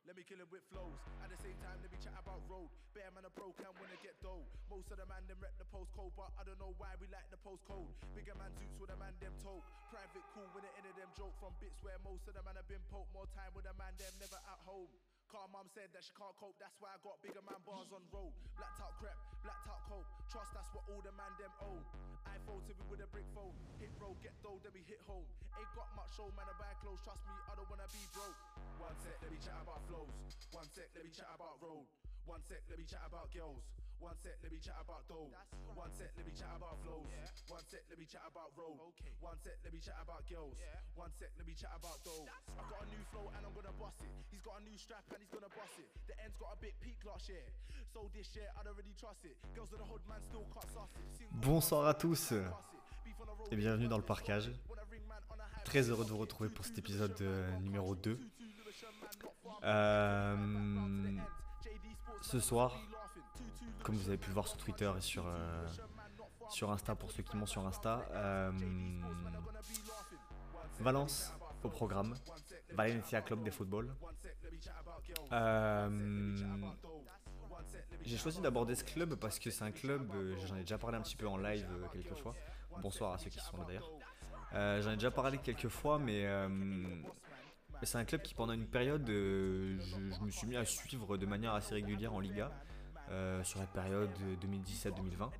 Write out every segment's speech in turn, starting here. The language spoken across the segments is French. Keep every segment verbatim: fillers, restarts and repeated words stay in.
Let me kill him with flows. At the same time, let me chat about road. Bear man a broke and wanna get dough. Most of the man them rep the postcode, but I don't know why we like the postcode. Bigger man suits with a man them told. Private cool when the end of them joke from bits where most of the man have been poked. More time with a man them never at home. Car mum said that she can't cope, that's why I got bigger man bars on road. Blacked out crep, blacked out cope. Trust that's what all the man them own. iPhone to me with a brick phone. Hit road, get dough, then we hit home. Ain't got much show, man, I buy clothes. Trust me, I don't wanna be broke. One sec, let me chat about flows. One sec, let me chat about road. One sec, let me chat about girls. One sec, let me chat about dough. One sec, let me chat about flows. One sec, let me chat about road. One sec, let me chat about girls. One sec, let me chat about dough. I got a new flow and I'm gonna bust it. He's got a new strap and he's gonna bust it. The end's got a bit peak last year. So this year I don't really trust it. Girls in the hood man still can't suss it. Bonsoir à tous et bienvenue dans le parkage. Très heureux de vous retrouver pour cet épisode euh, numéro deux. Euh, ce soir, comme vous avez pu le voir sur Twitter et sur, euh, sur Insta pour ceux qui m'ont sur Insta, euh, Valence au programme, Valencia Club de Football. Euh, J'ai choisi d'aborder ce club parce que c'est un club, euh, j'en ai déjà parlé un petit peu en live euh, quelques fois. Bonsoir à ceux qui sont là d'ailleurs. Euh, j'en ai déjà parlé quelques fois, mais euh, c'est un club qui pendant une période, euh, je, je me suis mis à suivre de manière assez régulière en Liga, euh, sur la période deux mille dix-sept deux mille vingt.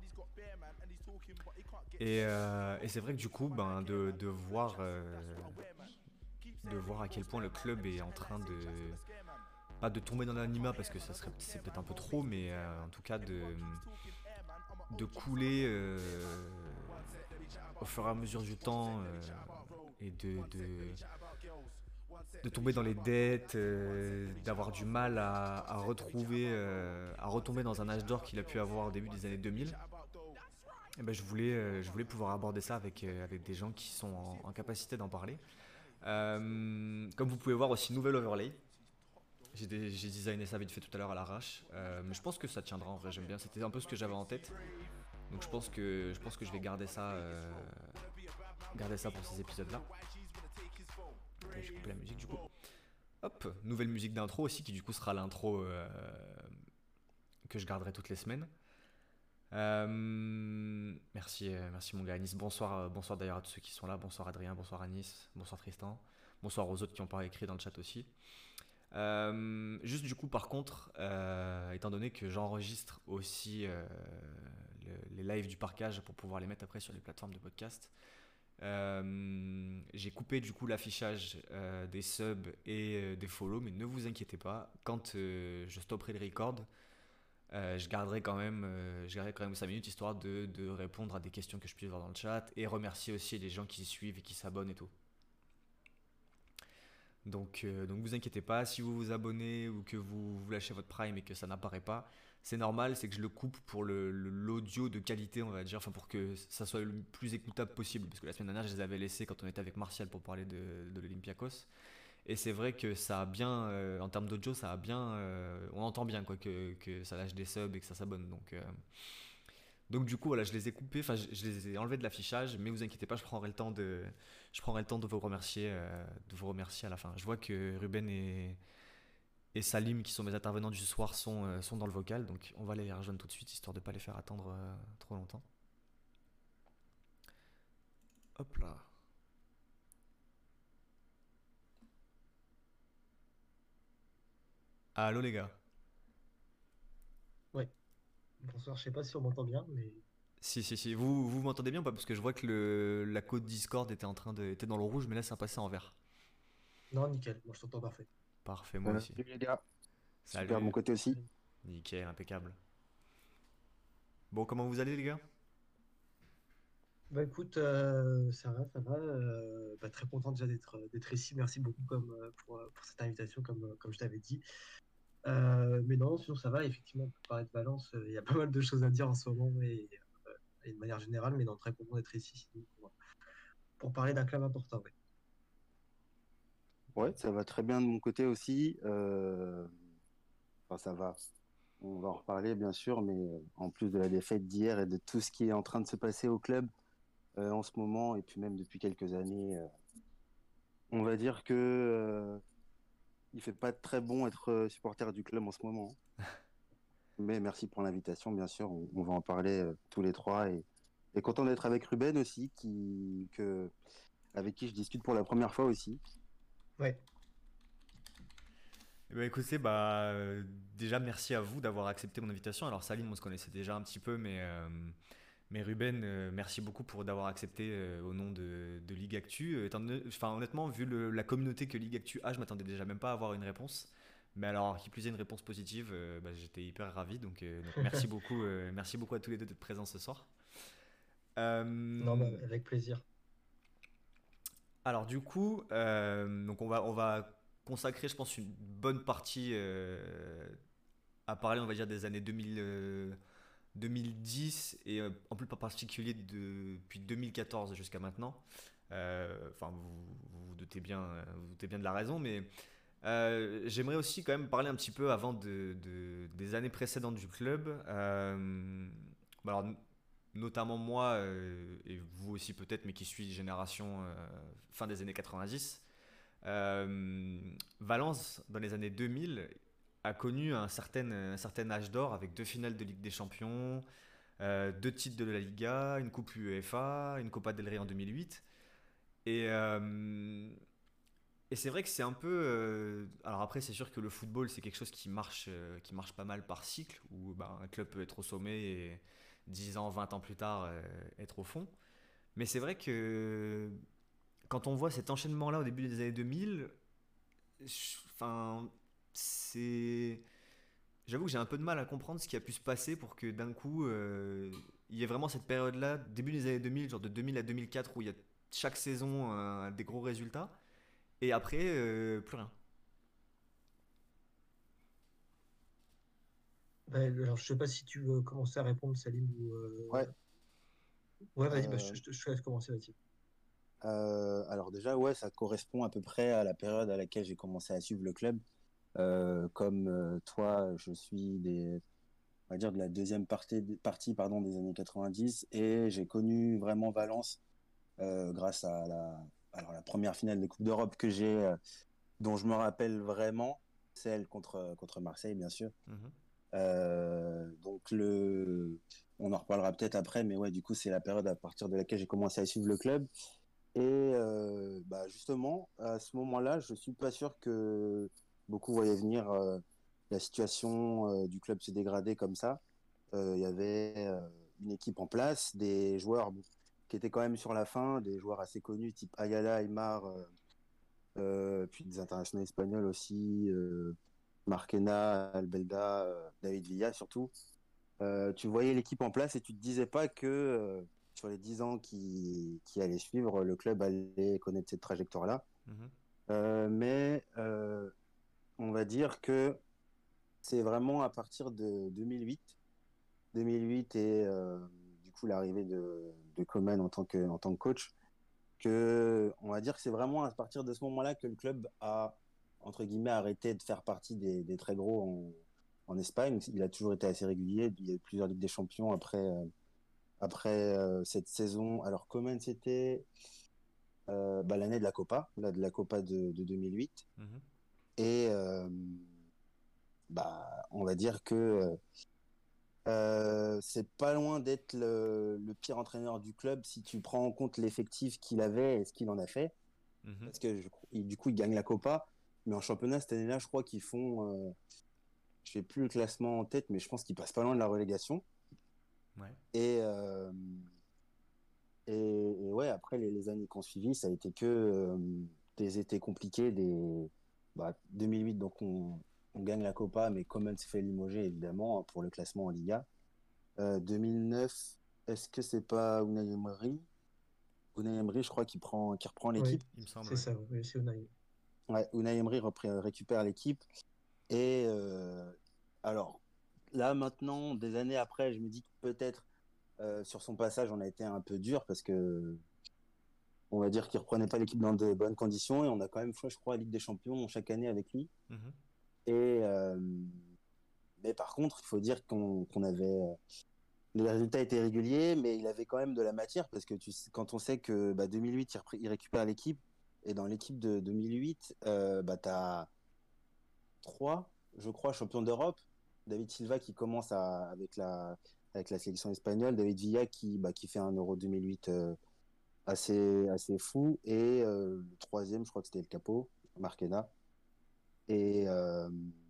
Et, euh, et c'est vrai que du coup, ben, de, de, voir, euh, de voir à quel point le club est en train de... Pas de tomber dans l'anonymat parce que ça serait, c'est peut-être un peu trop, mais euh, en tout cas de, de couler euh, au fur et à mesure du temps euh, et de, de, de tomber dans les dettes, euh, d'avoir du mal à, à retrouver, euh, à retomber dans un âge d'or qu'il a pu avoir au début des années deux mille. Et ben je voulais, euh, je voulais pouvoir aborder ça avec, euh, avec des gens qui sont en, en capacité d'en parler. Euh, comme vous pouvez voir aussi, nouvelle overlay. J'ai, des, j'ai designé ça vite fait tout à l'heure à l'arrache, euh, mais je pense que ça tiendra en vrai, j'aime bien, c'était un peu ce que j'avais en tête. Donc je pense que je, pense que je vais garder ça, euh, garder ça pour ces épisodes-là. Et je coupe la musique du coup. Hop, nouvelle musique d'intro aussi, qui du coup sera l'intro euh, que je garderai toutes les semaines. Euh, merci, euh, merci mon gars Anis. Bonsoir, euh, bonsoir d'ailleurs à tous ceux qui sont là. Bonsoir Adrien, bonsoir Anis, bonsoir Tristan. Bonsoir aux autres qui n'ont pas écrit dans le chat aussi. Euh, juste du coup par contre, euh, étant donné que j'enregistre aussi euh, le, les lives du parkage pour pouvoir les mettre après sur les plateformes de podcast, euh, j'ai coupé du coup l'affichage euh, des subs et euh, des follow, mais ne vous inquiétez pas, quand euh, je stopperai le record, euh, je garderai quand même euh, je garderai quand même cinq minutes histoire de, de répondre à des questions que je puisse voir dans le chat et remercier aussi les gens qui suivent et qui s'abonnent et tout. Donc, euh, donc vous inquiétez pas, si vous vous abonnez ou que vous, vous lâchez votre Prime et que ça n'apparaît pas, c'est normal, c'est que je le coupe pour le, le, l'audio de qualité, on va dire, enfin pour que ça soit le plus écoutable possible. Parce que la semaine dernière, je les avais laissés quand on était avec Martial pour parler de, de l'Olympiakos. Et c'est vrai que ça a bien, euh, en termes d'audio, ça a bien, euh, on entend bien quoi, que, que ça lâche des subs et que ça s'abonne. Donc, euh, donc du coup, voilà, je les ai coupés, enfin je, je les ai enlevés de l'affichage, mais vous inquiétez pas, je prendrai le temps de, je prendrai le temps de vous remercier, euh, de vous remercier à la fin. Je vois que Ruben et, et Salim, qui sont mes intervenants du soir, sont, euh, sont dans le vocal, donc on va les rejoindre tout de suite, histoire de ne pas les faire attendre euh, trop longtemps. Hop là. Allô les gars. Ouais. Bonsoir, je sais pas si on m'entend bien, mais Si, si, si. Vous, vous m'entendez bien ou pas? Parce que je vois que le, la code Discord était, en train de, était dans le rouge, mais là ça passait en vert. non, nickel, moi je t'entends parfait. Parfait, moi Euh, aussi. salut les gars, super de mon Salut. côté aussi. Nickel, impeccable. Bon, comment vous allez les gars? Bah écoute, euh, ça va, ça va. euh, bah, très content déjà d'être d'être ici. Merci beaucoup comme, euh, pour, euh, pour cette invitation, comme, euh, comme je t'avais dit. Euh, mais non, sinon ça va. Effectivement, on peut parler de Valence. euh, Il y a pas mal de choses à dire en ce moment et, euh, et de manière générale, mais non, très content d'être ici sinon, pour, pour parler d'un club important. Ouais. Ouais, ça va très bien de mon côté aussi. Euh, Enfin, ça va. On va en reparler bien sûr, mais euh, en plus de la défaite d'hier et de tout ce qui est en train de se passer au club euh, en ce moment, et puis même depuis quelques années, euh, on va dire que euh, il fait pas très bon être euh, supporter du club en ce moment. Mais merci pour l'invitation, bien sûr. On, on va en parler euh, tous les trois. Et, et content d'être avec Ruben aussi, qui, que, avec qui je discute pour la première fois aussi. Ouais. Eh ben, écoutez, bah, euh, déjà merci à vous d'avoir accepté mon invitation. Alors Salim, on se connaissait déjà un petit peu, mais, euh, mais Ruben, euh, merci beaucoup pour d'avoir accepté euh, au nom de, de Ligue Actu. Euh, étant donné- enfin, honnêtement, vu le- la communauté que Ligue Actu a, je m'attendais déjà même pas à avoir une réponse. Mais alors, qui plus est une réponse positive, euh, bah, j'étais hyper ravi. Donc, euh, donc merci beaucoup, euh, merci beaucoup à tous les deux d'être présents ce soir. Non, bah, Euh, avec plaisir. alors du coup, euh, donc on va, on va consacrer, je pense, une bonne partie euh, à parler, on va dire, des années deux mille, euh, deux mille dix et euh, en plus en particulier de- depuis deux mille quatorze jusqu'à maintenant. Euh, Enfin, vous, vous vous doutez bien, euh, vous vous doutez bien de la raison, mais euh, j'aimerais aussi quand même parler un petit peu avant de, de- des années précédentes du club. Euh, bah alors, n- notamment moi euh, et vous aussi peut-être, mais qui suis génération euh, fin des années quatre-vingt-dix. Euh, Valence, dans les années deux mille, a connu un certain, un certain âge d'or avec deux finales de Ligue des Champions, euh, deux titres de la Liga, une Coupe UEFA, une Copa del Rey en deux mille huit. Et, euh, et c'est vrai que c'est un peu. Euh, alors après, c'est sûr que le football, c'est quelque chose qui marche, euh, qui marche pas mal par cycle, où bah, un club peut être au sommet et dix ans, vingt ans plus tard, euh, être au fond. Mais c'est vrai que quand on voit cet enchaînement-là au début des années deux mille, je- enfin, c'est. J'avoue que j'ai un peu de mal à comprendre ce qui a pu se passer pour que d'un coup, euh, il y ait vraiment cette période-là, début des années deux mille, genre de deux mille à deux mille quatre, où il y a chaque saison euh, des gros résultats, et après, euh, plus rien. Bah, alors, je sais pas si tu veux commencer à répondre, Salim, ou... Ouais. euh, Ouais, vas-y, bah, je, Euh, je te je te laisse commencer, vas-y. euh, alors déjà, ouais, ça correspond à peu près à la période à laquelle j'ai commencé à suivre le club. Euh, comme euh, toi, je suis des, on va dire de la deuxième partie, partie pardon, des années quatre-vingt-dix et j'ai connu vraiment Valence euh, grâce à la, alors la première finale des Coupes d'Europe que j'ai, euh, dont je me rappelle vraiment, celle contre, contre Marseille, bien sûr. Mhm. Euh, donc le, on en reparlera peut-être après, mais ouais, du coup, c'est la période à partir de laquelle j'ai commencé à suivre le club. Et euh, bah justement, à ce moment-là, je suis pas sûr que beaucoup voyaient venir euh, la situation euh, du club se dégrader comme ça. Euh, Il y avait euh, une équipe en place, des joueurs bon, qui étaient quand même sur la fin, des joueurs assez connus, type Ayala, Aymar, euh, euh, puis des internationaux espagnols aussi, euh, Marquena, Albelda, euh, David Villa surtout. Euh, tu voyais l'équipe en place et tu te disais pas que euh, sur les dix ans qui, qui allaient suivre, le club allait connaître cette trajectoire-là. Mhm. Euh, mais euh, on va dire que c'est vraiment à partir de deux mille huit, deux mille huit et euh, du coup l'arrivée de, de Coman en tant que, en tant que coach, que on va dire que c'est vraiment à partir de ce moment-là que le club a entre guillemets arrêté de faire partie des, des très gros en, en Espagne. Il a toujours été assez régulier. Il y a eu plusieurs Ligues des Champions après, euh, après euh, cette saison. Alors, Coman, c'était euh, bah, l'année de la Copa, là, de la Copa de, de deux mille huit. Mhm. Et euh, bah, on va dire que euh, c'est pas loin d'être le, le pire entraîneur du club si tu prends en compte l'effectif qu'il avait et ce qu'il en a fait. Mhm. Parce que je- il- du coup, ils gagnent la Copa. Mais en championnat, cette année-là, je crois qu'ils font. Euh, je sais plus le classement en tête, mais je pense qu'ils passent pas loin de la relégation. Ouais. Et, euh, et, et ouais, après, les, les années qui ont suivi, ça a été que euh, des étés compliqués. Des, bah, deux mille huit, donc on, on gagne la Copa, mais Coman se fait limoger, évidemment, hein, pour le classement en Liga. Euh, deux mille neuf, est-ce que c'est pas Unai Emery? Unai Emery, je crois, qui prend, qui reprend Oui, l'équipe. Il me semble, c'est ouais. ça, oui, c'est Unai. Ouais, Unai Emery reprend- récupère l'équipe. Et euh, alors, là, maintenant, des années après, je me dis que peut-être euh, sur son passage, on a été un peu dur parce que on va dire qu'il reprenait pas l'équipe dans de bonnes conditions et on a quand même fait, je crois, la Ligue des Champions chaque année avec lui. Mhm. Et euh, mais par contre, il faut dire qu'on qu'on avait euh, les résultats étaient réguliers, mais il avait quand même de la matière parce que tu, sais- quand on sait que bah, deux mille huit, il, repré- il récupère l'équipe et dans l'équipe de deux mille huit, euh, bah, t'as trois, je crois, champion d'Europe. David Silva qui commence à, avec, la, avec la sélection espagnole. David Villa qui, bah, qui fait un Euro deux mille huit euh, assez, assez fou. Et euh, le troisième, je crois que c'était El Capo, Marquena. Et, euh,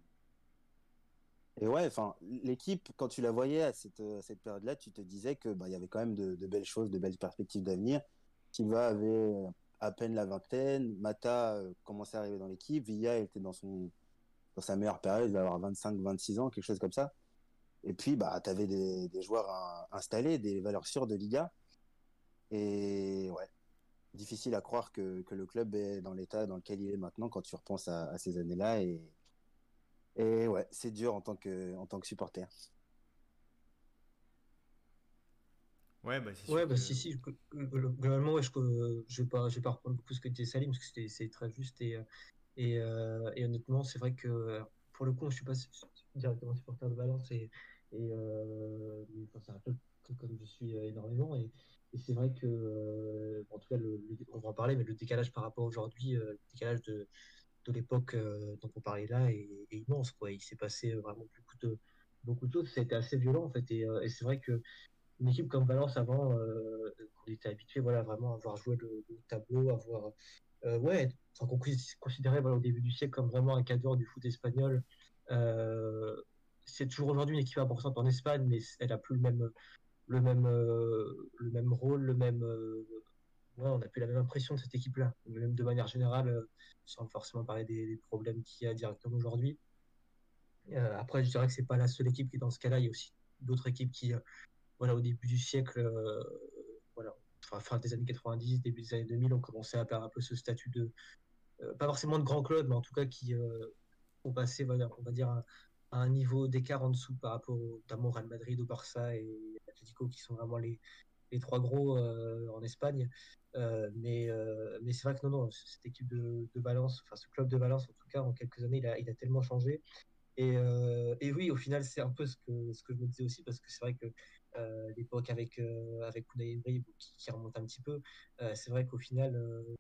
et ouais, enfin, l'équipe, quand tu la voyais à cette, à cette période-là, tu te disais que bah, il y avait quand même de, de belles choses, de belles perspectives d'avenir. Silva avait à peine la vingtaine, Mata euh, commençait à arriver dans l'équipe, Villa était dans son dans sa meilleure période, il va avoir vingt-cinq vingt-six ans, quelque chose comme ça. Et puis, bah, tu avais des, des joueurs un, installés, des valeurs sûres de Liga. Et ouais, difficile à croire que, que le club est dans l'état dans lequel il est maintenant quand tu repenses à, à ces années-là. Et, et ouais, c'est dur en tant que, en tant que supporter. Ouais, bah c'est Ouais, sûr bah que. si, si, gl- gl- globalement, ouais, je, je vais pas, je vais pas reprendre beaucoup ce que disait Salim, parce que c'était- c'est très juste. Et, euh, et, euh, et honnêtement, c'est vrai que euh, pour le coup, je suis pas su- su- directement supporter de Valence, et, et euh, mais, enfin, c'est un club que comme je suis euh, énormément. Et, et c'est vrai que, euh, en tout cas, le, le- on va en parler, mais le décalage par rapport à aujourd'hui, euh, le décalage de, de l'époque euh, dont on parlait là est, est immense, quoi. Il s'est passé euh, vraiment beaucoup de, beaucoup de choses. Ça a été assez violent, en fait. Et, euh, et c'est vrai que une équipe comme Valence avant, euh, qu'on était habitué, voilà, vraiment à avoir joué le, le tableau, avoir, euh, ouais, enfin, qu'on considérait, voilà, au début du siècle comme vraiment un cadre du foot espagnol. Euh, c'est toujours aujourd'hui une équipe importante en Espagne, mais elle a plus le même, le même, euh, le même rôle, le même, euh, ouais, on n'a plus la même impression de cette équipe-là. Même de manière générale, euh, sans forcément parler des, des problèmes qu'il y a directement aujourd'hui. Euh, après, je dirais que c'est pas la seule équipe qui est dans ce cas-là. Il y a aussi d'autres équipes qui, euh, voilà, au début du siècle, euh, voilà, enfin, fin des années quatre-vingt-dix, début des années deux mille, on commençait à perdre un peu ce statut de, euh, pas forcément de grand club, mais en tout cas qui euh, ont passé, voilà, on va dire, à, à un niveau d'écart en dessous par rapport au, notamment au Real Madrid, au Barça et à l'Atlético, qui sont vraiment les, les trois gros euh, en Espagne. Euh, mais euh, mais c'est vrai que non, non, cette équipe de, de Valence, enfin ce club de Valence, en tout cas, en quelques années, il a, il a tellement changé. Et, euh, et oui, au final, c'est un peu ce que, ce que je me disais aussi, parce que c'est vrai que euh, l'époque avec, euh, avec Unai Emery, bon, qui, qui remonte un petit peu, euh, c'est vrai qu'au final, euh,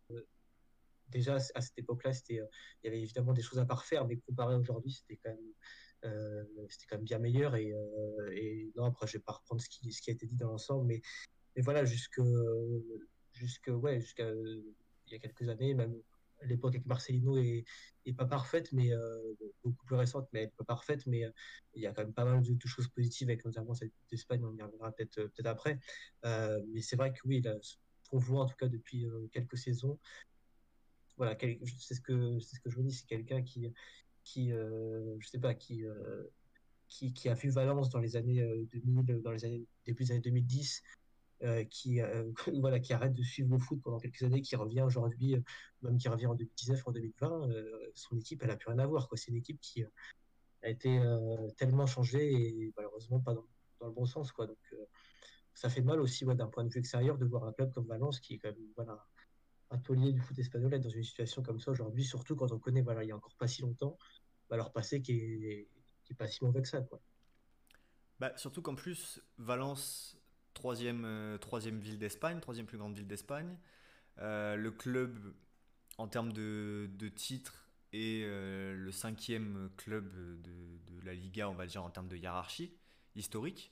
déjà à cette époque-là, c'était, euh, il y avait évidemment des choses à parfaire, mais comparé à aujourd'hui, c'était quand même, euh, c'était quand même bien meilleur. Et, euh, et non, après, je vais pas reprendre ce qui, ce qui a été dit dans l'ensemble, mais, mais voilà, jusque, jusque, ouais, jusqu'à il y a quelques années, même l'époque avec Marcelino est, est pas parfaite, mais euh, beaucoup plus récente, mais elle est pas parfaite, mais euh, il y a quand même pas mal de, de choses positives avec notamment cette Coupe d'Espagne, on y reviendra peut-être euh, peut-être après. Euh, mais c'est vrai que oui, là, ce qu'on voit en tout cas depuis euh, quelques saisons, voilà, quel- c'est ce que c'est ce que je vous dis, c'est quelqu'un qui qui euh, je sais pas qui euh, qui, qui a vu Valence dans les années euh, deux mille, dans les années début des années deux mille dix, euh, qui, euh, voilà, qui arrête de suivre le foot pendant quelques années, qui revient aujourd'hui, euh, même qui revient en deux mille dix-neuf, en deux mille vingt, euh, son équipe, elle a plus rien à voir, quoi. C'est une équipe qui euh, a été euh, tellement changée et malheureusement pas dans, dans le bon sens, quoi. Donc euh, ça fait mal aussi, ouais, d'un point de vue extérieur, de voir un club comme Valence qui est quand même, voilà, un taulier du foot espagnol être dans une situation comme ça aujourd'hui, surtout quand on connaît, voilà, il y a encore pas si longtemps, bah, leur passé qui est, qui est pas si mauvais que ça, quoi. Bah, surtout qu'en plus, Valence, troisième, euh, troisième ville d'Espagne, troisième plus grande ville d'Espagne. Euh, le club, en termes de, de titres, est euh, le cinquième club de, de la Liga, on va dire, en termes de hiérarchie historique.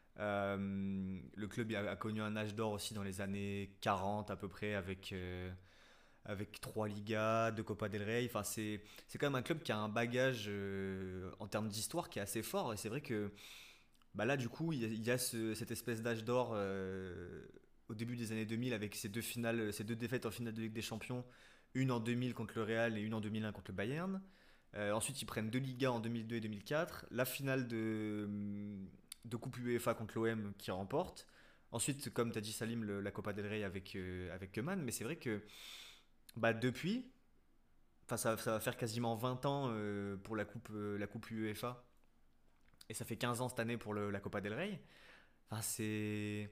Euh, le club a, a connu un âge d'or aussi dans les années quarante à peu près, avec, euh, avec trois Ligas, deux Copa del Rey. Enfin, c'est, c'est quand même un club qui a un bagage euh, en termes d'histoire qui est assez fort. Et c'est vrai que bah là, du coup, il y a, il y a ce- cette espèce d'âge d'or euh, au début des années deux mille avec ces deux finales, ces deux défaites en finale de Ligue des Champions, une en deux mille contre le Real et une en deux mille un contre le Bayern. Euh, ensuite, ils prennent deux Ligas en deux mille deux et deux mille quatre, la finale de, de Coupe UEFA contre l'O M qui remporte. Ensuite, comme tu as dit Salim, le- la Copa del Rey avec, euh, avec Koeman. Mais c'est vrai que bah, depuis, enfin, ça, ça va faire quasiment vingt ans euh, pour la Coupe, euh, la coupe UEFA. Et ça fait quinze ans cette année pour le- la Copa del Rey. Enfin, c'est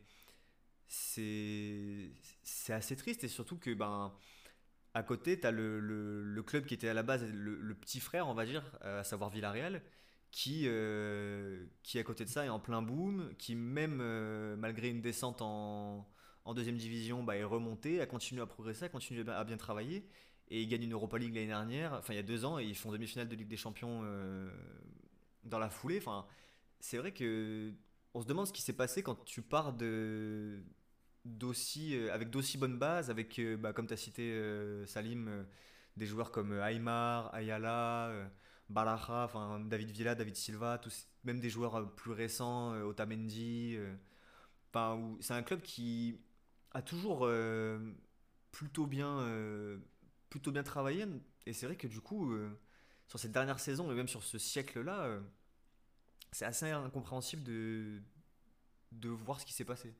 c'est c'est assez triste et surtout que ben à côté tu as le, le- le club qui était à la base le, le petit frère on va dire euh, à savoir Villarreal qui euh, qui à côté de ça est en plein boom qui même euh, malgré une descente en, en deuxième division bah, est remonté a continué à progresser a continué à bien travailler et ils gagnent une Europa League l'année dernière, enfin il y a deux ans, et ils font demi-finale de Ligue des Champions euh, dans la foulée. Enfin, c'est vrai que on se demande ce qui s'est passé quand tu pars de d'aussi euh, avec d'aussi bonnes bases, avec euh, bah, comme tu as cité euh, Salim, euh, des joueurs comme euh, Aymar, Ayala, euh, Baraja, enfin David Villa, David Silva, tous, même des joueurs euh, plus récents, euh, Otamendi. euh, Enfin, où- c'est un club qui a toujours euh, plutôt bien, euh, plutôt bien travaillé. Et c'est vrai que du coup, euh, sur cette dernière saison, et même sur ce siècle-là, euh, c'est assez incompréhensible de, de voir ce qui s'est passé.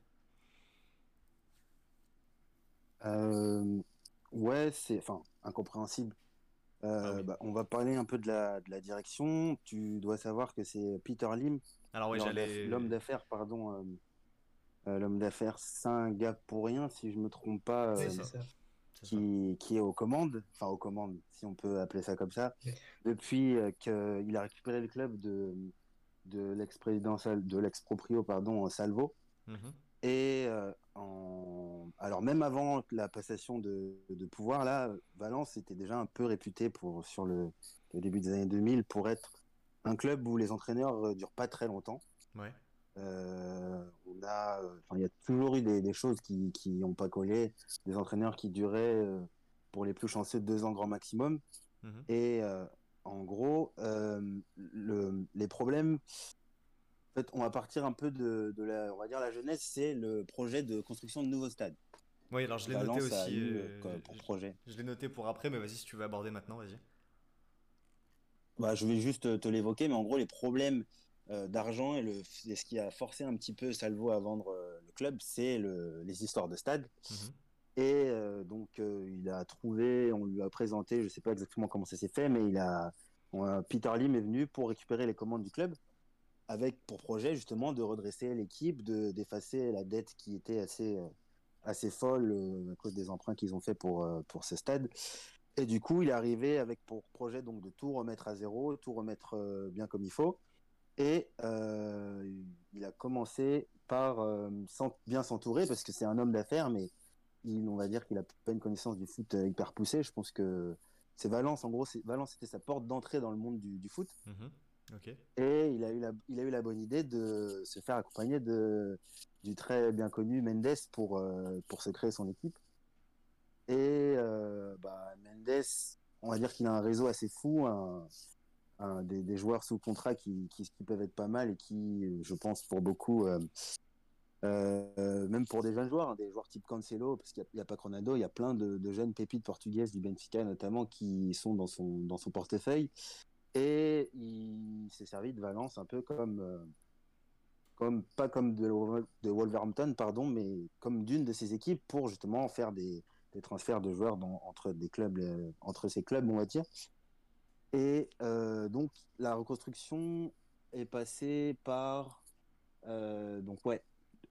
Euh, ouais, c'est enfin incompréhensible. Ah Euh, oui. bah, on va parler un peu de la, de la direction. Tu dois savoir que c'est Peter Lim, Alors oui, l'homme d'aff- l'homme j'allais. d'affaires, pardon, euh, euh, l'homme d'affaires Singapourien, si je me trompe pas, C'est Oui, euh, c'est ça. ça. C'est ça. qui, qui est aux commandes, enfin aux commandes, si on peut appeler ça comme ça, Mais- depuis euh, qu'il a récupéré le club de, de l'ex-président, Sal- de l'ex-proprio, pardon, Salvo. Mhm. Et euh, en... alors même avant la passation de, de pouvoir, là, Valence était déjà un peu réputé pour, sur le, le début des années deux mille pour être un club où les entraîneurs ne durent pas très longtemps. Ouais. Euh, on a, euh, enfin, il y a toujours eu des, des choses qui qui n'ont pas collé, des entraîneurs qui duraient, euh, pour les plus chanceux, deux ans grand maximum. Mhm. Et euh, en gros, euh, le, les problèmes, en fait, on va partir un peu de, de la, on va dire la jeunesse, c'est le projet de construction de nouveaux stades. Oui, alors je l'ai noté Valence a aussi. eu euh, euh, comme pour je projet. je l'ai noté pour après, mais vas-y, si tu veux aborder maintenant, vas-y. Bah, je vais juste te l'évoquer, mais en gros, les problèmes euh, d'argent et, le, et ce qui a forcé un petit peu Salvo à vendre euh, le club, c'est le, les histoires de stade. Mhm. Et euh, donc, euh, il a trouvé, on lui a présenté, je sais pas exactement comment ça s'est fait, mais il a, on a- Peter Lim est venu pour récupérer les commandes du club, avec pour projet justement de redresser l'équipe, de d'effacer la dette qui était assez, euh, assez folle euh, à cause des emprunts qu'ils ont fait pour, euh, pour ce stade. Et du coup, il est arrivé avec pour projet donc de tout remettre à zéro, tout remettre euh, bien comme il faut. Et euh, il a commencé par euh, s'en- bien s'entourer parce que c'est un homme d'affaires, mais il, on va dire qu'il a pas une connaissance du foot euh, hyper poussée. Je pense que c'est Valence, en gros, c'est, Valence c'était sa porte d'entrée dans le monde du, du foot. Mhm. Ok. Et il a, eu la, il a eu la bonne idée de se faire accompagner de, du très bien connu Mendes pour, euh, pour se créer son équipe. Et euh, bah, Mendes, on va dire qu'il a un réseau assez fou, un, un- des, des joueurs sous contrat qui, qui, qui peuvent être pas mal et qui, je pense, pour beaucoup, euh, euh, même pour des jeunes joueurs, hein, des joueurs type Cancelo, parce qu'il n'y a, il y a pas que Ronaldo, il y a plein de, de jeunes pépites portugaises du Benfica notamment qui sont dans son, dans son portefeuille. Et il s'est servi de Valence un peu comme, euh, comme pas comme de, de Wolverhampton, pardon, mais comme d'une de ses équipes pour justement faire des, des transferts de joueurs dans, entre des clubs, euh, entre ces clubs, on va dire. Et euh, donc la reconstruction est passée par euh, donc ouais,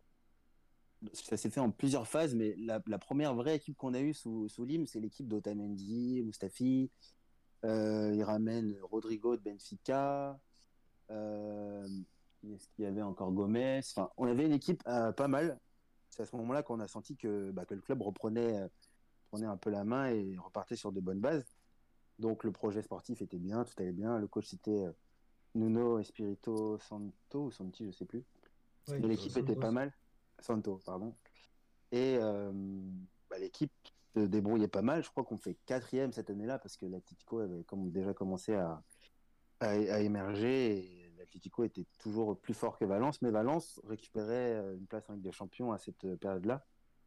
ça s'est fait en plusieurs phases, mais la, la première vraie équipe qu'on a eue sous, sous Lim, c'est l'équipe d'Otamendi, Mustafi. Euh, il ramène Rodrigo de Benfica. Euh, Est-ce qu'il y avait encore Gomez? Enfin, on avait une équipe euh, pas mal. C'est à ce moment-là qu'on a senti que, bah, que le club reprenait, euh, prenait un peu la main et repartait sur de bonnes bases. Donc le projet sportif était bien, tout allait bien. Le coach c'était euh, Nuno Espirito Santo ou Santi, je sais plus. Oui, Mais c'est l'équipe était pas Santos. mal. Santo, pardon. Et euh, bah, l'équipe se débrouillait pas mal. Je crois qu'on fait quatrième cette année-là parce que l'Atlético avait comme déjà commencé à, à, à émerger et l'Atlético était toujours plus fort que Valence. Mais Valence récupérait euh, une place en Ligue des Champions à cette euh, période-là.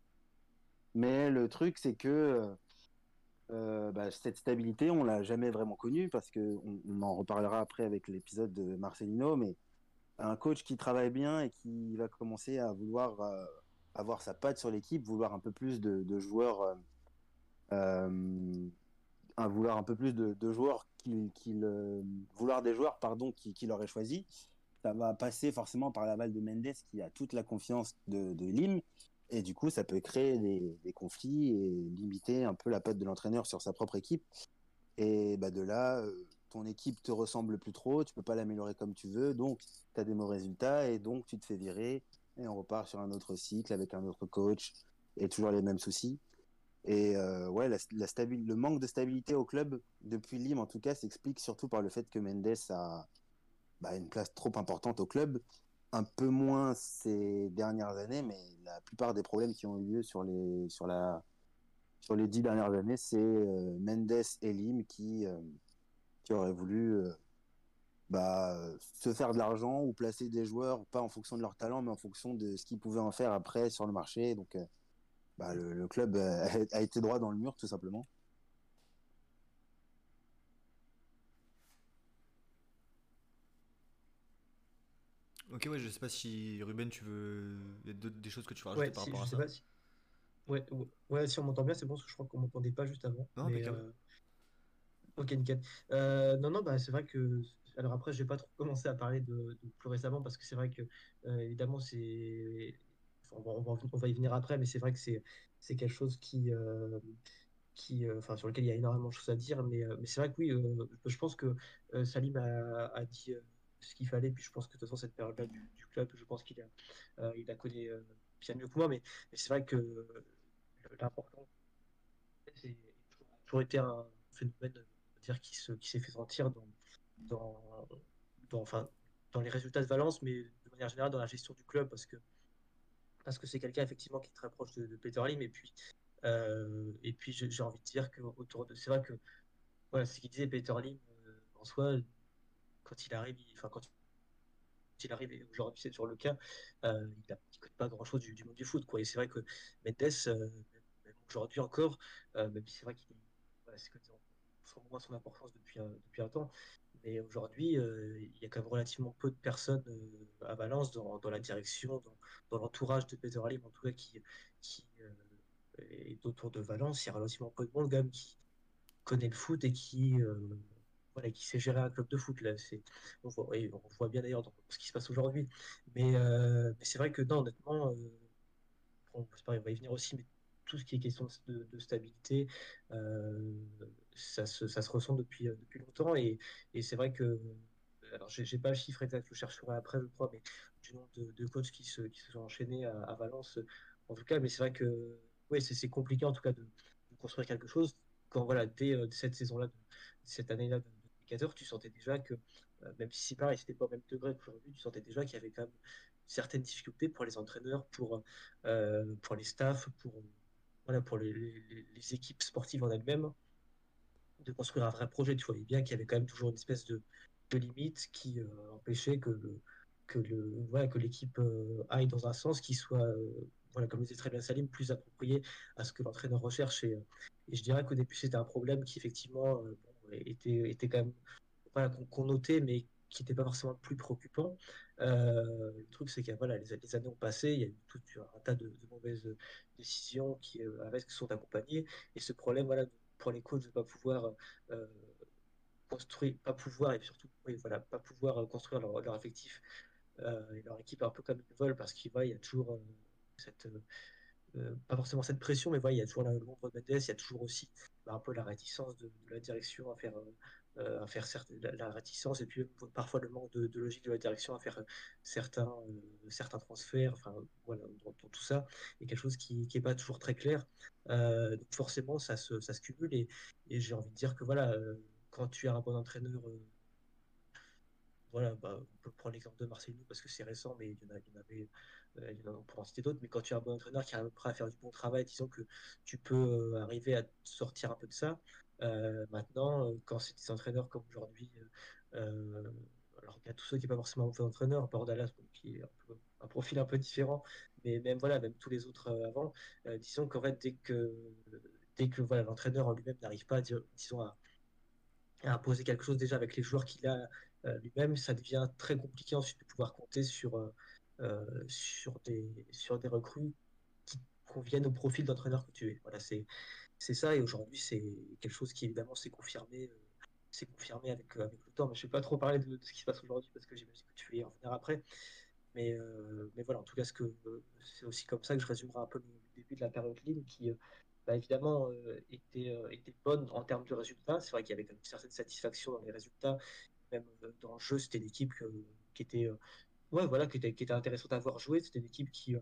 Mais le truc, c'est que euh, bah, cette stabilité, on l'a jamais vraiment connue parce que on, on en reparlera après avec l'épisode de Marcelino. Mais un coach qui travaille bien et qui va commencer à vouloir euh, avoir sa patte sur l'équipe, vouloir un peu plus de, de joueurs, euh, euh, un vouloir un peu plus de, de joueurs qu'il, qu'il euh, vouloir des joueurs pardon qu'il, qu'il aurait choisi. Ça va passer forcément par la balle de Mendes qui a toute la confiance de, de Lim et du coup ça peut créer des, des conflits et limiter un peu la patte de l'entraîneur sur sa propre équipe. Et bah de là, euh, ton équipe te ressemble plus trop, tu peux pas l'améliorer comme tu veux, donc tu as des mauvais résultats et donc tu te fais virer et on repart sur un autre cycle avec un autre coach et toujours les mêmes soucis. Et euh, ouais, la, la stabi- le manque de stabilité au club, depuis Lim en tout cas, s'explique surtout par le fait que Mendes a bah, une place trop importante au club. Un peu moins ces dernières années, mais la plupart des problèmes qui ont eu lieu sur les, sur la, sur les dix dernières années, c'est euh, Mendes et Lim qui, euh, qui auraient voulu euh, bah, se faire de l'argent ou placer des joueurs, pas en fonction de leur talent, mais en fonction de ce qu'ils pouvaient en faire après sur le marché. Donc, euh, bah, le, le club a, a été droit dans le mur, tout simplement. Ok, ouais, je sais pas si Ruben, tu veux. Il y a d'autres- des choses que tu veux rajouter Ouais, par si, rapport je à sais ça? pas si. Ouais, ouais, ouais, si on m'entend bien, c'est bon, parce que je crois qu'on m'entendait pas juste avant. Non, Mais impeccable. euh, ok, nickel. Euh, non, non, bah, c'est vrai que. Alors après, je vais pas trop commencer à parler de, de plus récemment, parce que c'est vrai que, euh, évidemment, c'est. Enfin, on va, on va- on va y venir après, mais c'est vrai que c'est c'est quelque chose qui, euh, qui, euh, enfin, sur lequel il y a énormément de choses à dire. Mais, euh, mais c'est vrai que oui, euh, je pense que euh, Salim a, a dit euh, ce qu'il fallait. Puis je pense que de toute façon, cette période-là du, du club, je pense qu'il a, euh, il a connu euh, bien mieux que moi. Mais, mais c'est vrai que euh, l'important, c'est a toujours été un phénomène euh, dire, qui se, qui s'est fait sentir dans, dans, dans, enfin, dans les résultats de Valence, mais de manière générale dans la gestion du club, parce que parce que c'est quelqu'un effectivement qui est très proche de, de Peter Lim. Et puis, euh, et puis j'ai j'ai envie de dire que autour de, c'est vrai que voilà, ce qu'il disait Peter Lim euh, en soi, quand il arrive, il- enfin quand il arrive, et aujourd'hui c'est toujours le cas, euh, il ne connaît pas grand-chose du, du monde du foot, quoi. Et c'est vrai que Mendes, euh, même, même aujourd'hui encore, euh, même si c'est vrai qu'il est, voilà, c'est que on sent moins son importance depuis un, depuis un temps, mais aujourd'hui, euh, il y a quand même relativement peu de personnes euh, à Valence dans, dans la direction, dans, dans l'entourage de Peter Lim, en tout cas, qui, qui euh, est autour de Valence. Il y a relativement peu de monde quand même qui connaît le foot et qui, euh, voilà, qui sait gérer un club de foot. Là. C'est, on voit, et on voit bien d'ailleurs dans ce qui se passe aujourd'hui. Mais, euh, mais c'est vrai que non, honnêtement, euh, bon, c'est pareil, on va y venir aussi, mais tout ce qui est question de, de stabilité, euh, ça, se, ça se ressent depuis, euh, depuis longtemps. Et, et c'est vrai que, alors j'ai j'ai pas le chiffre exact, je le chercherai après, je crois, mais du nombre de, de coachs qui se, qui se sont enchaînés à, à Valence, en tout cas. Mais c'est vrai que ouais, c'est c'est compliqué en tout cas de, de construire quelque chose. Quand voilà, dès euh, cette saison-là, de, cette année-là de, de deux mille quatorze, tu sentais déjà que, euh, même si c'est pareil, c'était pas au même degré qu'aujourd'hui, tu sentais déjà qu'il y avait quand même certaines difficultés pour les entraîneurs, pour, euh, pour les staffs, pour, voilà, pour les, les- les équipes sportives en elles-mêmes, de construire un vrai projet. Tu voyais bien qu'il y avait quand même toujours une espèce de, de limite qui euh, empêchait que le, que le, voilà, que l'équipe euh, aille dans un sens qui soit, euh, voilà, comme le disait très bien Salim, plus approprié à ce que l'entraîneur recherche. Et, euh, et je dirais qu'au début, c'était un problème qui, effectivement, euh, bon, était, était quand même, voilà, qu'on qu'on notait, mais qui n'était pas forcément le plus préoccupant. Euh, le truc, c'est que voilà, les, les années ont passé, il y a eu tout un tas de, de mauvaises décisions qui, euh, avec, sont accompagnées. Et ce problème, voilà, de- pour les coachs de ne pas pouvoir euh, construire, pas pouvoir, et surtout, oui, voilà, pas pouvoir euh, construire leur, leur effectif euh, et leur équipe un peu comme ils veulent, parce qu'il voilà, il y a toujours euh, cette, euh, euh, pas forcément cette pression, mais voilà, il y a toujours l'ombre de Mendes, il y a toujours aussi bah, un peu la réticence de, de la direction à faire, euh, à faire certes, la, la, réticence, et puis parfois le manque de, de, logique de la direction à faire certains, euh, certains transferts, enfin voilà, dans, dans tout ça, et quelque chose qui n'est pas toujours très clair. Euh, donc forcément, ça se, ça se cumule, et, et j'ai envie de dire que voilà, euh, quand tu as un bon entraîneur, euh, voilà, bah, on peut prendre l'exemple de Marcelino parce que c'est récent, mais il y en, a, il y en avait, euh, il y en a pour en citer d'autres. Mais quand tu as un bon entraîneur qui est prêt à faire du bon travail, disons que tu peux euh, arriver à sortir un peu de ça. Euh, maintenant, euh, quand c'est des entraîneurs comme aujourd'hui, euh, euh, alors il y a tous ceux qui n'est pas forcément un bon entraîneur, Bordalas, bon, qui est un, peu, un profil un peu différent, mais même voilà, même tous les autres euh, avant, euh, disons qu'en fait, dès que, dès que voilà, l'entraîneur en lui-même n'arrive pas, disons, à à imposer quelque chose déjà avec les joueurs qu'il a euh, lui-même, ça devient très compliqué ensuite de pouvoir compter sur, euh, euh, sur, des, sur des recrues qui conviennent au profil d'entraîneur que tu es. Voilà, c'est, c'est ça, et aujourd'hui, c'est quelque chose qui évidemment s'est confirmé, euh, s'est confirmé avec, euh, avec le temps. Mais je ne vais pas trop parler de, de ce qui se passe aujourd'hui parce que j'imagine que tu vas y revenir après. Mais, euh, mais voilà, en tout cas, ce que, c'est aussi comme ça que je résumerai un peu le, le début de la période Lean qui, euh, bah, évidemment, euh, était, euh, était bonne en termes de résultats. C'est vrai qu'il y avait quand même une certaine satisfaction dans les résultats, même euh, dans le jeu, c'était l'équipe euh, qui était, euh, ouais, voilà, qui était, qui était intéressante à voir jouer. C'était une équipe qui, euh,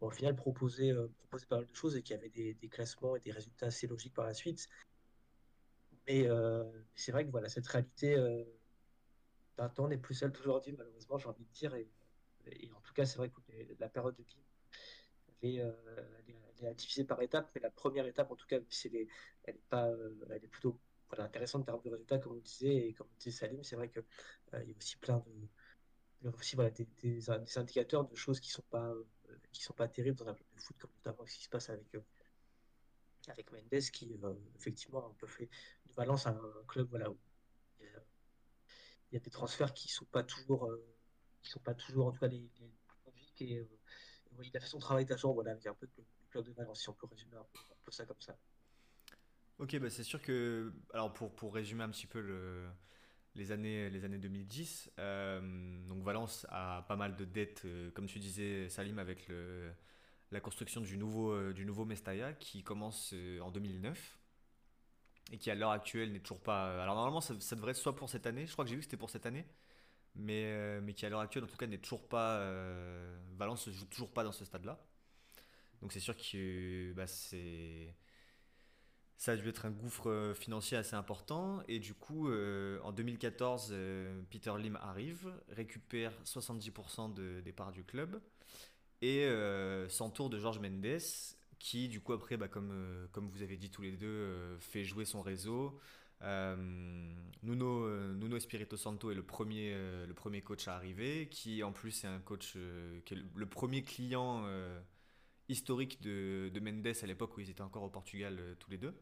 au final proposait, euh, proposait pas mal de choses et qui avait des, des classements et des résultats assez logiques par la suite. Mais euh, c'est vrai que voilà, cette réalité euh, d'un temps n'est plus celle d'aujourd'hui, malheureusement, j'ai envie de dire. Et, et en tout cas, c'est vrai que les- la période de Glimt, elle est, euh, elle est, elle est à diviser par étapes, mais la première étape, en tout cas, c'est les, elle est pas, euh, elle est plutôt voilà, intéressante en termes de résultats, comme on disait, et comme disait Salim, c'est vrai que euh, il y a aussi plein de, il y a aussi voilà, des, des, des indicateurs de choses qui sont pas, euh, qui sont pas terribles dans un club de foot, comme notamment ce qui se passe avec, euh, avec Mendes, qui euh, effectivement a un peu fait de Valence un, un club voilà, où il y a, il y a des transferts qui sont pas toujours, euh, qui sont pas toujours en tout cas les, les logiques et euh, oui, il a fait son travail d'agent voilà, avec un peu le, le club de Valence, si on peut résumer un peu, un peu ça comme ça. Ok, bah c'est sûr que, alors pour, pour résumer un petit peu le, les années, les années deux mille dix, euh, donc Valence a pas mal de dettes, euh, comme tu disais Salim, avec le, la construction du nouveau, euh, du nouveau Mestalla qui commence euh, en deux mille neuf et qui à l'heure actuelle n'est toujours pas... euh, Alors normalement ça, ça devrait être soit pour cette année, je crois que j'ai vu que c'était pour cette année, mais, euh, mais qui à l'heure actuelle en tout cas n'est toujours pas... euh, Valence ne joue toujours pas dans ce stade-là. Donc c'est sûr que bah, c'est... Ça a dû être un gouffre euh, financier assez important. Et du coup, euh, en deux mille quatorze, euh, Peter Lim arrive, récupère soixante-dix pour cent de, des parts du club et euh, s'entoure de Jorge Mendes, qui, du coup, après, bah, comme, euh, comme vous avez dit tous les deux, euh, fait jouer son réseau. Euh, Nuno, euh, Nuno Espirito Santo est le premier, euh, le premier coach à arriver, qui en plus est un coach euh, qui est le, le premier client euh, historique de, de Mendes à l'époque où ils étaient encore au Portugal euh, tous les deux.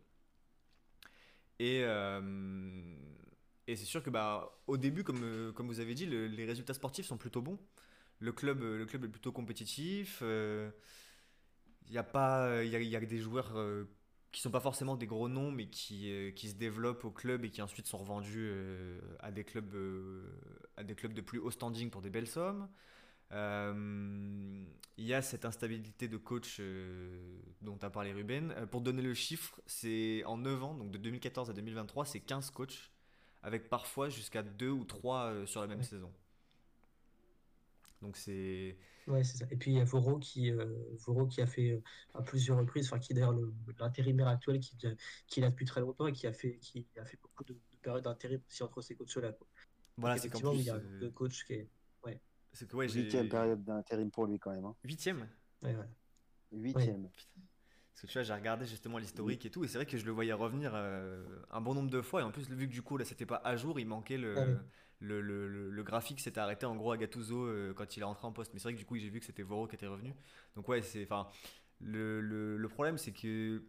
Et, euh, et c'est sûr que bah, au début, comme, euh, comme vous avez dit, le- les résultats sportifs sont plutôt bons. Le club, euh, le club est plutôt compétitif. euh, Il y a pas, il y a, il y a des joueurs euh, qui sont pas forcément des gros noms, mais qui, euh, qui se développent au club et qui ensuite sont revendus euh, à des clubs, euh, à des clubs de plus haut standing pour des belles sommes. Euh, il y a cette instabilité de coach euh, dont a parlé Ruben. Euh, pour donner le chiffre, c'est en neuf ans, donc de deux mille quatorze à deux mille vingt-trois, c'est quinze coachs, avec parfois jusqu'à deux ou trois euh, sur la même Ouais, saison. Donc c'est... ouais c'est ça. Et puis il y a Voro qui, euh, Voro qui a fait euh, à plusieurs reprises, enfin qui est d'ailleurs le- l'intérimaire actuel qui, qui est là depuis très longtemps et qui a fait, qui a fait beaucoup de, de périodes d'intérim aussi entre ces coachs-là, quoi. Donc Voilà, c'est qu'en effectivement, oui, il y plus... a un groupe euh, de coachs qui est. Ouais, c'est que ouais, Huitième j'ai... période d'intérim pour lui quand même. Hein. Huitième. ouais, ouais. Ouais. Huitième. Parce que tu vois, j'ai regardé justement Oui. l'historique et tout, et c'est vrai que je le voyais revenir euh, un bon nombre de fois, et en plus, vu que du coup, là, c'était pas à jour, il manquait Ah le, ouais. le, le, le- le graphique s'était arrêté en gros à Gattuso euh, quand il est rentré en poste. Mais c'est vrai que du coup, j'ai vu que c'était Voro qui était revenu. Donc, ouais, c'est. Enfin, le, le, le problème, c'est que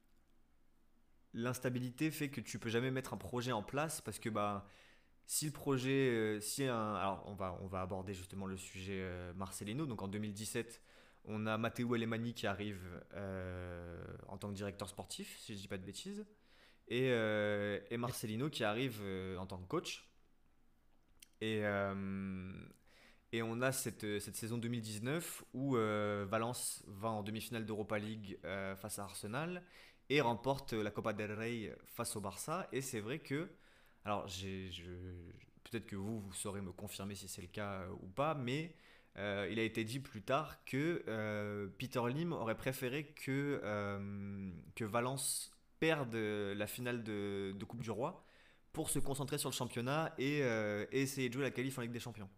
l'instabilité fait que tu peux jamais mettre un projet en place parce que, bah. Si le projet, euh, si un, alors on va, on va aborder justement le sujet euh, Marcelino. Donc en deux mille dix-sept, on a Matteo Alemani qui arrive euh, en tant que directeur sportif, si je dis pas de bêtises, et, euh, et Marcelino qui arrive euh, en tant que coach. Et, euh, et on a cette, cette saison deux mille dix-neuf où euh, Valence va en demi-finale d'Europa League euh, face à Arsenal et remporte la Copa del Rey face au Barça. Et c'est vrai que, alors j'ai, je, peut-être que vous, vous saurez me confirmer si c'est le cas euh, ou pas, mais euh, il a été dit plus tard que euh, Peter Lim aurait préféré que, euh, que Valence perde la finale de, de Coupe du Roi pour se concentrer sur le championnat et, euh, et essayer de jouer la qualif en Ligue des Champions.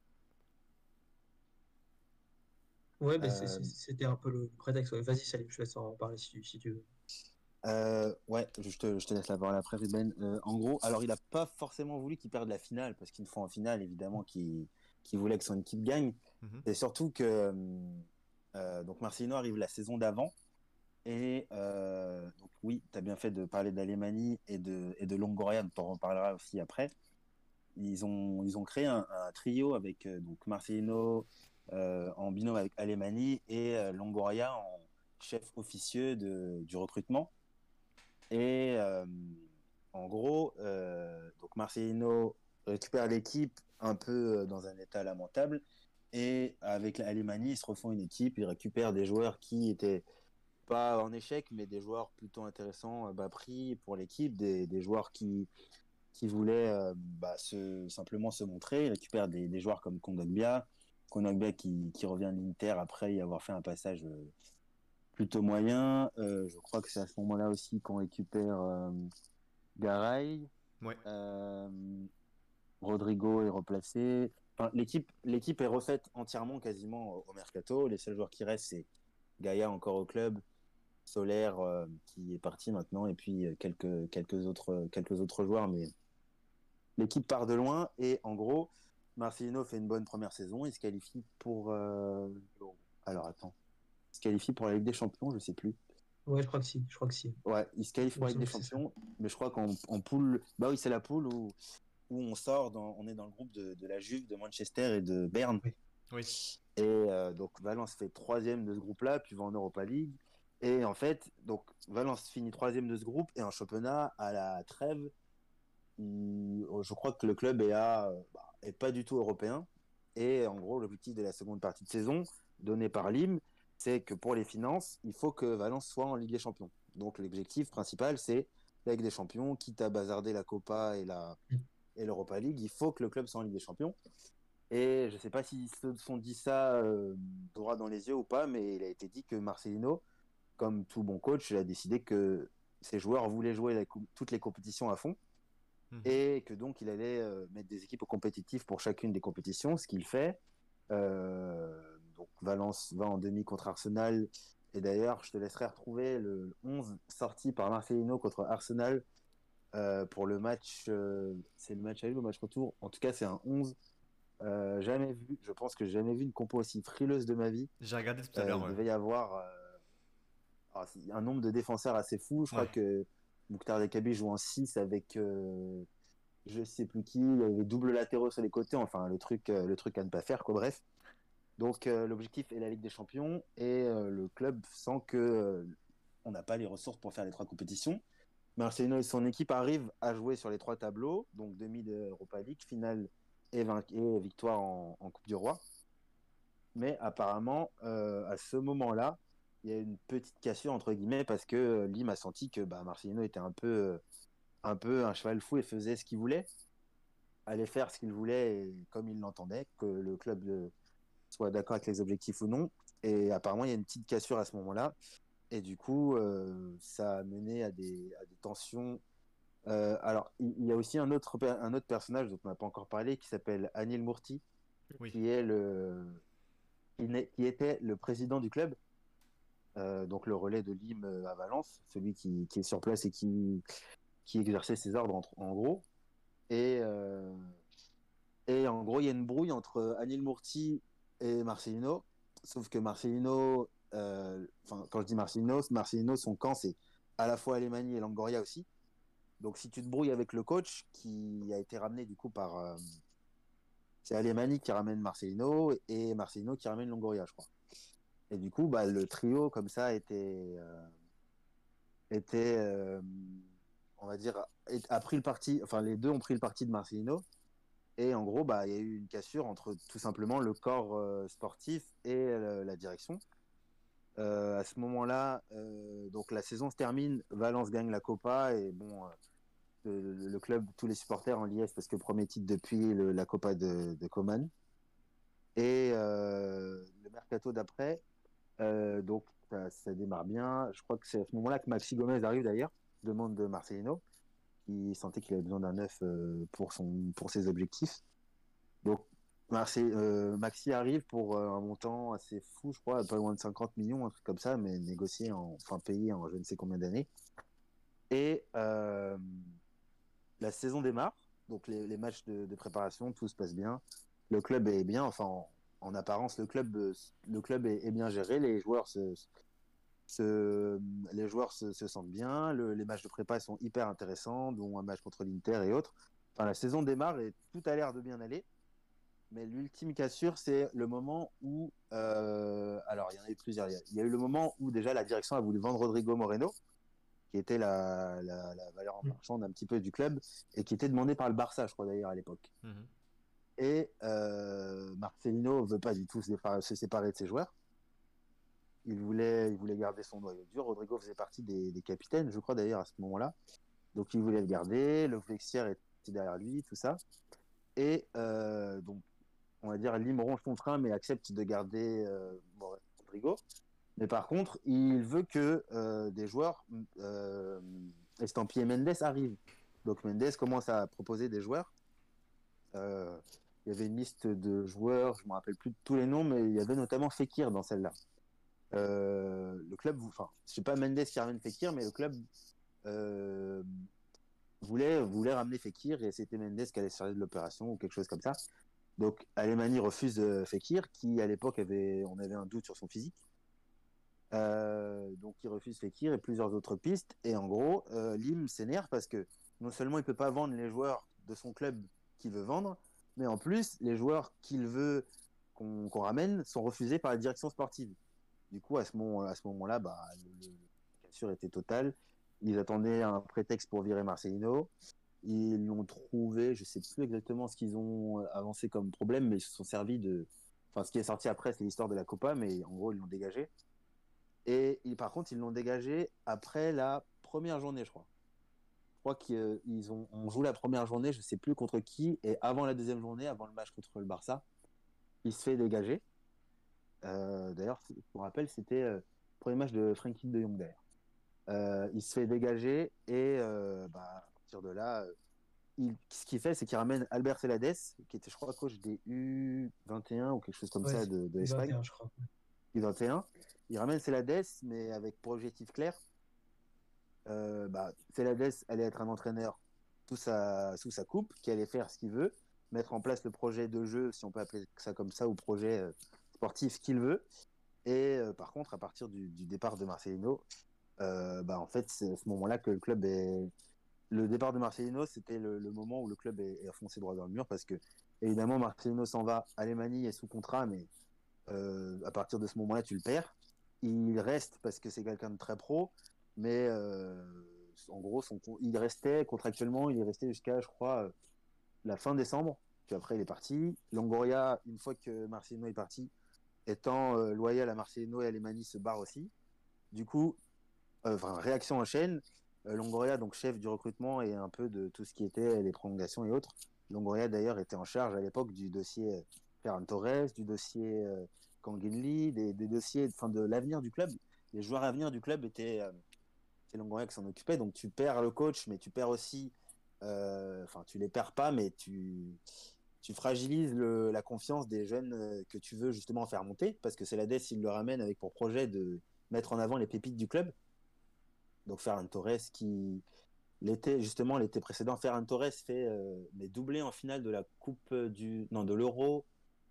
Ouais, ben c'est- Euh, c'est- c'était un peu le prétexte. Ouais. Vas-y, Salim, je te laisse en parler si, si tu veux. euh, ouais, je te, je te laisse la parole après, Ruben. Euh, en gros, alors il n'a pas forcément voulu qu'il perde la finale, parce qu'une fois en finale, évidemment, qu'il qu'il voulait que son équipe gagne. Mhm. C'est surtout que euh, donc Marcelino arrive la saison d'avant. Et euh, donc oui, tu as bien fait de parler d'Alemany et de, et de Longoria, dont on reparlera aussi après. Ils ont, ils ont créé un, un trio avec euh, donc Marcelino euh, en binôme avec Alemany et euh, Longoria en chef officieux de, du recrutement. Et euh, en gros, euh, donc Marcelino récupère l'équipe un peu euh, dans un état lamentable. Et avec Alemany, ils se refont une équipe, ils récupèrent des joueurs qui étaient pas en échec, mais des joueurs plutôt intéressants à bas prix pour l'équipe, des, des joueurs qui, qui voulaient euh, bah, se, simplement se montrer. Ils récupèrent des, des joueurs comme Kondogbia, Kondogbia qui, qui revient de l'Inter après y avoir fait un passage euh, plutôt moyen. Euh, je crois que c'est à ce moment-là aussi qu'on récupère euh, Garay. Ouais. Euh, Rodrigo est replacé. Enfin, l'équipe, l'équipe est refaite entièrement quasiment au, au mercato. Les seuls joueurs qui restent, c'est Gaïa encore au club, Solaire euh, qui est parti maintenant, et puis euh, quelques, quelques, autres, quelques autres joueurs. Mais l'équipe part de loin et en gros, Marcelino fait une bonne première saison. Il se qualifie pour. Euh... Alors attends. Il se qualifie pour la Ligue des Champions, je sais plus. Ouais, je crois que si. Je crois que si. Ouais, il se qualifie Il pour me la Ligue des semble que c'est ça. Champions, mais je crois qu'en en poule. Bah oui, c'est la poule où, où on sort, dans, on est dans le groupe de, de la Juve, de Manchester et de Berne. Oui. Oui. Et euh, donc Valence fait troisième de ce groupe-là, puis va en Europa League. Et en fait, donc Valence finit troisième de ce groupe et en championnat à la trêve, il- je crois que le club est, à, bah, est pas du tout européen. Et en gros, l'objectif de la seconde partie de saison, donné par Lim, c'est que pour les finances, il faut que Valence soit en Ligue des Champions. Donc l'objectif principal, c'est la Ligue des Champions, quitte à bazarder la Copa et la Mm. et l'Europa League, il faut que le club soit en Ligue des Champions. Et je ne sais pas s'ils se sont dit ça euh, droit dans les yeux ou pas, mais il a été dit que Marcelino, comme tout bon coach, il a décidé que ses joueurs voulaient jouer la, toutes les compétitions à fond Mhm. et que donc il allait euh, mettre des équipes compétitives pour chacune des compétitions, ce qu'il fait. Euh, donc Valence va en demi contre Arsenal. Et d'ailleurs, je te laisserai retrouver le onze sorti par Marcelino contre Arsenal euh, pour le match. Euh, c'est le match aller ou le match retour. En tout cas, c'est un onze. Euh, jamais vu, je pense que j'ai jamais vu une compo aussi frileuse de ma vie. J'ai regardé tout à Euh, l'heure. il Ouais. devait y avoir euh, alors, un nombre de défenseurs assez fou. Je crois Ouais. que Mouktar Dekabi joue en six avec euh, je sais plus qui. Il y avait double latéraux sur les côtés. Enfin, le truc, euh, le truc à ne pas faire, quoi. Bref. Donc, euh, l'objectif est la Ligue des Champions et euh, le club sent que euh, on n'a pas les ressources pour faire les trois compétitions. Marcelino et son équipe arrivent à jouer sur les trois tableaux, donc demi de Europa League, finale et, vain- et victoire en, en Coupe du Roi. Mais apparemment, euh, à ce moment-là, il y a une petite cassure entre guillemets parce que euh, Lim a senti que bah, Marcelino était un peu, euh, un peu un cheval fou et faisait ce qu'il voulait, allait faire ce qu'il voulait et comme il l'entendait, que le club euh, soit d'accord avec les objectifs ou non. Et apparemment, il y a une petite cassure à ce moment-là. Et du coup, euh, ça a mené à des, à des tensions. Euh, alors, il, il y a aussi un autre, un autre personnage dont on n'a pas encore parlé qui s'appelle Anil Murti, Oui. qui est le, qui, n'est- qui était le président du club, euh, donc le relais de Lim euh, à Valence, celui qui, qui est sur place et qui, qui exerçait ses ordres en, en gros. Et, euh, et en gros, il y a une brouille entre Anil Murti et Marcelino, sauf que Marcelino, euh, enfin, quand je dis Marcelino, Marcelino, son camp, c'est à la fois Alemany et Longoria aussi. Donc, si tu te brouilles avec le coach, qui a été ramené du coup par. Euh, c'est Alemany qui ramène Marcelino et Marcelino qui ramène Longoria, je crois. Et du coup, bah, le trio, comme ça, était. Euh, était euh, on va dire. A pris le parti. Enfin, les deux ont pris le parti de Marcelino. Et en gros, bah, il y a eu une cassure entre tout simplement le corps euh, sportif et euh, la direction. Euh, à ce moment-là, euh, donc la saison se termine, Valence gagne la Copa et bon, euh, le, le, club, tous les supporters en liesse parce que premier titre depuis le, la Copa de, de Coman. Et euh, le mercato d'après, euh, donc ça, ça démarre bien. Je crois que c'est à ce moment-là que Maxi Gomez arrive d'ailleurs, demande de Marcelino, qui sentait qu'il avait besoin d'un neuf euh, pour, son, pour ses objectifs. Donc Marseille, euh, Maxi arrive pour euh, un montant assez fou, je crois, pas loin de cinquante millions, un truc comme ça, mais négocié, en, enfin payé en je ne sais combien d'années. Et euh, la saison démarre, donc les, les matchs de, de, préparation, tout se passe bien. Le club est bien, enfin en, en apparence, le club, le club est, est bien géré, les joueurs se, se, les joueurs se, se sentent bien, le, les matchs de prépa sont hyper intéressants, dont un match contre l'Inter et autres. Enfin, la saison démarre et tout a l'air de bien aller. Mais l'ultime cassure, c'est le moment où. Euh, alors, il y en a eu plusieurs. Il y a eu le moment où déjà la direction a voulu vendre Rodrigo Moreno, qui était la, la, la valeur marchande un petit peu du club, et qui était demandé par le Barça, je crois d'ailleurs, à l'époque. Mm-hmm. Et euh, Marcelino ne veut pas du tout se séparer, se séparer de ses joueurs. Il voulait, il voulait garder son noyau dur. Rodrigo faisait partie des, des capitaines, je crois d'ailleurs, à ce moment-là. Donc, il voulait le garder. Le vestiaire était derrière lui, tout ça. Et euh, donc, on va dire, Lim ronge contraint, mais accepte de garder euh, bon, Rodrigo. Mais par contre, il veut que euh, des joueurs euh, estampillés Mendes arrivent. Donc Mendes commence à proposer des joueurs. Euh, il y avait une liste de joueurs, je ne me rappelle plus de tous les noms, mais il y avait notamment Fekir dans celle-là. Euh, le club, enfin, je sais pas Mendes qui ramène Fekir, mais le club euh, voulait, voulait ramener Fekir et c'était Mendes qui allait se charger de l'opération ou quelque chose comme ça. Donc Alemany refuse euh, Fekir, qui à l'époque avait, on avait un doute sur son physique. Euh, donc il refuse Fekir et plusieurs autres pistes. Et en gros, euh, Lim s'énerve parce que non seulement il peut pas vendre les joueurs de son club qu'il veut vendre, mais en plus les joueurs qu'il veut qu'on, qu'on ramène sont refusés par la direction sportive. Du coup, à ce moment, à ce moment-là, bah, le, le, le cassure était total. Ils attendaient un prétexte pour virer Marcelino. Ils l'ont trouvé, je sais plus exactement ce qu'ils ont avancé comme problème, mais ils se sont servis de. Enfin, ce qui est sorti après, c'est l'histoire de la Copa, mais en gros, ils l'ont dégagé. Et ils, par contre, ils l'ont dégagé après la première journée, je crois. Je crois qu'ils ont, on joue la première journée, je sais plus contre qui, et avant la deuxième journée, avant le match contre le Barça, il se fait dégager. Euh, d'ailleurs, pour rappel, c'était euh, le premier match de Frenkie de Jong d'ailleurs. Euh, il se fait dégager et euh, bah, à partir de là, euh, il, ce qu'il fait, c'est qu'il ramène Albert Celades, qui était, je crois, coach des U vingt et un ou quelque chose comme Ouais, ça de, de U vingt et l'Espagne. un, je crois. U vingt et un. Il ramène Celades, mais avec pour objectif clair. Euh, bah, Celades allait être un entraîneur sous sa, sous sa coupe, qui allait faire ce qu'il veut, mettre en place le projet de jeu, si on peut appeler ça comme ça, ou projet euh, sportif qu'il veut. Et euh, par contre, à partir du, du départ de Marcelino, euh, bah, en fait, c'est à ce moment-là que le club est. Le départ de Marcelino, c'était le, le moment où le club est, est foncé droit dans le mur parce que, évidemment, Marcelino s'en va. Alemany est sous contrat, mais euh, à partir de ce moment-là, tu le perds. Il reste parce que c'est quelqu'un de très pro, mais euh, en gros, son, il restait contractuellement, il est resté jusqu'à, je crois, la fin décembre. Puis après, il est parti. Longoria, une fois que Marcelino est parti, étant euh, loyal à Marcelino et Alemany, se barre aussi. Du coup, euh, enfin, réaction en chaîne. Euh, Longoria, donc chef du recrutement et un peu de tout ce qui était les prolongations et autres. Longoria, d'ailleurs, était en charge à l'époque du dossier Ferran Torres, du dossier euh, Kanginli, des, des dossiers enfin, de l'avenir du club. Les joueurs à venir du club étaient. Euh, c'est Longoria qui s'en occupait. Donc tu perds le coach, mais tu perds aussi. Euh, enfin, tu les perds pas, mais tu tu fragilises le, la confiance des jeunes euh, que tu veux justement faire monter, parce que c'est la D E S, il le ramène avec pour projet de mettre en avant les pépites du club. Donc Ferran Torres qui, l'été, justement l'été précédent, Ferran Torres fait euh, mais doublé en finale de la coupe du, non, de l'Euro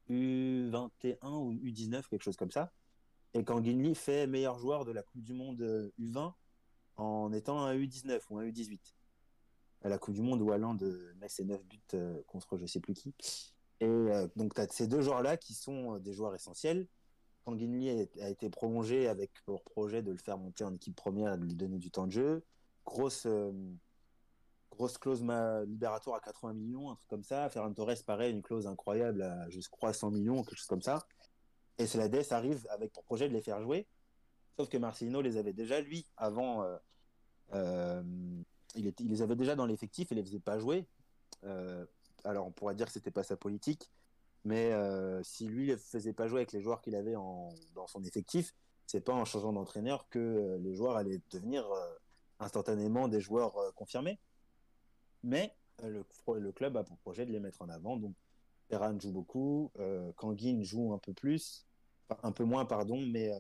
U vingt et un ou U dix-neuf, quelque chose comme ça. Et Kanginli fait meilleur joueur de la Coupe du Monde U vingt en étant un U dix-neuf ou un U dix-huit. À la Coupe du Monde où Haaland met ses neuf buts euh, contre je sais plus qui. Et euh, donc, tu as ces deux joueurs-là qui sont euh, des joueurs essentiels. Kanginli a, a été prolongé avec pour projet de le faire monter en équipe première et de lui donner du temps de jeu. Grosse, euh, grosse clause ma- libératoire à quatre-vingts millions, un truc comme ça. Ferran Torres, pareil, une clause incroyable à, je crois, cent millions, quelque chose comme ça. Et Celades arrive avec pour projet de les faire jouer. Sauf que Marcelino les avait déjà, lui, avant. Euh, euh, il, était, il les avait déjà dans l'effectif et les faisait pas jouer. Euh, alors, on pourrait dire que c'était pas sa politique. Mais euh, si lui ne faisait pas jouer avec les joueurs qu'il avait en, dans son effectif, c'est pas en changeant d'entraîneur que euh, les joueurs allaient devenir euh, instantanément des joueurs euh, confirmés. Mais euh, le, le club a pour projet de les mettre en avant. Donc Ferran joue beaucoup, euh, Kangin joue un peu plus, enfin, un peu moins, pardon, mais, euh,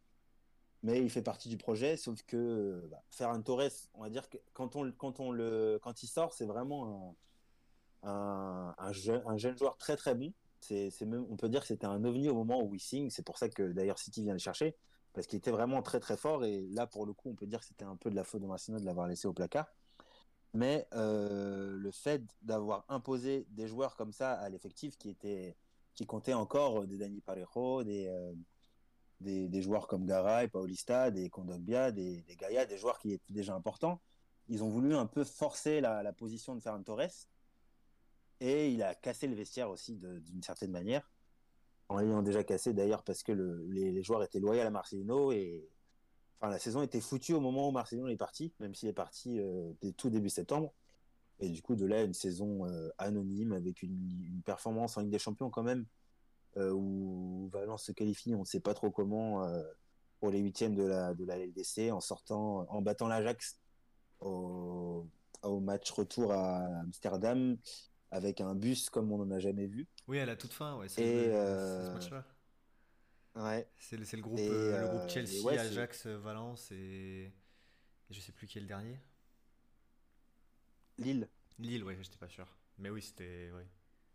mais il fait partie du projet. Sauf que euh, bah, Ferran Torres, on va dire que quand, on, quand, on le, quand il sort, c'est vraiment un, un, un, jeune, un jeune joueur très très bon. C'est, c'est même, on peut dire que c'était un ovni au moment où il signe. C'est pour ça que d'ailleurs City vient le chercher, parce qu'il était vraiment très très fort. Et là, pour le coup, on peut dire que c'était un peu de la faute de Marcelino de l'avoir laissé au placard. Mais euh, le fait d'avoir imposé des joueurs comme ça à l'effectif qui était, qui comptait encore des Dani Parejo, des, euh, des, des joueurs comme Garay, Paulista, des Kondogbia, des, des Gaia, des joueurs qui étaient déjà importants, ils ont voulu un peu forcer la, la position de Ferran Torres. Et il a cassé le vestiaire aussi de, d'une certaine manière, en l'ayant déjà cassé d'ailleurs parce que le, les, les joueurs étaient loyaux à Marcelino et enfin la saison était foutue au moment où Marcelino est parti, même s'il est parti euh, dès tout début septembre. Et du coup de là une saison euh, anonyme avec une, une performance en Ligue des Champions quand même euh, où Valence se qualifie, on ne sait pas trop comment, euh, pour les huitièmes de la, de la L D C, en sortant, en battant l'Ajax au, au match retour à Amsterdam, avec un bus comme on n'en a jamais vu. Oui, à la toute fin, ouais, c'est Et, le- c'est ce euh, match-là. ouais, C'est le, c'est le groupe, et, euh, le groupe euh, et Chelsea, ouais, c'est Ajax, Valence et, et je sais plus qui est le dernier. Lille. Lille, ouais, j'étais pas sûr. Mais oui, c'était. Ouais.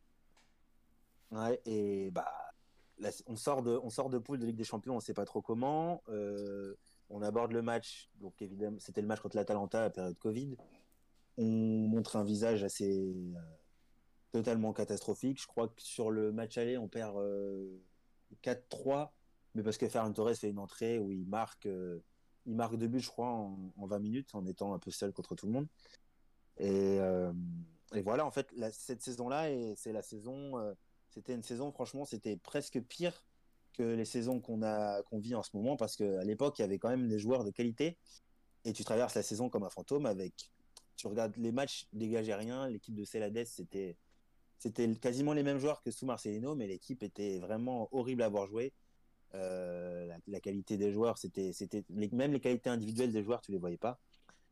Ouais, et bah, là, on sort de, on sort de poule de Ligue des Champions, on ne sait pas trop comment. Euh, on aborde le match, donc évidemment, c'était le match contre l'Atalanta à la période Covid. On montre un visage assez euh, totalement catastrophique. Je crois que sur le match aller, on perd euh, quatre trois, mais parce que Ferran Torres fait une entrée où il marque, euh, il marque deux buts, je crois, en, en vingt minutes, en étant un peu seul contre tout le monde. Et, euh, et voilà, en fait, la, cette saison-là, et c'est la saison, euh, c'était une saison, franchement, c'était presque pire que les saisons qu'on a, qu'on vit en ce moment, parce qu'à l'époque, il y avait quand même des joueurs de qualité, et tu traverses la saison comme un fantôme avec, tu regardes les matchs des Algériens, l'équipe de Celades, c'était, c'était quasiment les mêmes joueurs que sous Marcelino, mais l'équipe était vraiment horrible à voir jouer. Euh, la, la, qualité des joueurs, c'était, c'était les, même les qualités individuelles des joueurs, tu les voyais pas.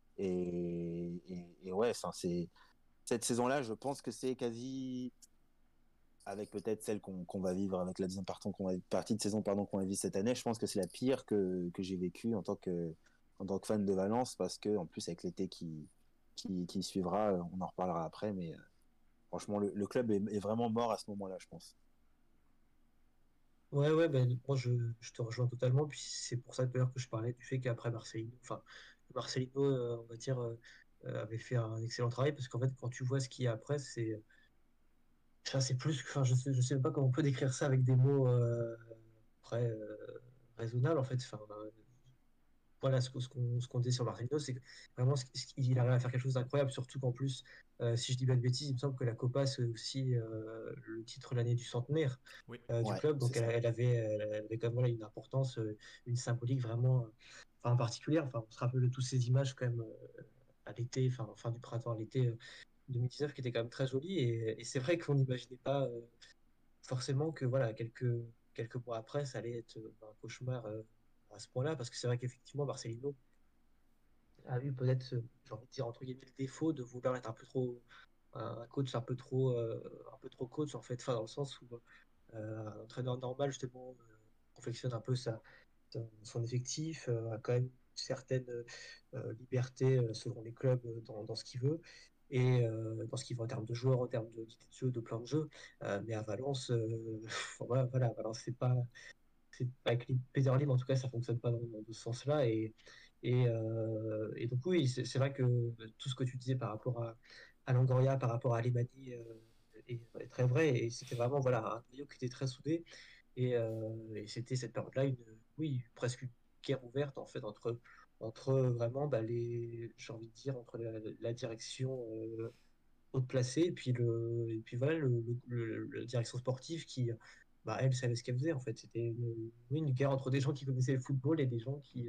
Et, et, et ouais, c'est cette saison-là, je pense que c'est quasi, avec peut-être celle qu'on qu'on va vivre avec la deuxième partie, qu'on va, partie de saison pardon, qu'on va vivre cette année, je pense que c'est la pire que, que j'ai vécue en tant que, en tant que fan de Valence, parce que en plus avec l'été qui, qui, qui suivra, on en reparlera après, mais euh, franchement, le, le club est, est vraiment mort à ce moment-là, je pense. Ouais, ouais, ben, moi je, je te rejoins totalement. Puis c'est pour ça d'ailleurs que je parlais du fait qu'après Marcelino, enfin, Marcelino, euh, on va dire, euh, euh, avait fait un excellent travail parce qu'en fait, quand tu vois ce qu'il y a après, c'est enfin, c'est plus que, enfin, je sais, je sais même pas comment on peut décrire ça avec des mots euh, après euh, raisonnables en fait. Enfin, euh, voilà ce, que- ce qu'on ce qu'on dit sur Marcelino, c'est que vraiment ce- ce qu'il arrive à faire quelque chose d'incroyable, surtout qu'en plus, euh, si je dis pas de bêtises, il me semble que la Copa, c'est aussi euh, le titre l'année du centenaire Oui. euh, du Ouais, club. c'est Donc elle, ça. elle avait, elle avait quand même voilà, une importance, euh, une symbolique vraiment euh, enfin, particulière. Enfin, on se rappelle de toutes ces images quand même euh, à l'été, enfin fin du printemps à l'été euh, deux mille dix-neuf qui étaient quand même très jolies. Et, et c'est vrai qu'on n'imaginait pas euh, forcément que voilà, quelques, quelques mois après, ça allait être euh, un cauchemar euh, à ce point-là. Parce que c'est vrai qu'effectivement, Marcelino a eu peut-être, euh, j'ai envie de dire, entre guillemets, le défaut de vouloir être un peu trop, un coach un peu trop, euh, un peu trop coach, en fait, enfin, dans le sens où euh, un entraîneur normal, justement, euh, confectionne un peu sa, son son effectif, euh, a quand même une certaine euh, liberté euh, selon les clubs euh, dans, dans ce qu'il veut. Et euh, dans ce qu'il veut en termes de joueurs, en termes de, d'idées de jeu, de plan de jeu. Euh, mais à Valence, euh, voilà, voilà, à Valence, c'est pas, c'est avec les Peter Lim, en tout cas, ça fonctionne pas dans, dans ce sens-là. Et, et, euh, et donc, oui, c'est c'est vrai que tout ce que tu disais par rapport à, à Longoria, par rapport à Alemani, euh, est, est très vrai. Et c'était vraiment voilà, un noyau qui était très soudé. Et, euh, et c'était cette période-là, une, oui, presque une guerre ouverte en fait entre, entre vraiment bah, les, j'ai envie de dire, entre la, la direction euh, haute placée et puis le, et puis voilà le, le, le- la direction sportive qui, bah, elle savait ce qu'elle faisait en fait. C'était une, oui, une guerre entre des gens qui connaissaient le football et des gens qui,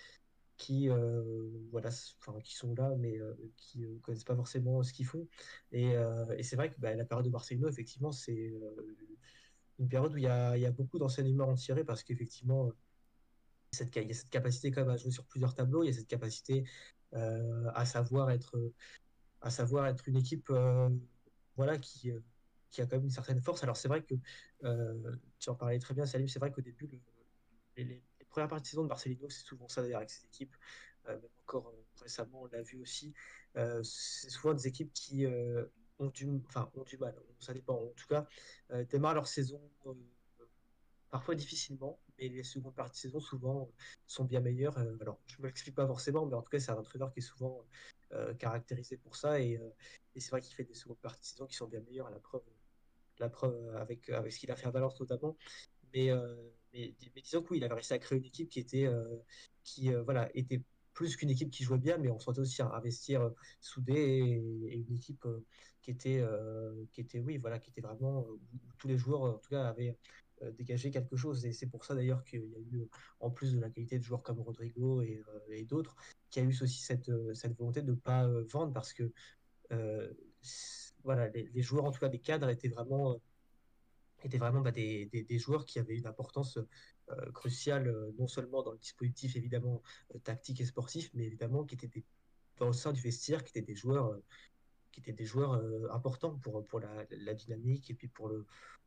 qui euh, voilà, s- enfin, qui sont là mais euh, qui ne connaissent pas forcément ce qu'ils font. Et, euh, et c'est vrai que bah, la période de Marcelino, effectivement, c'est euh, une période où il y a, il y a beaucoup d'enseignements à en tirer parce qu'effectivement, cette, ca- il y a cette capacité quand même à jouer sur plusieurs tableaux, il y a cette capacité euh, à savoir être, à savoir être une équipe euh, voilà, qui, euh, qui a quand même une certaine force. Alors c'est vrai que, euh, tu en parlais très bien, Salim, c'est vrai qu'au début, le- les, les- les premières parties de saison de Marcelino, c'est souvent ça d'ailleurs avec ces équipes. Euh, même encore euh, récemment, on l'a vu aussi. Euh, c'est souvent des équipes qui euh, ont, du, enfin, ont du mal. Ça dépend. En tout cas, euh, démarrent leur saison euh, parfois difficilement, mais les secondes parties de saison souvent euh, sont bien meilleures. Euh, alors, je ne m'explique pas forcément, mais en tout cas, c'est un entraîneur qui est souvent euh, caractérisé pour ça. Et, euh, et c'est vrai qu'il fait des secondes parties de saison qui sont bien meilleures, à la preuve, la preuve euh, avec, avec ce qu'il a fait à Valence notamment. Mais, euh, mais, mais disons que oui, il avait réussi à créer une équipe qui était, euh, qui, euh, voilà, était plus qu'une équipe qui jouait bien, mais on sentait aussi un, un vestiaire euh, soudé et, et une équipe euh, qui était, euh, qui était, oui, voilà, qui était vraiment euh, où, où tous les joueurs, en tout cas, avaient euh, dégagé quelque chose. Et c'est pour ça d'ailleurs qu'il y a eu, en plus de la qualité de joueurs comme Rodrigo et, euh, et d'autres, qu'il y a eu aussi cette, euh, cette volonté de ne pas euh, vendre parce que euh, voilà, les, les joueurs, en tout cas, les cadres, étaient vraiment étaient vraiment bah, des, des, des joueurs qui avaient une importance euh, cruciale, euh, non seulement dans le dispositif évidemment euh, tactique et sportif, mais évidemment qui étaient des, dans le sein du vestiaire, qui étaient des joueurs, euh, qui étaient des joueurs euh, importants pour, pour la, la dynamique et puis pour le,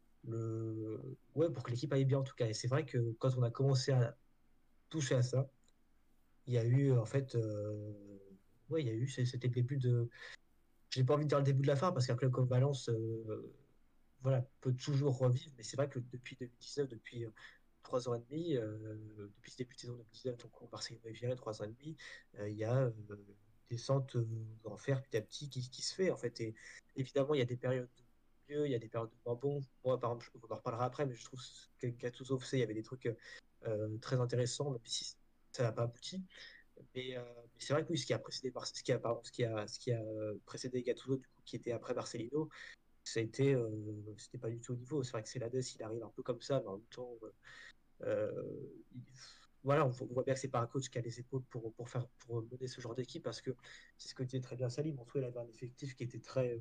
le ouais, pour que l'équipe aille bien en tout cas. Et c'est vrai que quand on a commencé à toucher à ça, il y a eu en fait, euh, ouais, il y a eu, c'était le début de, j'ai pas envie de dire le début de la fin parce qu'un club comme Valence, euh, voilà, peut toujours revivre. Mais c'est vrai que depuis deux mille dix-neuf, depuis euh, trois ans et demi, euh, depuis ce début de saison deux mille dix-neuf, donc on Marseille est viré trois ans et demi, euh, il y a euh, une descente euh, d'enfer petit à petit qui, qui se fait en fait. Et évidemment, il y a des périodes de mieux, il y a des périodes de moins bon. Moi, par exemple, on en reparlera après, mais je trouve que Gattuso, il y avait des trucs euh, très intéressants, même si ça n'a pas abouti. Mais, euh, mais c'est vrai que oui, ce qui a précédé, Mar- ce qui a, pardon, ce qui a, ce qui a euh, précédé Gattuso, du coup, qui était après Marcelino, ça a été, euh, c'était pas du tout au niveau. C'est vrai que Celades, il arrive un peu comme ça, mais en même temps, euh, euh, il- voilà, on, on voit bien que c'est pas un coach qui a les épaules pour, pour faire, pour mener ce genre d'équipe, parce que c'est ce que disait très bien Salim. En tout cas, il avait un effectif qui était très,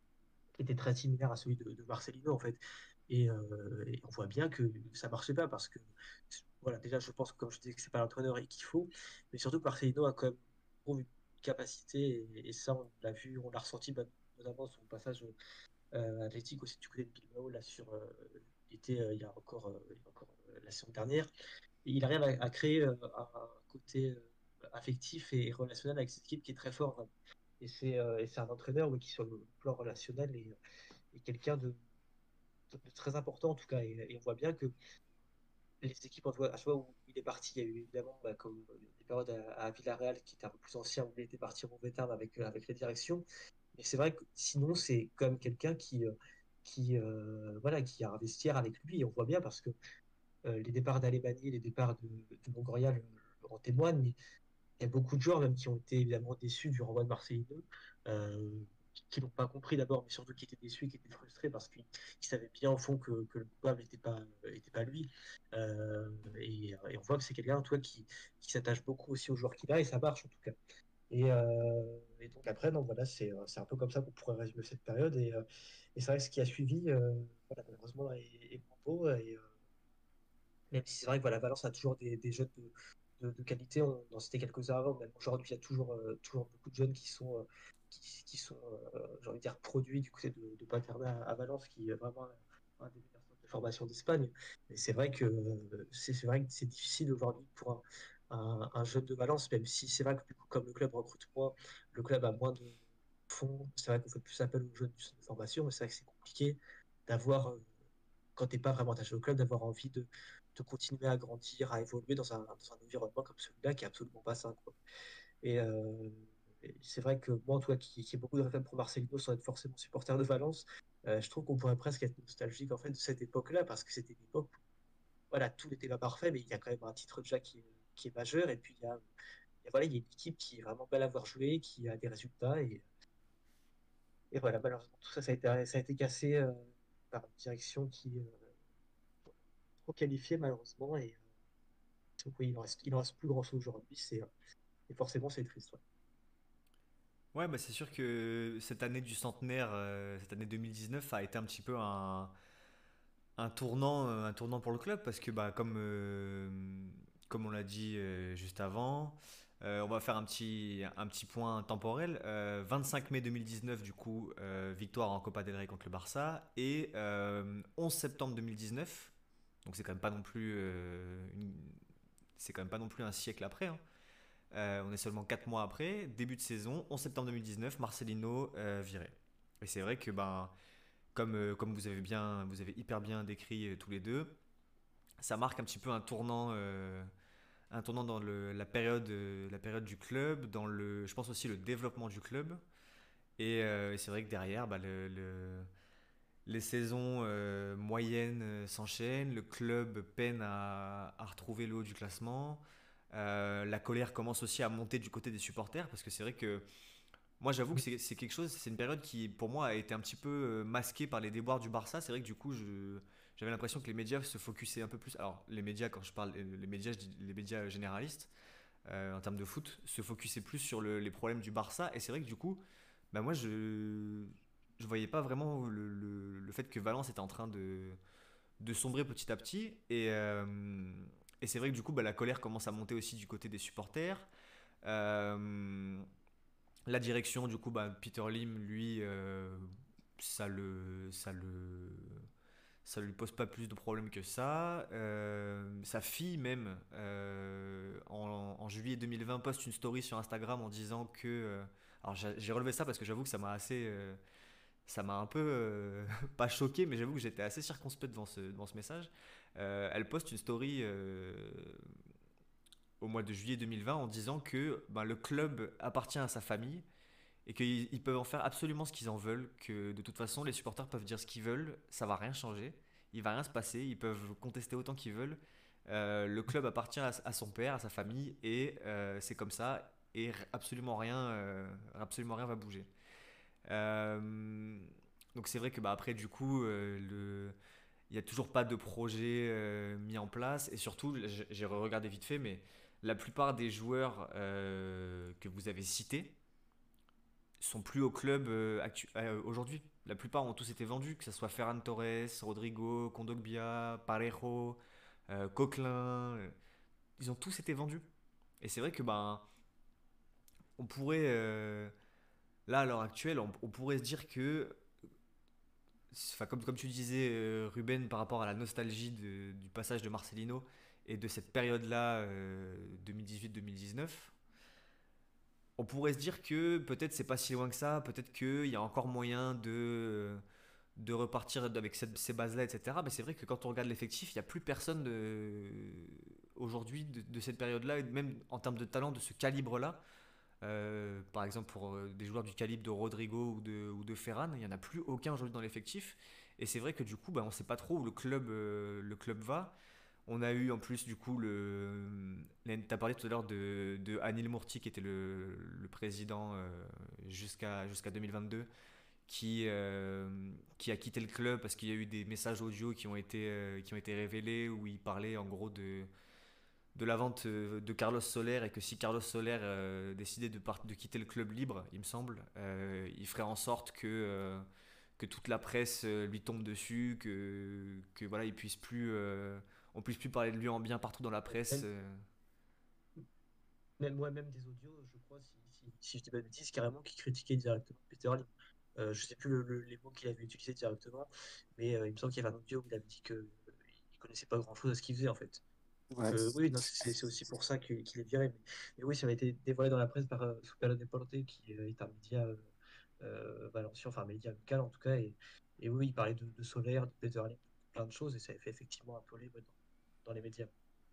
qui était très similaire à celui de, de Marcelino, en fait. Et, euh, et on voit bien que ça marchait pas, parce que, voilà, déjà, je pense, comme je disais, que c'est pas l'entraîneur et qu'il faut, mais surtout que Marcelino a quand même trouve une capacité, et, et ça, on l'a vu, on l'a ressenti, bah, notamment son passage euh, athlétique aussi du côté de Bilbao, là, sur, euh, il était, euh, il y a encore, euh, il y a encore euh, la saison dernière. Et il arrive à, à créer euh, un, un côté euh, affectif et relationnel avec cette équipe qui est très fort, vraiment. Et c'est euh, et c'est un entraîneur oui, qui, sur le plan relationnel, est, est quelqu'un de, de très important, en tout cas. Et, et on voit bien que les équipes, en tout cas, à chaque fois où il est parti, il y a eu évidemment bah, comme euh, des périodes à, à Villarreal qui était un peu plus ancien, où il était parti en mauvais terme avec, euh, avec la direction. Mais c'est vrai que sinon, c'est quand même quelqu'un qui, euh, qui, euh, voilà, qui a un vestiaire avec lui. Et on voit bien parce que euh, les départs d'Alemany, les départs de, de Longoria le- le- en témoignent. Mais il y a beaucoup de joueurs même qui ont été évidemment déçus du renvoi de Marseillais, euh, qui, qui n'ont pas compris d'abord, mais surtout qui étaient déçus, qui étaient frustrés parce qu'ils qu'ils savaient bien au fond que, que le coupable n'était pas, était pas lui. Euh, et, et on voit que c'est quelqu'un, toi, qui, qui s'attache beaucoup aussi aux joueurs qu'il a, et ça marche en tout cas. Et, euh, et donc après, non, voilà, c'est euh, c'est un peu comme ça qu'on pourrait résumer cette période. Et, euh, et c'est vrai que ce qui a suivi, euh, voilà, malheureusement, est, est moins beau. Et, euh, même si c'est vrai que voilà, Valence a toujours des, des jeunes de, de, de qualité, on en citait quelques-uns avant, même aujourd'hui, il y a toujours, euh, toujours beaucoup de jeunes qui sont, euh, qui, qui sont euh, j'ai envie de dire, produits du côté de, de Paterna à Valence, qui est vraiment un, un des meilleurs centres de formation d'Espagne. Mais c'est vrai que euh, c'est c'est vrai que c'est difficile aujourd'hui pour un, un, un jeune de Valence, même si c'est vrai que du coup, comme le club recrute moins, le club a moins de fonds, c'est vrai qu'on fait plus appel aux jeunes du centre de formation, mais c'est vrai que c'est compliqué d'avoir, euh, quand tu n'es pas vraiment attaché au club, d'avoir envie de, de continuer à grandir, à évoluer dans un, dans un environnement comme celui-là qui est absolument pas sain, quoi. Et, euh, et c'est vrai que moi, toi, qui, qui ai beaucoup de respect pour Marcelino sans être forcément supporter de Valence, euh, je trouve qu'on pourrait presque être nostalgique en fait de cette époque-là, parce que c'était une époque où voilà, tout n'était pas parfait, mais il y a quand même un titre déjà qui est, qui est majeur, et puis il y a, il y a, voilà, il y a une équipe qui est vraiment belle à voir jouer, qui a des résultats, et, et voilà, malheureusement, tout ça, ça a été, ça a été cassé euh, par une direction qui est euh, trop qualifiée, malheureusement, et donc oui, il en reste, il en reste plus grand-chose aujourd'hui, c'est, euh, et forcément, c'est triste. Ouais. Ouais, bah c'est sûr que cette année du centenaire, euh, cette année deux mille dix-neuf a été un petit peu un, un tournant, euh, un tournant pour le club parce que bah comme euh, comme on l'a dit euh, juste avant, euh, on va faire un petit un petit point temporel. Euh, vingt-cinq mai deux mille dix-neuf du coup euh, victoire en Copa del Rey contre le Barça et euh, onze septembre deux mille dix-neuf. Donc c'est quand même pas non plus euh, une- c'est quand même pas non plus un siècle après, hein. Euh, on est seulement quatre mois après, début de saison, onze septembre deux mille dix-neuf, Marcelino euh, viré. Et c'est vrai que ben comme, euh, comme vous avez bien, vous avez hyper bien décrit euh, tous les deux, ça marque un petit peu un tournant, euh, un tournant dans le- la période, euh, la période du club, dans le, je pense aussi le développement du club. Et, euh, et c'est vrai que derrière, bah, le- le- les saisons euh, moyennes euh, s'enchaînent, le club peine à, à retrouver le haut du classement. Euh, la colère commence aussi à monter du côté des supporters parce que c'est vrai que moi, j'avoue que c'est c'est quelque chose, c'est une période qui, pour moi, a été un petit peu euh, masquée par les déboires du Barça. C'est vrai que du coup, je- j'avais l'impression que les médias se focusaient un peu plus. Alors, les médias, quand je parle, euh, les médias, je dis les médias généralistes, euh, en termes de foot, se focusaient plus sur le- les problèmes du Barça. Et c'est vrai que du coup, bah moi, je je voyais pas vraiment le, le- le fait que Valence était en train de, de sombrer petit à petit. Et, euh, et c'est vrai que du coup, bah, la colère commence à monter aussi du côté des supporters. Euh, la direction, du coup, bah, Peter Lim, lui, euh, ça le, ça le, ça lui pose pas plus de problèmes que ça. Euh, sa fille même, euh, en, en juillet deux mille vingt, poste une story sur Instagram en disant que... euh, alors j'ai j'ai relevé ça parce que j'avoue que ça m'a assez... euh, ça m'a un peu... euh, pas choqué, mais j'avoue que j'étais assez circonspect devant ce, devant ce message. Euh, elle poste une story euh, au mois de juillet deux mille vingt en disant que ben, le club appartient à sa famille et qu'ils ils peuvent en faire absolument ce qu'ils en veulent, que de toute façon les supporters peuvent dire ce qu'ils veulent, ça va rien changer, il va rien se passer, ils peuvent contester autant qu'ils veulent. Euh, le club appartient à, à son père, à sa famille et euh, c'est comme ça et absolument rien, euh, absolument rien va bouger. Euh, donc c'est vrai que bah, après du coup euh, le il n'y a toujours pas de projet euh, mis en place et surtout j'ai j'ai regardé vite fait mais la plupart des joueurs euh, que vous avez cités sont plus au club euh, actu- euh, aujourd'hui. La plupart ont tous été vendus, que ce soit Ferran Torres, Rodrigo, Kondogbia, Parejo, euh, Coquelin. euh, Ils ont tous été vendus. Et c'est vrai que ben, on pourrait, euh, là à l'heure actuelle, on, on pourrait se dire que, enfin, comme, comme tu disais, euh, Ruben, par rapport à la nostalgie de- du passage de Marcelino et de cette période-là, euh, deux mille dix-huit deux mille dix-neuf, on pourrait se dire que peut-être c'est pas si loin que ça, peut-être qu'il y a encore moyen de, de repartir avec cette- ces bases-là, et cetera. Mais c'est vrai que quand on regarde l'effectif, il n'y a plus personne de- aujourd'hui de, de cette période-là, et même en termes de talent de ce calibre-là. Euh, par exemple, pour euh, des joueurs du calibre de Rodrigo ou de, ou de Ferran, il n'y en a plus aucun aujourd'hui dans l'effectif. Et c'est vrai que du coup, bah, on ne sait pas trop où le club, euh, le club va. On a eu en plus du coup le. Tu as parlé tout à l'heure de, de Anil Murti qui était le, le président euh, jusqu'à jusqu'à deux mille vingt-deux qui, euh, qui a quitté le club parce qu'il y a eu des messages audio qui ont été, euh, qui ont été révélés où il parlait en gros de, de la vente euh, de Carlos Soler et que si Carlos Soler euh, décidait de, part- de quitter le club libre, il me semble, euh, il ferait en sorte que, euh, que toute la presse euh, lui tombe dessus, que, que voilà, il puisse plus, euh, on puisse plus parler de lui en bien partout dans la presse. Même, euh. même, ouais, même des audios, je crois, si, si, si je dis pas de bêtises, carrément, qui critiquaient directement Peter Lim. Euh, je sais plus le- le- les mots qu'il avait utilisés directement, mais euh, il me semble qu'il y avait un audio où il avait dit qu'il ne connaissait pas grand-chose à ce qu'il faisait, en fait. Donc Ouais. euh, oui, non, c'est c'est aussi pour ça qu'il qu'il est viré. Mais, mais oui, ça avait été dévoilé dans la presse par euh, Super Deporte, qui euh, est un média euh, euh, valencien, enfin un média local en tout cas. Et, et oui, il parlait de, de Solaire, de Peter Lim, plein de choses, et ça avait fait effectivement un tollé ouais, dans, dans les médias.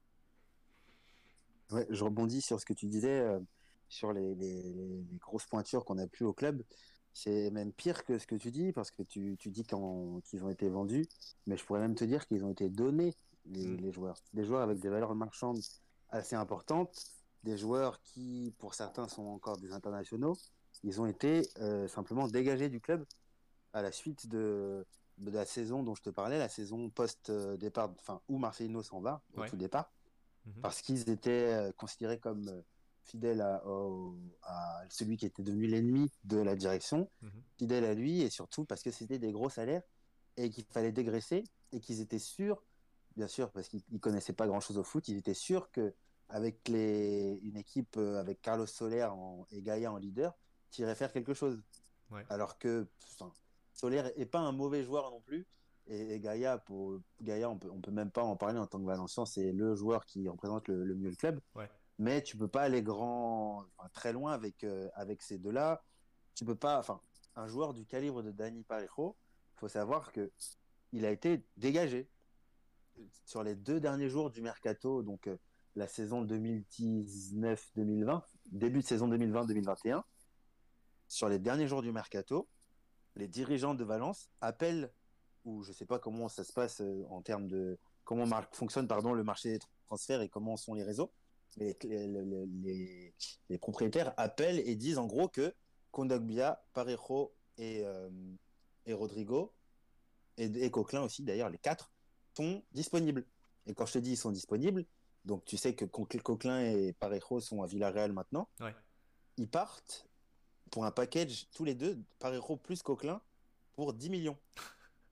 Ouais, je rebondis sur ce que tu disais, euh, sur les, les- les- les grosses pointures qu'on a plus au club. C'est même pire que ce que tu dis, parce que tu, tu dis qu'en- qu'ils ont été vendus, mais je pourrais même te dire qu'ils ont été donnés, les, Mm. les joueurs. Des joueurs avec des valeurs marchandes assez importantes, des joueurs qui, pour certains, sont encore des internationaux. Ils ont été euh, simplement dégagés du club à la suite de, de la saison dont je te parlais, la saison post-départ, enfin, où Marcelino s'en va, au Ouais. tout départ Mhm. parce qu'ils étaient euh, considérés comme euh, fidèles à, au- à celui qui était devenu l'ennemi de la direction, Mhm. fidèles à lui, et surtout parce que c'était des gros salaires et qu'il fallait dégraisser et qu'ils étaient sûrs, bien sûr, parce qu'ils ne connaissaient pas grand-chose au foot, ils étaient sûrs que avec les, une équipe euh, avec Carlos Soler en- et Gaïa en leader, tu irais faire quelque chose. Ouais. Alors que enfin, Soler est pas un mauvais joueur non plus. Et, et Gaïa, pour, Gaïa, on peut, on peut même pas en parler en tant que Valencien, c'est le joueur qui représente le, le mieux le club. Ouais. Mais tu peux pas aller grand, enfin, très loin avec, euh, avec ces deux-là. Tu peux pas, enfin, un joueur du calibre de Dani Parejo, faut savoir que il a été dégagé sur les deux derniers jours du mercato, donc euh, la saison deux mille dix-neuf deux mille vingt, début de saison deux mille vingt deux mille vingt et un. Sur les derniers jours du mercato, les dirigeants de Valence appellent, ou je ne sais pas comment ça se passe euh, en termes de comment mar- fonctionne pardon, le marché des transferts et comment sont les réseaux, mais les, les, les, les propriétaires appellent et disent en gros que Kondogbia, Parejo et, euh, et Rodrigo, et, et Coquelin aussi d'ailleurs, les quatre, sont disponibles. Et quand je te dis ils sont disponibles, donc tu sais que Coquelin et Parejo sont à Villarreal maintenant, Ouais. ils partent pour un package tous les deux, Parejo plus Coquelin, pour dix millions.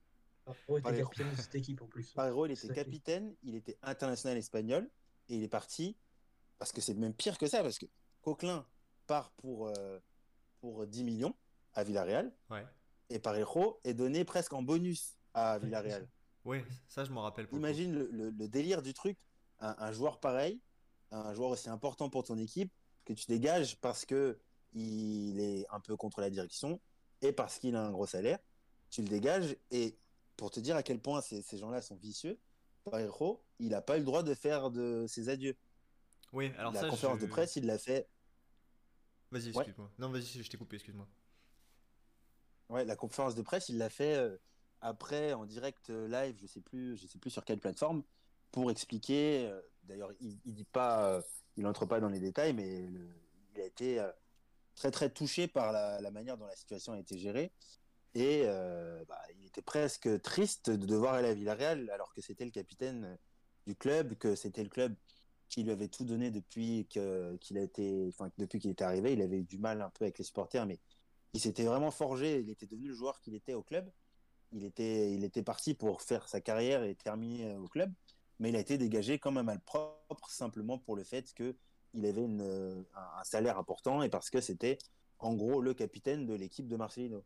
Parejo était Parejo, capitaine de cette équipe en plus. Parejo, il C'est était ça qui- capitaine, il était international espagnol et il est parti parce que c'est même pire que ça parce que Coquelin part pour, euh, pour dix millions à Villarreal Ouais. et Parejo est donné presque en bonus à Ouais, c'est ça. Villarreal. Ouais, ça je m'en rappelle pour le coup. Imagine le, le- le délire du truc, un, un joueur pareil, un joueur aussi important pour ton équipe, que tu dégages parce que il est un peu contre la direction et parce qu'il a un gros salaire, tu le dégages et pour te dire à quel point ces, ces gens-là sont vicieux, Parejo, il n'a pas eu le droit de faire de ses adieux. Oui, alors La ça conférence de je. presse, il l'a fait. Vas-y, Ouais, excuse-moi. Non, vas-y, je t'ai coupé, excuse-moi. ouais, la conférence de presse, il l'a fait euh, après en direct euh, live, je sais plus, je sais plus sur quelle plateforme, pour expliquer. euh, D'ailleurs, il, il dit pas, euh, il entre pas dans les détails, mais le- il a été euh, très très touché par la, la manière dont la situation a été gérée et euh, bah, il était presque triste de devoir aller à Villarreal alors que c'était le capitaine du club, que c'était le club qui lui avait tout donné depuis que qu'il a été, enfin depuis qu'il était arrivé. Il avait eu du mal un peu avec les supporters, mais il s'était vraiment forgé. Il était devenu le joueur qu'il était au club. Il était, il était parti pour faire sa carrière et terminer au club, mais il a été dégagé comme un malpropre simplement pour le fait que il avait une, un, un salaire important et parce que c'était en gros le capitaine de l'équipe de Marcelino.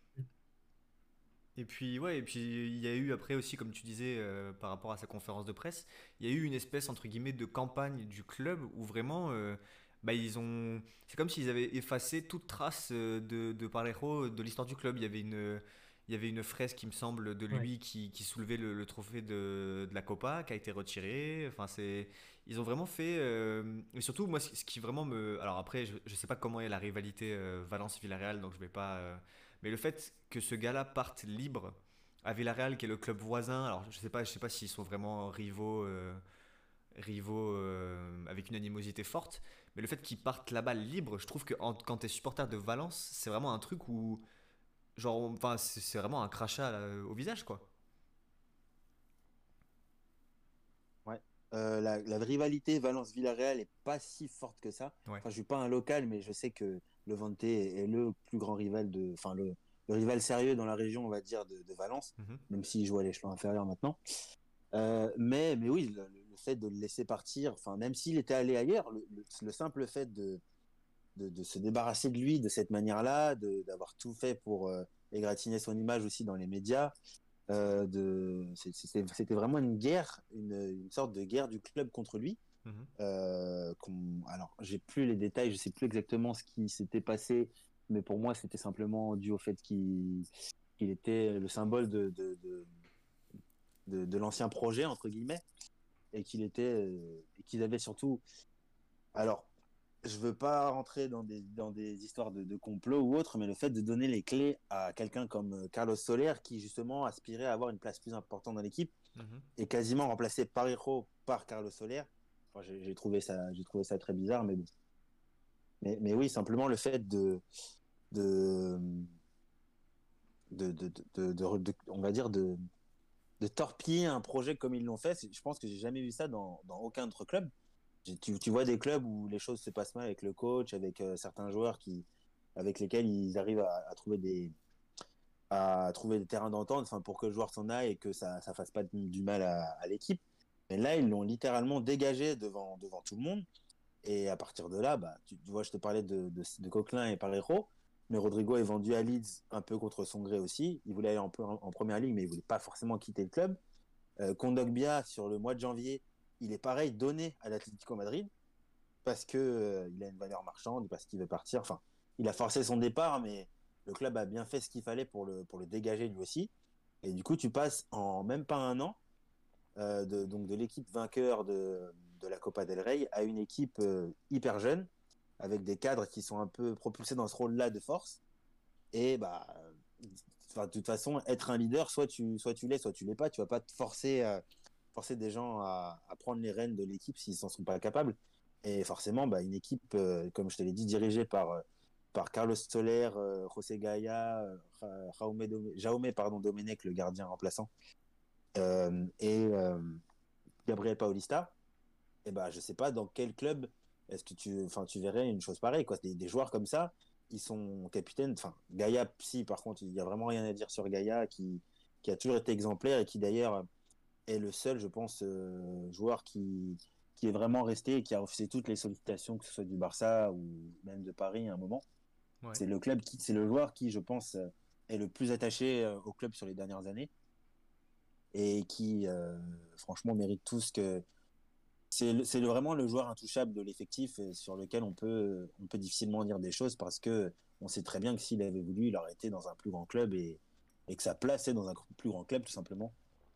Et puis, ouais, et puis il y a eu après aussi, comme tu disais, euh, par rapport à sa conférence de presse, il y a eu une espèce, entre guillemets, de campagne du club où vraiment, euh, bah, ils ont. C'est comme s'ils avaient effacé toute trace euh, de, de Parejo de l'histoire du club. Il y avait une. Il y avait une fresque, il me semble, de Ouais. lui qui, qui soulevait le, le trophée de, de la Copa, qui a été retiré. Enfin, c'est, ils ont vraiment fait. euh, et surtout, moi, ce ce qui vraiment me. Alors après, je ne sais pas comment est la rivalité euh, Valence-Villarreal, donc je vais pas. euh, mais le fait que ce gars-là parte libre à Villarreal, qui est le club voisin, alors je sais pas, je sais pas s'ils sont vraiment rivaux, euh, rivaux euh, avec une animosité forte, mais le fait qu'il parte là-bas libre, je trouve que en- quand t'es supporter de Valence, c'est vraiment un truc où, genre, enfin, c'est c'est vraiment un crachat là, au visage, quoi. Ouais. Euh, la, la rivalité Valence-Villarreal est pas si forte que ça. Ouais. Enfin, je suis pas un local, mais je sais que Levante est, est le plus grand rival de, enfin le, le rival sérieux dans la région, on va dire, de, de Valence, Mhm. même s'il joue à l'échelon inférieur maintenant. Euh, mais, mais oui, le, le fait de le laisser partir, enfin, même s'il était allé ailleurs, le, le, le simple fait de, de, de, se débarrasser de lui de cette manière-là, d'avoir tout fait pour euh, égratigner son image aussi dans les médias, euh, de, c'était vraiment une guerre, une, une, sorte de guerre du club contre lui. Mhm. Euh, alors, j'ai plus les détails, je sais plus exactement ce qui s'était passé, mais pour moi, c'était simplement dû au fait qu'il qu était le symbole de, de, de de, de l'ancien projet entre guillemets et qu'il était euh, et qu'ils avaient surtout alors je veux pas rentrer dans des dans des histoires de, de complot ou autre mais le fait de donner les clés à quelqu'un comme Carlos Soler qui justement aspirait à avoir une place plus importante dans l'équipe Mhm. et quasiment remplacé Parejo par Carlos Soler, enfin, j'ai trouvé ça j'ai trouvé ça très bizarre mais bon mais, mais oui simplement le fait de de de, de, de, de, de on va dire de de torpiller un projet comme ils l'ont fait. Je pense que j'ai jamais vu ça dans, dans aucun autre club. Tu, tu, vois des clubs où les choses se passent mal avec le coach, avec euh, certains joueurs qui, avec lesquels ils arrivent à, à trouver des à trouver des terrains d'entente, enfin pour que le joueur s'en aille et que ça ça fasse pas du mal à, à l'équipe. Mais là, ils l'ont littéralement dégagé devant devant tout le monde. Et à partir de là, bah, tu, tu vois, je te parlais de, de, de Coquelin et Parejo, mais Rodrigo est vendu à Leeds un peu contre son gré aussi. Il voulait aller en, en, en première ligue, mais il voulait pas forcément quitter le club. Euh, Kondogbia, sur le mois de janvier, il est pareil donné à l'Atlético Madrid parce que euh, il a une valeur marchande, parce qu'il veut partir. Enfin, il a forcé son départ, mais le club a bien fait ce qu'il fallait pour le, pour le dégager lui aussi. Et du coup, tu passes en même pas un an euh, de, donc de l'équipe vainqueur de, de la Copa del Rey à une équipe euh, hyper jeune, avec des cadres qui sont un peu propulsés dans ce rôle-là de force. Et bah, de toute façon, être un leader, soit tu, soit tu l'es, soit tu l'es pas. Tu vas pas te forcer, à, forcer des gens à, à prendre les rênes de l'équipe s'ils s'en sont pas capables. Et forcément, bah, une équipe, euh, comme je te l'ai dit, dirigée par, par Carlos Soler, euh, José Gaia, euh, Jaume, Jaume pardon, Domenech, le gardien remplaçant, euh, et euh, Gabriel Paulista, et bah, je sais pas dans quel club est-ce que tu, enfin, tu verrais une chose pareille, quoi. Des, des joueurs comme ça, ils sont capitaines. Enfin, Gaia, si, par contre, il y a vraiment rien à dire sur Gaia, qui, qui a toujours été exemplaire et qui d'ailleurs est le seul, je pense, euh, joueur qui, qui est vraiment resté et qui a refusé toutes les sollicitations, que ce soit du Barça ou même de Paris à un moment. Ouais. C'est le club qui, c'est le joueur qui, je pense, euh, est le plus attaché euh, au club sur les dernières années et qui, euh, franchement, mérite tout ce que. C'est, le- c'est le- vraiment le joueur intouchable de l'effectif et sur lequel on peut, on peut difficilement dire des choses parce que on sait très bien que s'il avait voulu, il aurait été dans un plus grand club et, et que sa place est dans un plus grand club, tout simplement.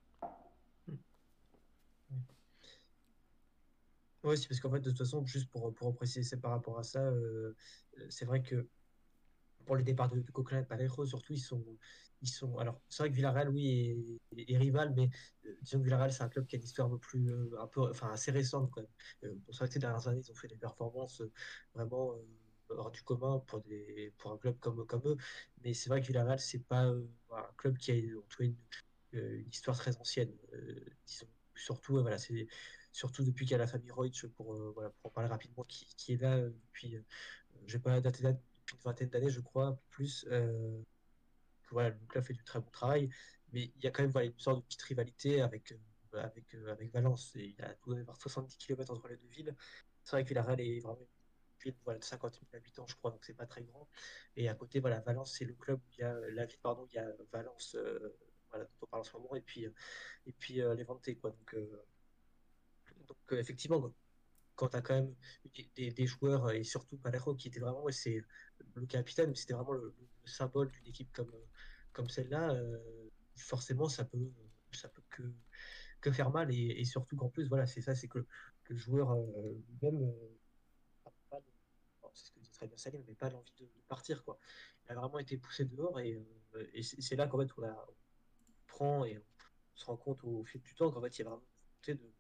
Ouais, c'est parce qu'en fait, de toute façon, juste pour, pour préciser c'est par rapport à ça, euh, c'est vrai que pour les départs de, de Coquelin et de Parejo, surtout, ils sont, ils sont. Alors, c'est vrai que Villarreal, oui, est, est- est rival, mais euh, disons que Villarreal, c'est un club qui a une histoire un peu plus, euh, un peu, enfin, assez récente quand même. Euh, bon, c'est vrai que ces dernières années, ils ont fait des performances euh, vraiment euh, hors du commun pour des, pour un club comme, comme eux. Mais c'est vrai que Villarreal, c'est pas euh, un club qui a en tout cas une, euh, une histoire très ancienne. Euh, disons, surtout, euh, voilà, c'est surtout depuis qu'il y a la famille Reutsch, pour, euh, voilà, pour en parler rapidement, qui, qui est là euh, depuis. Euh, j'ai pas la date exacte, depuis une vingtaine d'années, je crois, plus. Euh, que, voilà, le club fait du très bon travail, mais il y a quand même voilà, une sorte de petite rivalité avec, euh, avec, euh, avec Valence. Et il y a tout de même soixante-dix kilomètres entre les deux villes. C'est vrai que Villarreal est vraiment une ville voilà, de cinquante mille habitants, je crois, donc c'est pas très grand. Et à côté, voilà, Valence, c'est le club où il y a la ville, pardon, il y a Valence, euh, voilà, dont on parle en ce moment, et puis, euh, et puis euh, Levante, quoi. Donc, euh, donc euh, effectivement, quoi, quand tu as quand même des, des joueurs, et surtout Parejo, qui était vraiment, ouais, c'est le capitaine, mais c'était vraiment le, le symbole d'une équipe comme, comme celle-là, euh, forcément, ça peut, ça peut que, que faire mal. Et, et surtout qu'en plus, voilà, c'est ça, c'est que, que le joueur euh, lui-même, euh, a pas le- bon, c'est ce que dit très bien Salim, mais pas l'envie de, de partir, quoi. Il a vraiment été poussé dehors, et, euh, et c'est c'est là qu'en fait, on, a- on prend et on se rend compte au fil du temps qu'en fait, il y a vraiment une volonté de,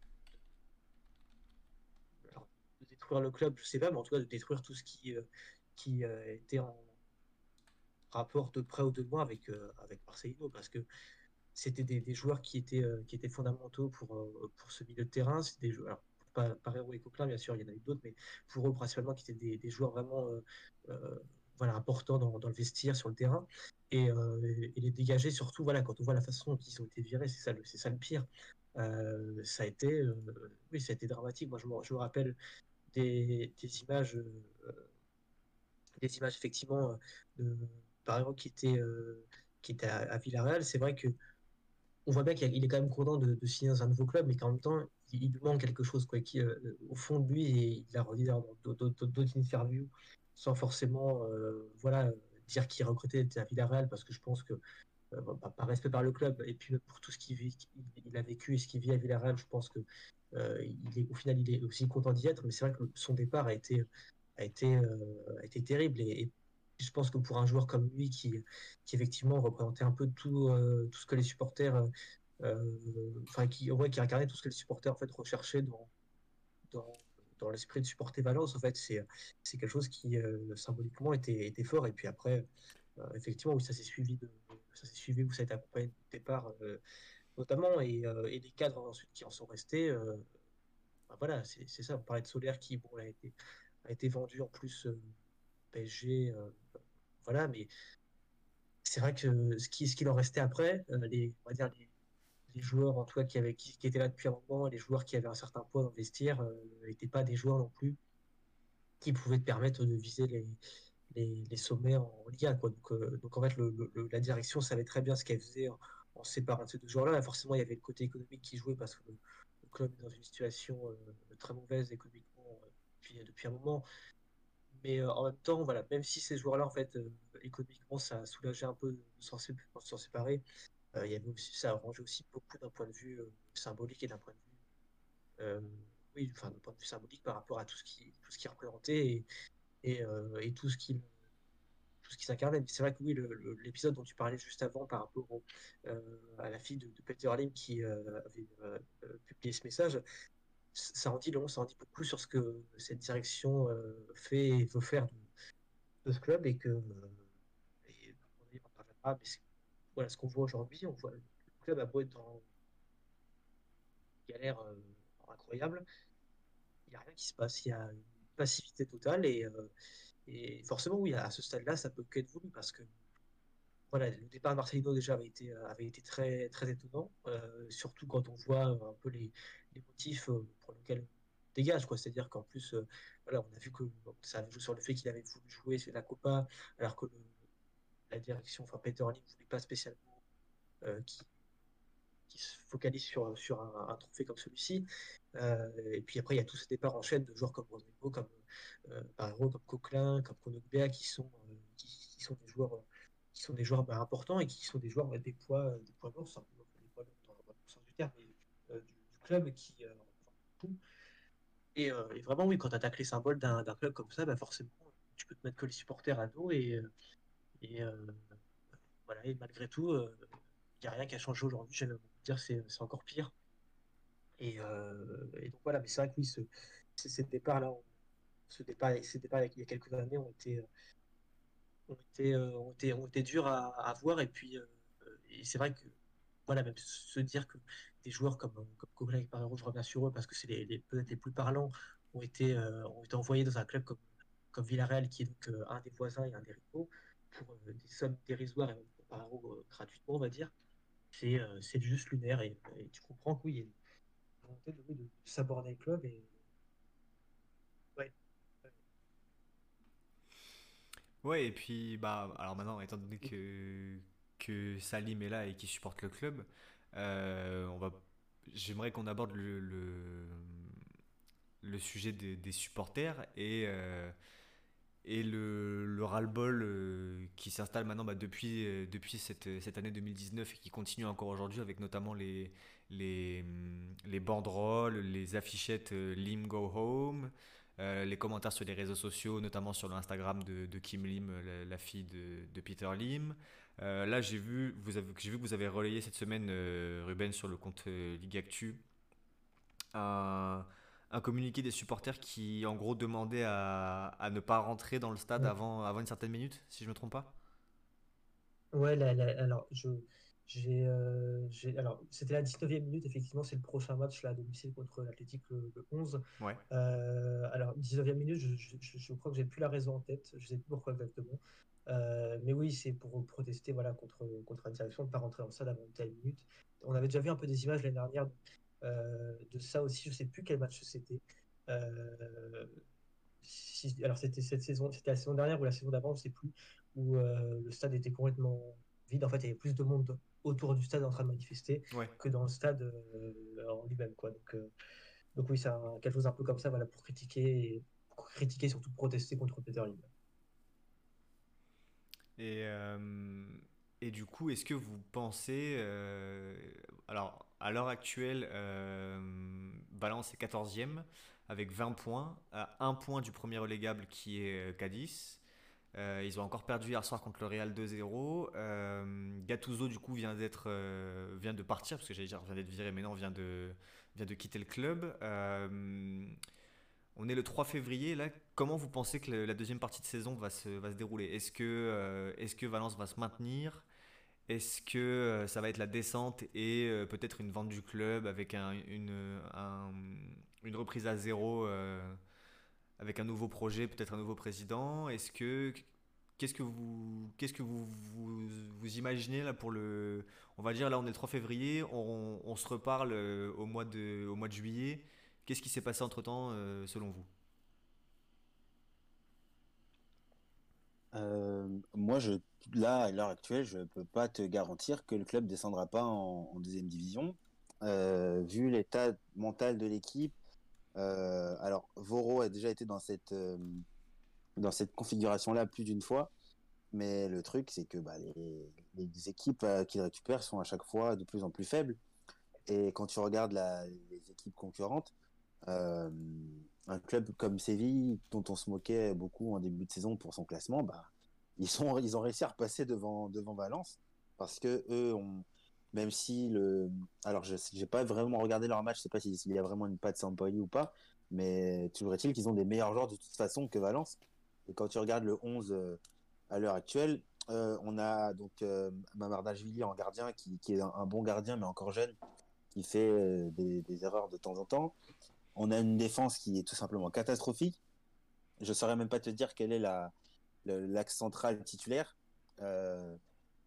alors, de détruire le club, je sais pas, mais en tout cas de détruire tout ce qui, euh, qui euh, était en rapport de près ou de loin avec, euh, avec Marcelino, parce que c'était des, des joueurs qui étaient, euh, qui étaient fondamentaux pour, euh, pour ce milieu de terrain. C'est des joueurs, alors, pas Parero et Coquelin, bien sûr, il y en a eu d'autres, mais pour eux, principalement, qui étaient des, des joueurs vraiment euh, euh, voilà, importants dans, dans le vestiaire, sur le terrain. Et, euh, et les dégager, surtout, voilà, quand on voit la façon dont ils ont été virés, c'est ça, le- c'est ça le pire. Euh, ça a été, euh, oui, ça a été dramatique. Moi, je me, je me rappelle des, des images, euh, des images effectivement euh, de par exemple qui était, euh, qui était à, à Villarreal. C'est vrai que on voit bien qu'il est quand même content de, de signer dans un nouveau club, mais qu'en même temps, il, il lui manque quelque chose, quoi, qui, euh, au fond de lui, et il l'a redit dans d'autres d'autres interviews, sans forcément euh, voilà, dire qu'il recrutait à Villarreal, parce que je pense que, euh, par, par respect par le club, et puis pour tout ce qu'il vit, il, il a vécu et ce qu'il vit à Villarreal, je pense que euh, il est, au final, il est aussi content d'y être, mais c'est vrai que son départ a été, a été, euh, a été terrible. Et, et je pense que pour un joueur comme lui, qui, qui effectivement représentait un peu tout, euh, tout ce que les supporters, euh, euh, enfin, qui, ouais, qui incarnait tout ce que les supporters en fait, recherchaient dans, dans, dans l'esprit de supporter Valence, en fait, c'est, c'est quelque chose qui euh, symboliquement était, était fort. Et puis après, euh, effectivement, où ça s'est suivi, de, ça s'est suivi, où ça a été accompagné du départ, euh, notamment, et, euh, et les cadres ensuite qui en sont restés. Euh, bah voilà, c'est c'est ça. On parlait de Solaire qui bon, a été, a été vendu en plus euh, P S G. Euh, voilà, mais c'est vrai que ce qui, ce qui leur restait après, euh, les, on va dire les, les joueurs en tout cas qui, avaient, qui, qui étaient là depuis un moment, les joueurs qui avaient un certain poids dans le vestiaire, n'étaient pas des joueurs non plus qui pouvaient te permettre de viser les, les, les sommets en Liga, quoi. Donc, euh, donc en fait, le, le, la direction savait très bien ce qu'elle faisait en, en se séparant de ces deux joueurs-là. Forcément, il y avait le côté économique qui jouait parce que le, le club est dans une situation euh, très mauvaise économiquement euh, depuis, depuis un moment. Mais euh, en même temps, voilà, même si ces joueurs-là, en fait, euh, économiquement, ça a soulagé un peu de s'en sé- de s'en séparer, euh, il y avait aussi, ça a arrangé aussi beaucoup d'un point de vue euh, symbolique et d'un point de vue, euh, oui, enfin, d'un point de vue symbolique par rapport à tout ce qui, tout ce qui représentait et, et, euh, et tout ce qui, tout ce qui s'incarnait. Mais c'est vrai que oui, le- le- l'épisode dont tu parlais juste avant par rapport au- euh, à la fille de, de Peter Lim qui euh, avait euh, euh, publié ce message, ça en dit long, ça en dit beaucoup sur ce que cette direction euh, fait et veut faire de, de ce club et que euh, et on en parlera, mais c'est- voilà ce qu'on voit aujourd'hui. On voit le club a beau être dans une galère euh, incroyable, il n'y a rien qui se passe, il y a une passivité totale et, euh, et forcément oui, à ce stade-là, ça peut qu'être voulu parce que voilà, le départ de Marcelino déjà avait été, euh, avait été très, très étonnant, euh, surtout quand on voit euh, un peu les, les motifs euh, pour lesquels on dégage, quoi. C'est-à-dire qu'en plus, euh, voilà, on a vu que bon, ça avait joué sur le fait qu'il avait voulu jouer sur la Copa, alors que le- la direction, enfin Peter Lim ne voulait pas spécialement euh, qu'il qui se focalise sur, sur un, un trophée comme celui-ci. Euh, et puis après, il y a tous ces départs en chaîne de joueurs comme Rodrigo, comme euh, Barreiro, comme Coquelin, comme Kondogbia, qui sont, euh, qui, qui sont des joueurs, euh, qui sont des joueurs bah, importants et qui sont des joueurs bah, des poids, euh, des poids lourds, simplement des poids lourds dans, dans le sens du terme, mais, euh, du, du club qui, euh, enfin, et, euh, et vraiment, oui, quand tu attaques les symboles d'un d'un club comme ça, bah forcément, tu peux te mettre que les supporters à dos et, euh, et, euh, voilà, et malgré tout, il euh, n'y a rien qui a changé aujourd'hui. J'allais dire c'est c'est encore pire. Et, euh, et donc voilà, mais c'est vrai que oui, ce, ces, ces départs-là, ont- ce départ, ces départs il y a quelques années ont été, euh, ont été, euh, ont été, ont été durs à, à voir. Et puis, euh, et c'est vrai que voilà, même se dire que des joueurs comme, comme Coquelin et Barreiro, je reviens sur eux parce que c'est les, les- peut-être les plus parlants, ont été, euh, ont été envoyés dans un club comme, comme Villarreal, qui est donc euh, un des voisins et un des rivaux, pour euh, des sommes dérisoires et même pour Barreiro euh, gratuitement, on va dire. C'est euh, c'est juste lunaire et, et tu comprends que oui, il y a une volonté de, oui, de s'aborder le club et ouais. Ouais, et puis, bah, alors maintenant, étant donné que, que Salim est là et qu'il supporte le club, euh, on va, j'aimerais qu'on aborde le, le, le sujet des, des supporters et, euh, et le, le ras-le-bol euh, qui s'installe maintenant bah, depuis, euh, depuis cette, cette année deux mille dix-neuf et qui continue encore aujourd'hui avec notamment les, les, hum, les banderoles, les affichettes euh, Lim Go Home, euh, les commentaires sur les réseaux sociaux, notamment sur l'Instagram de, de Kim Lim, la, la fille de, de Peter Lim. Euh, là, j'ai vu, vous avez, j'ai vu que vous avez relayé cette semaine, euh, Ruben, sur le compte euh, Ligue Actu, un, un communiqué des supporters qui, en gros, demandait à, à ne pas rentrer dans le stade Ouais. avant, avant une certaine minute, si je me trompe pas. Ouais, la- la- alors, je, j'ai, euh, j'ai, alors, c'était la dix-neuvième minute, effectivement, c'est le prochain match là, à domicile contre l'Athletic le, le onze. Ouais. Euh, alors, dix-neuvième minute, je, je, je- je crois que j'ai plus la raison en tête, je sais plus pourquoi exactement. Euh, mais oui, c'est pour protester voilà, contre, contre la direction de ne pas rentrer en stade avant une telle minute. On avait déjà vu un peu des images l'année dernière euh, de ça aussi, je sais plus quel match c'était. Euh, si- alors c'était cette saison, c'était la saison dernière ou la saison d'avant, je sais plus, où euh, le stade était complètement vide. En fait, il y avait plus de monde autour du stade en train de manifester Ouais. que dans le stade euh, en lui-même, quoi. Donc, euh, donc oui, c'est un- quelque chose un peu comme ça, voilà, pour critiquer, et, pour critiquer surtout protester contre Peter Lim. Et, euh, et du coup, est-ce que vous pensez... euh, alors, à l'heure actuelle, euh, Valence est quatorzième avec vingt points, à un point du premier relégable qui est euh, Cadiz. Euh, ils ont encore perdu hier soir contre le Real deux zéro. Euh, Gattuso, du coup, vient, d'être, euh, vient de partir, parce que j'allais dire vient d'être viré, mais non, vient de, vient de quitter le club. Euh, on est le trois février, là. Comment vous pensez que le- la deuxième partie de saison va se, va se dérouler? Est-ce que, euh, est-ce que Valence va se maintenir? Est-ce que euh, ça va être la descente et euh, peut-être une vente du club avec un- une, un- une reprise à zéro euh, avec un nouveau projet, peut-être un nouveau président? Est-ce que qu'est-ce que vous qu'est-ce que vous, vous, vous imaginez là pour le on va dire là on est le trois février, on, on se reparle euh, au mois de au mois de juillet. Qu'est-ce qui s'est passé entre-temps euh, selon vous? Euh, moi, je, là, à l'heure actuelle, je peux pas te garantir que le club descendra pas en, en deuxième division. Euh, vu l'état mental de l'équipe, euh, alors Voro a déjà été dans cette, euh, dans cette configuration-là plus d'une fois, mais le truc, c'est que bah, les, les équipes euh, qu'il récupère sont à chaque fois de plus en plus faibles. Et quand tu regardes la, les équipes concurrentes, euh, un club comme Séville, dont on se moquait beaucoup en début de saison pour son classement, bah, ils, sont, ils ont réussi à repasser devant, devant Valence parce que eux ont, même si le, alors je n'ai pas vraiment regardé leur match, je sais pas s'il y a vraiment une patte Sampaoli ou pas, mais toujours est-il qu'ils ont des meilleurs joueurs de toute façon que Valence. Et quand tu regardes le onze euh, à l'heure actuelle, euh, on a donc euh, Mamardashvili en gardien qui, qui est un, un bon gardien mais encore jeune, qui fait euh, des, des erreurs de temps en temps. On a une défense qui est tout simplement catastrophique. Je ne saurais même pas te dire quel est la, le- l'axe central titulaire. Euh,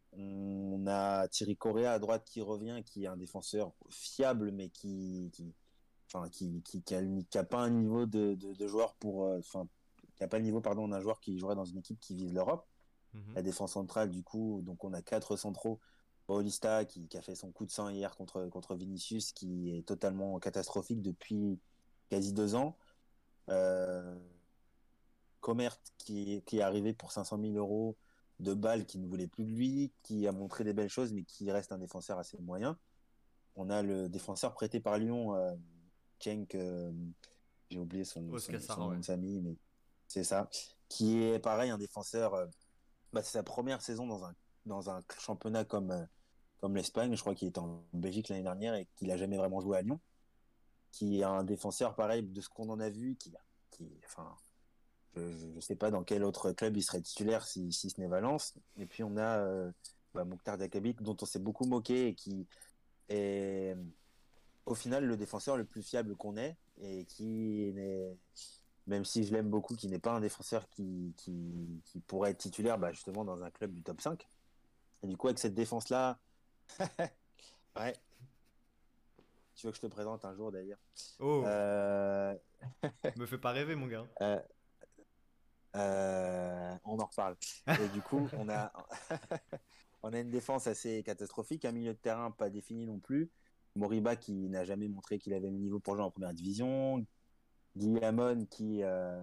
On a Thierry Correa à droite qui revient, qui est un défenseur fiable, mais qui, qui, enfin, qui, qui, qui, a, qui a pas un niveau de, de, de joueur pour, euh, enfin, qui a pas le niveau, pardon, d'un joueur qui jouerait dans une équipe qui vise l'Europe. Mhm. La défense centrale, du coup, donc on a quatre centraux. Paulista qui, qui a fait son coup de sang hier contre, contre Vinicius, qui est totalement catastrophique depuis quasi deux ans. Euh, Comert qui, qui est arrivé pour cinq cent mille euros de balles, qui ne voulait plus de lui, qui a montré des belles choses, mais qui reste un défenseur assez moyen. On a le défenseur prêté par Lyon, euh, Cenk, euh, j'ai oublié son, Oscar son, son Sarra, nom ouais. de famille, mais c'est ça, qui est pareil, un défenseur. Euh, bah, c'est sa première saison dans un, dans un championnat comme, euh, comme l'Espagne. Je crois qu'il était en Belgique l'année dernière et qu'il n'a jamais vraiment joué à Lyon. Qui est un défenseur pareil de ce qu'on en a vu, qui, qui enfin, je ne sais pas dans quel autre club il serait titulaire si, si ce n'est Valence. Et puis on a euh, bah, Mokhtar Diakhaby, dont on s'est beaucoup moqué et qui est au final le défenseur le plus fiable qu'on ait et qui n'est, même si je l'aime beaucoup, qui n'est pas un défenseur qui, qui, qui pourrait être titulaire bah, justement dans un club du top cinq. Et du coup, avec cette défense-là, ouais, tu veux que je te présente un jour d'ailleurs. Oh, Euh, me fais pas rêver, mon gars. euh, euh, on en reparle. Et du coup, on a, on a une défense assez catastrophique, un milieu de terrain pas défini non plus. Moriba qui n'a jamais montré qu'il avait le niveau pour jouer en première division. Guillamon qui, euh,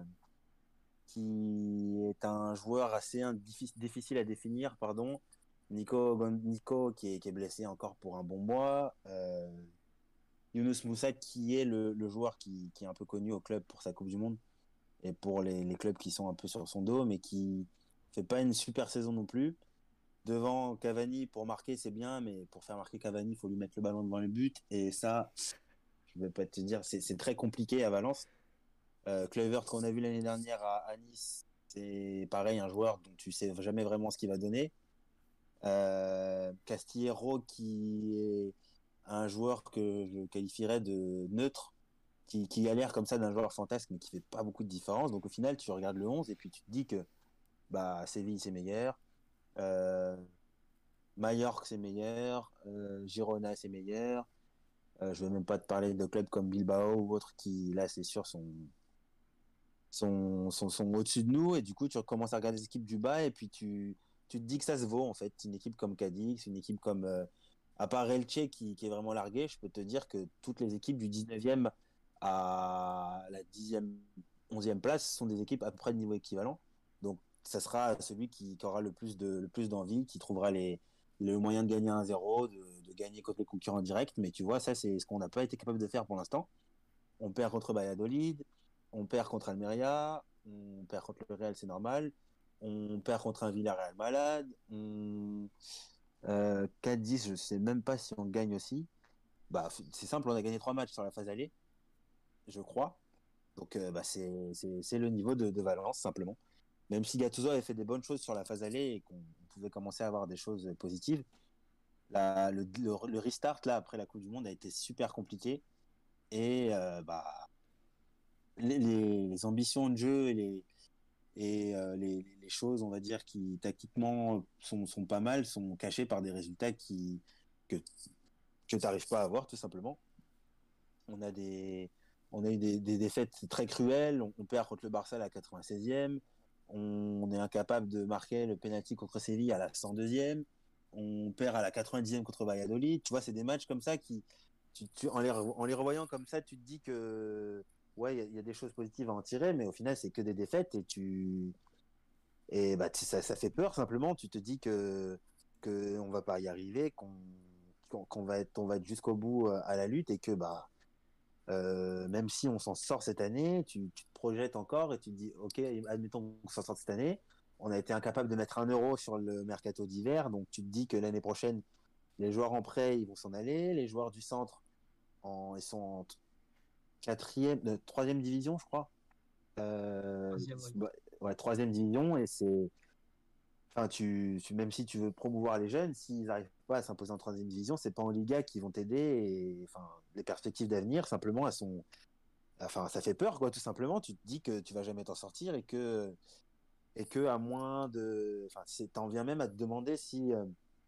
qui est un joueur assez difficile à définir, pardon. Nico, Nico qui, est, qui est blessé encore pour un bon mois. Euh, Younous Moussa qui est le, le joueur qui, qui est un peu connu au club pour sa Coupe du Monde et pour les, les clubs qui sont un peu sur son dos, mais qui fait pas une super saison non plus. Devant Cavani, pour marquer, c'est bien, mais pour faire marquer Cavani, il faut lui mettre le ballon devant le but. Et ça, je ne vais pas te dire, c'est, c'est très compliqué à Valence. Euh, Kluivert, qu'on a vu l'année dernière à, à Nice, c'est pareil, un joueur dont tu sais jamais vraiment ce qu'il va donner. Euh, Castillero, qui est un joueur que je qualifierais de neutre, qui, qui a l'air comme ça d'un joueur fantasque, mais qui fait pas beaucoup de différence. Donc au final, tu regardes le onze et puis tu te dis que bah, Séville, c'est meilleur. Euh, Mallorca, c'est meilleur. Euh, Girona, c'est meilleur. Euh, je ne vais même pas te parler de clubs comme Bilbao ou autres qui, là, c'est sûr, sont, sont, sont, sont au-dessus de nous. Et du coup, tu commences à regarder les équipes du bas et puis tu, tu te dis que ça se vaut, en fait. Une équipe comme Cadix, une équipe comme. Euh, à part Elche qui, qui est vraiment largué, je peux te dire que toutes les équipes du dix-neuvième à la dixième, onzième place sont des équipes à peu près de niveau équivalent. Donc, ça sera celui qui, qui aura le plus, de, le plus d'envie, qui trouvera les, le moyen de gagner un zéro, de, de gagner contre les concurrents directs. Mais tu vois, ça, c'est ce qu'on n'a pas été capable de faire pour l'instant. On perd contre Valladolid, on perd contre Almeria, on perd contre le Real, c'est normal. On perd contre un Villarreal malade. On... Euh, quatre dix, je ne sais même pas si on gagne aussi. Bah, c'est simple, on a gagné trois matchs sur la phase aller, je crois. Donc, euh, bah, c'est, c'est, c'est le niveau de, de Valence, simplement. Même si Gattuso avait fait des bonnes choses sur la phase aller et qu'on pouvait commencer à avoir des choses positives, la, le, le, le restart, là, après la Coupe du Monde, a été super compliqué. Et euh, bah, les, les, les ambitions de jeu et les, et euh, les, les choses, on va dire, qui tactiquement sont, sont pas mal, sont cachées par des résultats qui, que, que tu n'arrives pas à avoir, tout simplement. On a, des, on a eu des, des défaites très cruelles, on, on perd contre le Barça à la quatre-vingt-seizième, on, on est incapable de marquer le penalty contre Séville à la cent deuxième, on perd à la quatre-vingt-dixième contre Valladolid. Tu vois, c'est des matchs comme ça qui, tu, tu, en, les, en les revoyant comme ça, tu te dis que ouais, il y, y a des choses positives à en tirer, mais au final, c'est que des défaites et tu et bah ça, ça fait peur simplement. Tu te dis que que on va pas y arriver, qu'on qu'on, qu'on va être on va être jusqu'au bout à la lutte et que bah euh, même si on s'en sort cette année, tu, tu te projettes encore et tu te dis ok, admettons qu'on s'en sort cette année. On a été incapable de mettre un euro sur le mercato d'hiver, donc tu te dis que l'année prochaine, les joueurs en prêt, ils vont s'en aller, les joueurs du centre, en, ils sont en quatrième, euh, troisième division, je crois. Euh, Troisième, ouais. bah, ouais, troisième division, et c'est, enfin, tu, tu, même si tu veux promouvoir les jeunes, s'ils n'arrivent pas à s'imposer en troisième division, c'est pas en Liga qui vont t'aider. Et enfin, les perspectives d'avenir, simplement, elles sont, enfin, ça fait peur, quoi, tout simplement. Tu te dis que tu vas jamais t'en sortir et que, et que à moins de, enfin, t'en viens même à te demander si, euh,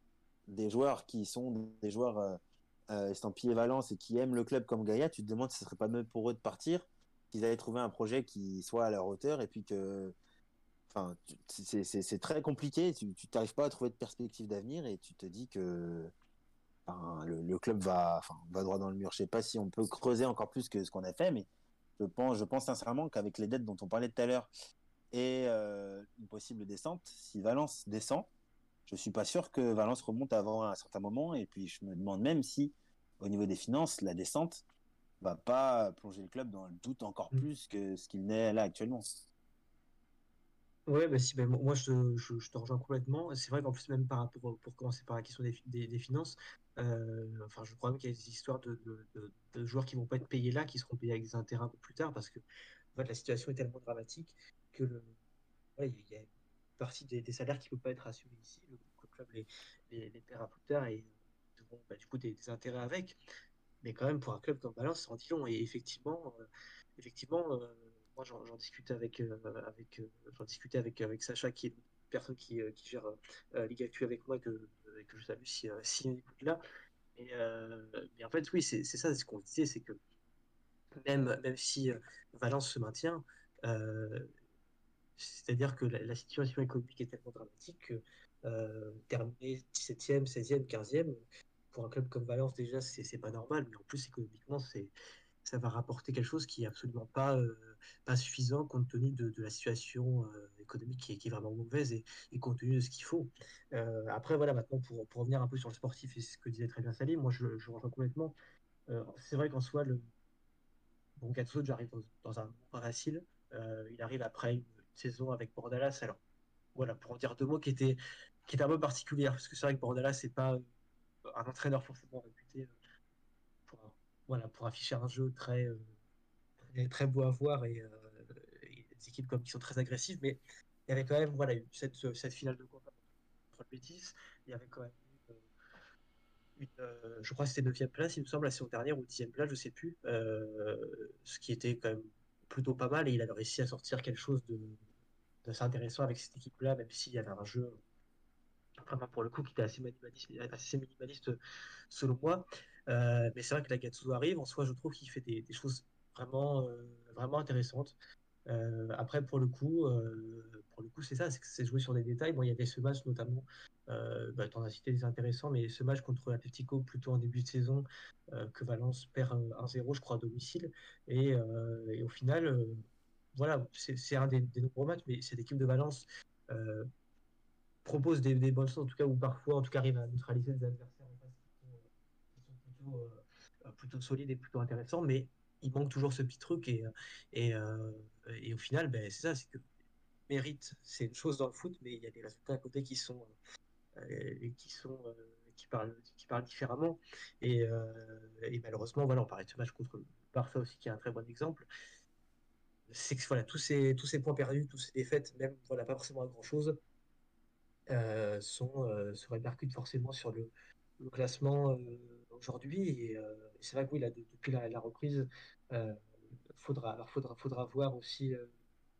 des joueurs qui sont des joueurs euh, euh, estampillés Valence et qui aiment le club comme Gaïa, tu te demandes si ce serait pas mieux pour eux de partir, qu'ils allaient trouver un projet qui soit à leur hauteur et puis que, enfin, tu- c'est c'est- c'est très compliqué. Tu tu t'arrives pas à trouver de perspective d'avenir et tu te dis que enfin, le, le club va, enfin, va droit dans le mur. Je sais pas si on peut creuser encore plus que ce qu'on a fait, mais je pense, je pense sincèrement qu'avec les dettes dont on parlait tout à l'heure et euh, une possible descente, si Valence descend, je suis pas sûr que Valence remonte avant un certain moment. Et puis je me demande même si, au niveau des finances, la descente va pas plonger le club dans le doute encore Mm. plus que ce qu'il n'est là actuellement. Ouais, bah si, bah, mo- moi je, je- je te rejoins complètement. C'est vrai qu'en plus, même par rapport, au- pour commencer par la question des, fi- des, des finances, euh, enfin, je crois même qu'il y a des histoires de, de, de- de joueurs qui vont pas être payés là, qui seront payés avec des intérêts un peu plus tard, parce que en fait, la situation est tellement dramatique que le, ouais, il y a une partie des, des salaires qui ne peut pas être assurée ici. Le, le club les, les, les paiera plus tard et euh, devront bah, du coup des, des intérêts avec. Mais quand même, pour un club comme Valence, c'est en dit long. Et effectivement, euh, effectivement euh, moi, j'en j'en discutais avec, euh, avec, euh, j'en discutais avec, avec Sacha, qui est une personne qui, euh, qui gère euh, Ligue Actu avec moi, que, euh, que je salue si, euh, si il écoute là. Et, euh, mais en fait, oui, c'est c'est ça, c'est ce qu'on disait, c'est que même, même si euh, Valence se maintient, euh, c'est-à-dire que la, la situation économique est tellement dramatique que euh, terminer dix-septième, seizième, quinzième, pour un club comme Valence, déjà, c'est c'est pas normal, mais en plus, économiquement, c'est ça va rapporter quelque chose qui est absolument pas, euh, pas suffisant compte tenu de, de la situation euh, économique qui est, qui est vraiment mauvaise et, et compte tenu de ce qu'il faut. Euh, après, voilà, maintenant, pour, pour revenir un peu sur le sportif et ce que disait très bien Salim, moi, je, je rejoins complètement. Euh, c'est vrai qu'en soi, le, bon, Gattuso arrive dans, dans un moment pas facile. Euh, il arrive après une, une saison avec Bordalas. Alors, voilà, pour en dire deux mots, qui était, qui était un peu particulière, parce que c'est vrai que Bordalas, c'est pas euh, un entraîneur forcément réputé euh, pour, voilà, pour afficher un jeu très, euh, très, très beau à voir et, euh, et des équipes comme qui sont très agressives, mais il y avait quand même voilà, cette, cette finale de Copa contre le Betis, il y avait quand même eu, euh, une, euh, je crois que c'était neuvième place, il me semble, la saison dernière, ou dixième place, je sais plus, euh, ce qui était quand même plutôt pas mal, et il avait réussi à sortir quelque chose de d'assez intéressant avec cette équipe-là, même s'il y avait un jeu, vraiment pour le coup, qui était assez minimaliste, assez minimaliste selon moi. Euh, mais c'est vrai que la Gattuso arrive, en soi, je trouve qu'il fait des, des choses vraiment, euh, vraiment intéressantes. Euh, après, pour le coup, euh, pour le coup, c'est ça, c'est que c'est joué sur des détails. Bon, il y avait ce match notamment, euh, bah, tu en as cité des intéressants, mais ce match contre l'Atlético plutôt en début de saison, euh, que Valence perd euh, un zéro, je crois, à domicile. Et, euh, et au final, euh, voilà, c'est c'est un des, des nombreux matchs, mais cette équipe de Valence euh, propose des, des bonnes choses, en tout cas, ou parfois, en tout cas, arrive à neutraliser des adversaires en face qui sont, euh, qui sont plutôt, euh, plutôt solides et plutôt intéressants, mais il manque toujours ce petit truc. Et, et, euh, et au final, ben, c'est ça, c'est que mérite, c'est une chose dans le foot, mais il y a des résultats à côté qui sont, euh, qui sont euh, qui parlent, qui parlent différemment. Et, euh, et malheureusement, voilà, on parlait de ce match contre le Barça aussi, qui est un très bon exemple. C'est que voilà, tous ces, tous ces points perdus, toutes ces défaites, même voilà, pas forcément à grand chose, euh, sont, euh, se répercutent forcément sur le, le classement euh, aujourd'hui. Et euh, c'est vrai que oui, là, de- depuis la, la reprise, euh, faudra, alors faudra, faudra voir aussi euh,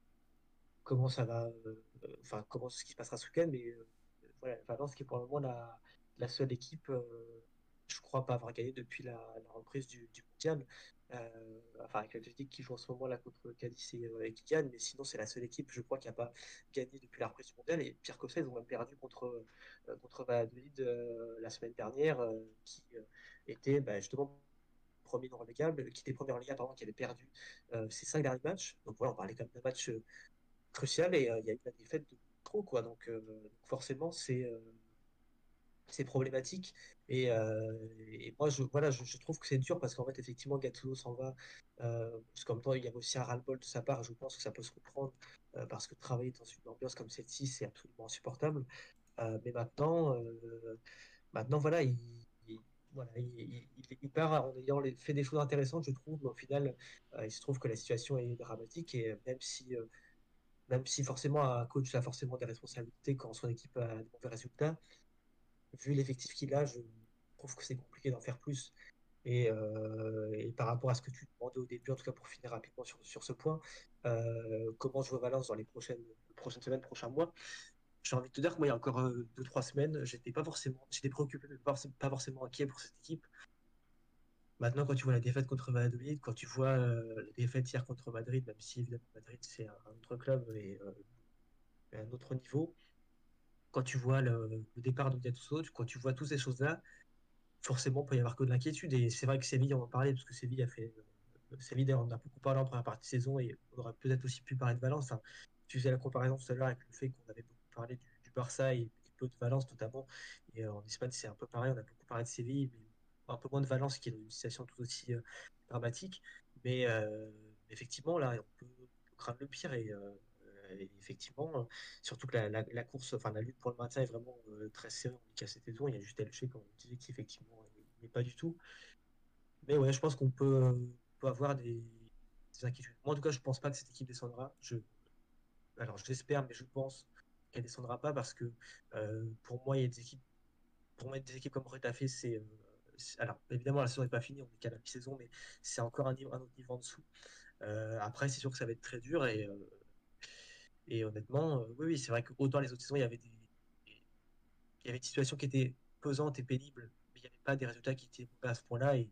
comment ça va, euh, euh, enfin comment ce qui se passera ce week-end. Mais euh, voilà, Valence qui est pour le moment la, la seule équipe, euh, je crois pas avoir gagné depuis la, la reprise du, du mondial. Euh, enfin, avec l'Atlético qui joue en ce moment là contre Cadiz et, euh, et qui gagne, mais sinon c'est la seule équipe, je crois, qui n'a pas gagné depuis la reprise du mondial. Et pire que ça, ils ont même perdu contre, euh, contre Valladolid euh, la semaine dernière, euh, qui euh, était bah, justement premier non relégable, qui était premier en Liga, pardon, qui avait perdu euh, ses cinq derniers matchs. Donc voilà, on parlait quand même d'un match euh, crucial et euh, il y a eu la défaite de trop, quoi. Donc, euh, donc forcément, c'est euh, c'est problématique. Et, euh, et moi, je, voilà, je, je trouve que c'est dur parce qu'en fait, effectivement, Gattuso s'en va. Euh, parce qu'en même temps, il y a aussi un ras-le-bol de sa part. Je pense que ça peut se comprendre euh, parce que travailler dans une ambiance comme celle-ci, c'est absolument insupportable. Euh, mais maintenant, euh, maintenant, voilà, il, il- voilà, il, il- il- il part en ayant les- fait des choses intéressantes, je trouve. Mais au final, euh, il se trouve que la situation est dramatique et même si euh, même si forcément un coach a forcément des responsabilités quand son équipe a de mauvais résultats, vu l'effectif qu'il a, je trouve que c'est compliqué d'en faire plus. Et, euh, et par rapport à ce que tu demandais au début, en tout cas pour finir rapidement sur, sur ce point, euh, comment je vois Valence dans les prochaines, prochaines semaines, prochains mois, j'ai envie de te dire que moi, il y a encore euh, deux, trois semaines, j'étais pas forcément, j'étais préoccupé, mais pas forcément, pas forcément inquiet pour cette équipe. Maintenant, quand tu vois la défaite contre Madrid, quand tu vois euh, la défaite hier contre Madrid, même si évidemment Madrid c'est un, un autre club et euh, un autre niveau, quand tu vois le, le départ de Gattuso, tu- quand tu vois toutes ces choses-là, forcément, il peut y avoir que de l'inquiétude. Et c'est vrai que Séville, on en parlait, parce que Séville a fait. euh, Séville, d'ailleurs, on en a beaucoup parlé en première partie de saison, et on aurait peut-être aussi pu parler de Valence. Hein. Tu faisais la comparaison tout à l'heure avec le fait qu'on avait beaucoup parlé du, du Barça et, et peu de Valence, notamment. Et euh, en Espagne, c'est un peu pareil, on a beaucoup parlé de Séville, mais un peu moins de Valence, qui est dans une situation tout aussi euh, dramatique. Mais euh, effectivement, là, on peut craindre le pire. Et, euh, et effectivement, euh, surtout que la, la- la course, enfin la lutte pour le maintien est vraiment euh, très serrée en Liga cette saison. Il y a juste Elche, comme on disait, qui effectivement n'est pas du tout. Mais ouais, je pense qu'on peut, euh, peut avoir des, des inquiétudes. Moi, en tout cas, je pense pas que cette équipe descendra. Je, alors, je l'espère, mais je pense qu'elle descendra pas parce que euh, pour moi, il y a des équipes, pour moi, des équipes comme Retafe, c'est, euh, c'est- alors évidemment, la saison n'est pas finie, on est qu'à la mi-saison, mais c'est encore un, niveau, un autre niveau en dessous. Euh, après, c'est sûr que ça va être très dur et, euh, et honnêtement, euh, oui, oui, c'est vrai que autant les autres saisons, il y avait des, il y avait une situation qui était pesante et pénible, mais il n'y avait pas des résultats qui étaient à ce point-là. Et,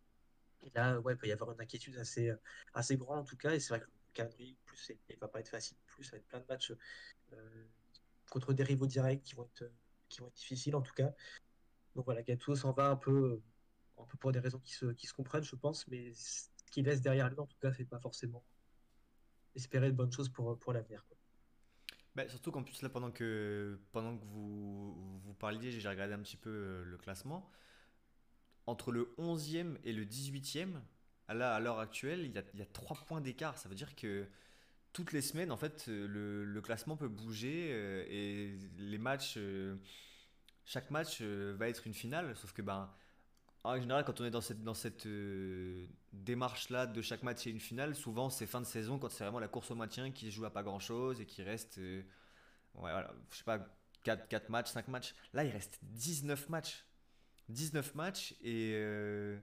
et là, ouais, il peut y avoir une inquiétude assez, euh, assez grande en tout cas. Et c'est vrai que le calendrier, en plus, il ne va pas être facile. En plus, ça va être plein de matchs euh, contre des rivaux directs qui vont être, euh, qui vont être difficiles en tout cas. Donc voilà, Gattuso s'en va un peu, euh, un peu pour des raisons qui se, qui se comprennent, je pense, mais ce qu'il laisse derrière lui, en tout cas, fait pas forcément espérer de bonnes choses pour, pour l'avenir. Quoi. Bah, surtout qu'en plus là pendant que pendant que vous vous parliez, j'ai regardé un petit peu euh, le classement. Entre le onzième et le dix-huitième, à la- à l'heure actuelle, il y a, il y a trois points d'écart. Ça veut dire que toutes les semaines, en fait, euh, le, le classement peut bouger euh, et les matchs, euh, chaque match euh, va être une finale. Sauf que, ben, en général, quand on est dans cette, dans cette euh, démarche-là de chaque match et une finale, souvent c'est fin de saison quand c'est vraiment la course au maintien qui se joue à pas grand-chose et qui reste, euh, ouais, voilà, je sais pas, quatre quatre matchs, cinq matchs. Là, il reste dix-neuf matchs. dix-neuf matchs et, euh,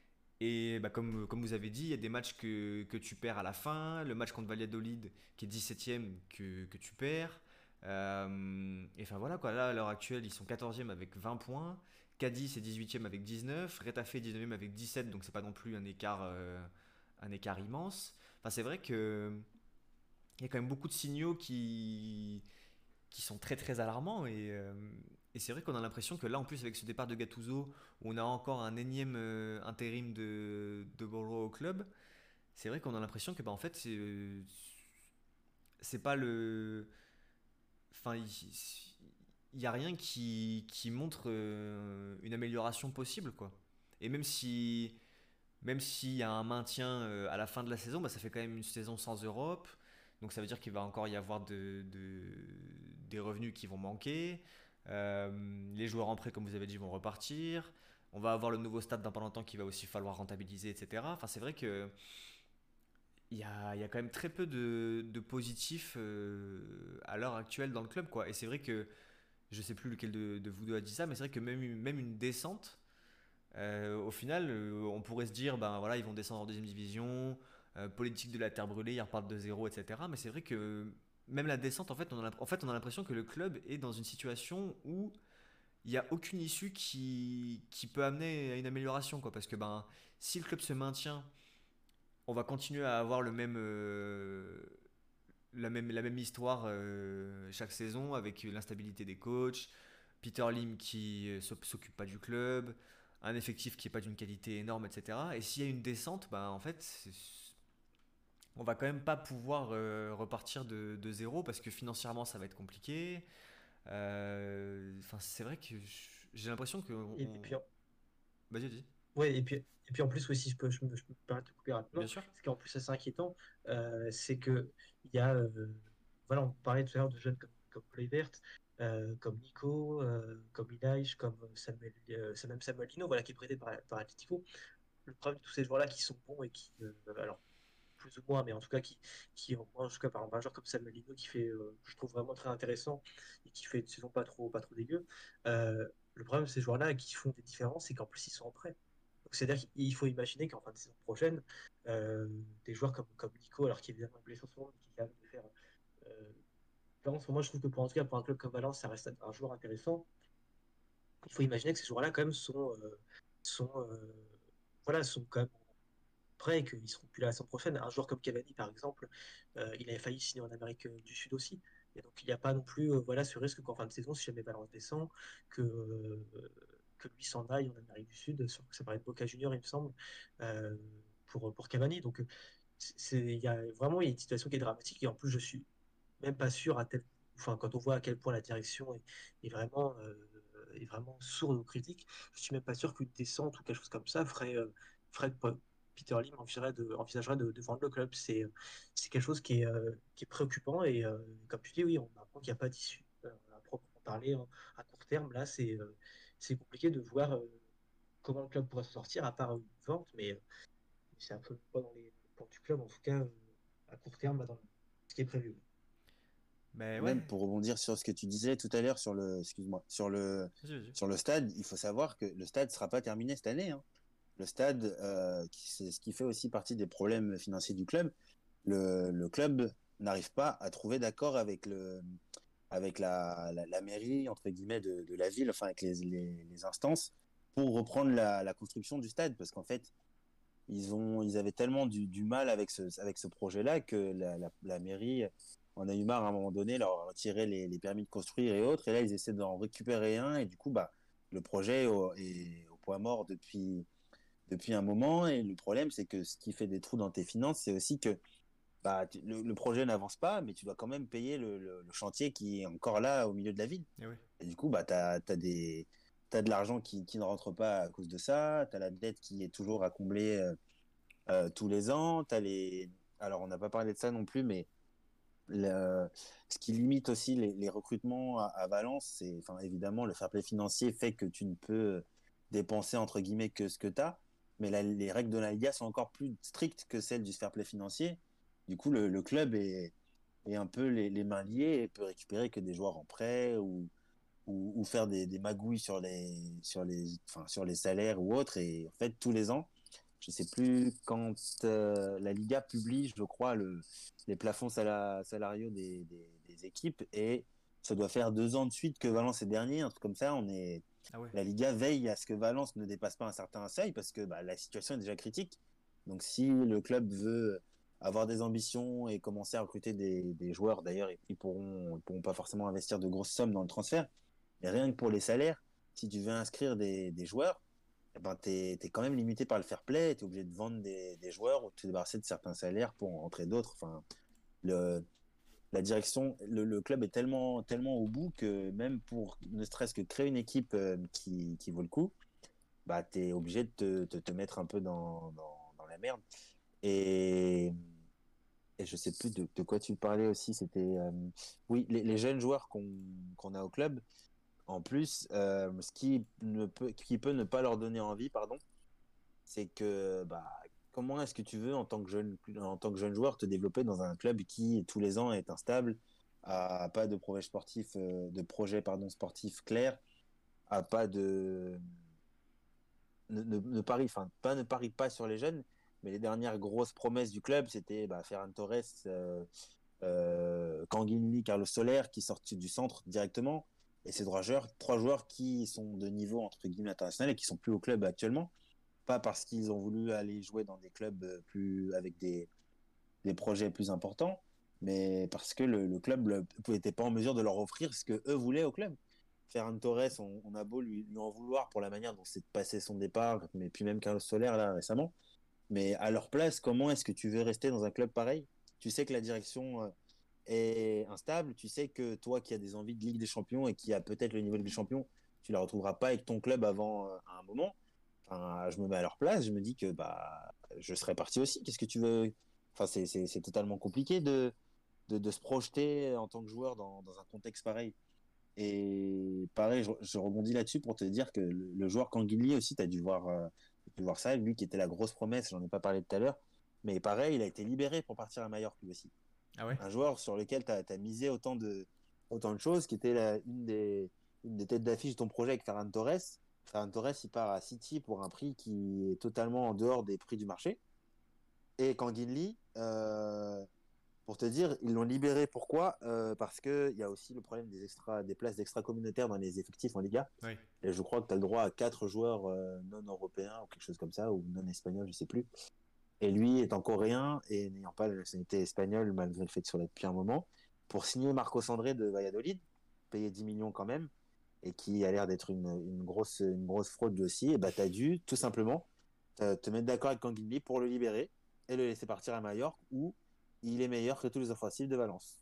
et bah, comme, comme vous avez dit, il y a des matchs que, que tu perds à la fin. Le match contre Valladolid, qui est dix-septième, que, que tu perds. Euh, et enfin voilà quoi, là à l'heure actuelle, ils sont quatorzième avec vingt points. Cadiz est dix-huitième avec dix-neuf. Retafe est dix-neuvième avec dix-sept, donc c'est pas non plus un écart, euh, un écart immense. Enfin, c'est vrai que il y a quand même beaucoup de signaux qui, qui sont très très alarmants et, euh, et c'est vrai qu'on a l'impression que là en plus avec ce départ de Gattuso on a encore un énième euh, intérim de, de Borro au club. C'est vrai qu'on a l'impression que bah, en fait c'est euh, c'est pas le enfin il n'y a rien qui, qui montre euh, une amélioration possible quoi. Et même si même s'il y a un maintien euh, à la fin de la saison, bah, ça fait quand même une saison sans Europe. Donc ça veut dire qu'il va encore y avoir de, de- des revenus qui vont manquer. Euh, les joueurs en prêt, comme vous avez dit, vont repartir. On va avoir le nouveau stade dans pas longtemps qu'il va aussi falloir rentabiliser, et cetera. Enfin, c'est vrai que il y a, il y a quand même très peu de, de positifs euh, à l'heure actuelle dans le club, quoi. Et c'est vrai que je sais plus lequel de, de vous deux a dit ça, mais c'est vrai que même, une- même une descente, euh, au final, euh, on pourrait se dire, ben voilà, ils vont descendre en deuxième division, euh, politique de la terre brûlée, ils repartent de zéro, et cetera. Mais c'est vrai que même la descente, en fait, on a, en fait, on a l'impression que le club est dans une situation où il n'y a aucune issue qui, qui peut amener à une amélioration, quoi. Parce que ben, si le club se maintient, on va continuer à avoir le même, euh, la, même, la même histoire euh, chaque saison avec l'instabilité des coachs, Peter Lim qui euh, s'occupe pas du club, un effectif qui est pas d'une qualité énorme, et cetera. Et s'il y a une descente, bah, en fait, c'est- on va quand même pas pouvoir euh, repartir de, de zéro parce que financièrement ça va être compliqué. Euh, Enfin, c'est vrai que j'ai l'impression que on... Et, et on- puis, Vas-y, vas-y. ouais, et puis, et puis en plus, aussi, si je peux, je, me je me permets de te couper Bien rapidement, sûr. ce qui est en plus assez inquiétant, euh, c'est que il y a, euh, voilà, on parlait tout à l'heure de jeunes comme, comme Kluivert, euh, comme Nico, euh, comme Ilaïch, comme Samuel, euh, c'est même Samuel Lino, voilà, qui est prêté par, par Atletico. Le problème de tous ces joueurs-là qui sont bons et qui, euh, alors plus ou moins, mais en tout cas qui, qui en moins, en tout cas par un joueur comme Samuel Lino qui fait, euh, je trouve vraiment très intéressant et qui fait une saison pas trop, pas trop dégueu. Euh, le problème de ces joueurs-là qui font des différences, c'est qu'en plus ils sont en prêt. Donc c'est-à-dire qu'il faut imaginer qu'en fin de saison prochaine, euh, des joueurs comme, comme Nico, alors qu'il est évidemment blessé en ce moment, mais qui est capable de faire euh, Valence, pour moi, je trouve que pour, en tout cas, pour un club comme Valence, ça reste un joueur intéressant. Il faut imaginer que ces joueurs-là, quand même, sont, euh, sont, euh, voilà, sont quand même prêts et qu'ils seront plus là la saison prochaine. Un joueur comme Cavani, par exemple, euh, il avait failli signer en Amérique du Sud aussi. Et donc, il n'y a pas non plus euh, voilà, ce risque qu'en fin de saison, si jamais Valence descend, que, euh, que lui s'en aille en Amérique du Sud. Sur, ça paraît être Boca Junior, il me semble, euh, pour, pour Cavani. Donc, c'est, il y a vraiment il y a une situation qui est dramatique. Et en plus, je suis même pas sûr à tel, enfin, quand on voit à quel point la direction est, est vraiment, euh, est vraiment sourde aux critiques, je suis même pas sûr qu'une descente ou quelque chose comme ça ferait, euh, ferait que Peter Lim envisagerait de, envisagerait de, de vendre le club. C'est, c'est quelque chose qui est, euh, qui est préoccupant et euh, comme tu dis, oui, on apprend qu'il n'y a pas d'issue. Euh, à proprement parler, hein, à court terme, là, c'est, euh, c'est compliqué de voir euh, comment le club pourrait se sortir à part une vente, mais euh, c'est absolument pas dans les plans du club, en tout cas, euh, à court terme, dans ce qui est prévu. Mais ouais, Même pour rebondir sur ce que tu disais tout à l'heure sur le, excuse-moi, sur le, vas-y, vas-y. sur le stade, il faut savoir que le stade sera pas terminé cette année, hein. Le stade, euh, qui- c'est ce qui fait aussi partie des problèmes financiers du club. Le, le club n'arrive pas à trouver d'accord avec le, avec la, la, la mairie entre guillemets de, de la ville, enfin avec les, les, les instances pour reprendre la, la construction du stade, parce qu'en fait ils ont, ils avaient tellement du, du mal avec ce, avec ce projet-là que la, la, la mairie en a eu marre à un moment donné, leur a retiré les, les permis de construire et autres, et là ils essaient d'en récupérer un, et du coup bah le projet est au, est au point mort depuis depuis un moment, et le problème c'est que ce qui fait des trous dans tes finances, c'est aussi que bah, tu- le, le projet n'avance pas, mais tu dois quand même payer le, le, le chantier qui est encore là au milieu de la ville. Et ouais. Et du coup, bah, tu as, des, t'as de l'argent qui, qui ne rentre pas à cause de ça, tu as la dette qui est toujours à combler euh, euh, tous les ans, t'as les... Alors, on n'a pas parlé de ça non plus, mais le... ce qui limite aussi les, les recrutements à, à Valence, c'est enfin, évidemment le fair play financier fait que tu ne peux dépenser entre guillemets que ce que tu as, mais la, les règles de la Liga sont encore plus strictes que celles du fair play financier. Du coup, le, le club est, est un peu les, les mains liées et peut récupérer que des joueurs en prêt ou, ou, ou faire des, des magouilles sur les, sur, les, enfin, sur les salaires ou autres. Et en fait, tous les ans, je sais plus quand euh, la Liga publie, je crois, le, les plafonds sala- salariaux des, des, des équipes, et ça doit faire deux ans de suite que Valence est dernier, un truc comme ça. On est, Ah ouais. la Liga veille à ce que Valence ne dépasse pas un certain seuil parce que bah, la situation est déjà critique. Donc si le club veut avoir des ambitions et commencer à recruter des, des joueurs, d'ailleurs, ils pourront, ils pourront pas forcément investir de grosses sommes dans le transfert, mais rien que pour les salaires, si tu veux inscrire des, des joueurs, eh ben, tu es quand même limité par le fair play, tu es obligé de vendre des, des joueurs ou de te débarrasser de certains salaires pour en rentrer d'autres. Enfin, le, la direction, le, le, club est tellement, tellement au bout que même pour ne serait-ce que créer une équipe euh, qui, qui vaut le coup, bah, tu es obligé de te, te, te, mettre un peu dans, dans, dans la merde. Et, et je sais plus de, de quoi tu parlais aussi, c'était euh, oui, les, les jeunes joueurs qu'on qu'on a au club. En plus, euh, ce qui, ne peut, qui peut ne pas leur donner envie, pardon, c'est que bah, comment est-ce que tu veux en tant que jeune en tant que jeune joueur te développer dans un club qui tous les ans est instable, a pas de projet sportif euh, de projet pardon sportif clair, a pas de ne, ne, ne parie enfin pas ne parie pas sur les jeunes, mais les dernières grosses promesses du club c'était bah, Ferran Torres, euh, euh, Kanguinli, Carlos Soler qui sortent du centre directement, et ces trois joueurs trois joueurs qui sont de niveau entre guillemets international et qui sont plus au club actuellement, pas parce qu'ils ont voulu aller jouer dans des clubs plus avec des, des projets plus importants, mais parce que le, le club n'était pas en mesure de leur offrir ce que eux voulaient au club. Ferran Torres, on, on a beau lui, lui en vouloir pour la manière dont s'est passé son départ, mais puis même Carlos Soler là récemment. Mais à leur place, comment est-ce que tu veux rester dans un club pareil? Tu sais que la direction est instable, tu sais que toi qui as des envies de Ligue des Champions et qui a peut-être le niveau de Ligue des Champions, tu la retrouveras pas avec ton club avant euh, un moment. Enfin, je me mets à leur place, je me dis que bah je serais parti aussi. Qu'est-ce que tu veux? Enfin, c'est, c'est, c'est totalement compliqué de, de, de se projeter en tant que joueur dans, dans un contexte pareil. Et pareil, je, je rebondis là-dessus pour te dire que le, le joueur Kanguili aussi, tu as dû voir, euh, dû voir ça, lui qui était la grosse promesse, j'en ai pas parlé tout à l'heure, mais pareil, il a été libéré pour partir à Majorque lui aussi. Ah ouais. Un joueur sur lequel tu as misé autant de, autant de choses, qui était la, une, des, une des têtes d'affiche de ton projet avec Ferran Torres. Ferran Torres, il part à City pour un prix qui est totalement en dehors des prix du marché. Et Kanguinli, euh, Pour te dire, ils l'ont libéré. Pourquoi? Euh, Parce qu'il y a aussi le problème des, extra, des places d'extra-communautaires dans les effectifs en Liga. Oui. Et je crois que tu as le droit à quatre joueurs euh, non européens ou quelque chose comme ça, ou non espagnols, je sais plus. Et lui étant coréen et n'ayant pas la nationalité espagnole, malgré le fait de sur là depuis un moment, pour signer Marcos André de Valladolid, payer dix millions quand même, et qui a l'air d'être une, une, grosse, une grosse fraude lui aussi, et bah, tu as dû tout simplement te, te mettre d'accord avec Canguilhem pour le libérer et le laisser partir à Majorque où il est meilleur que tous les offensifs de Valence.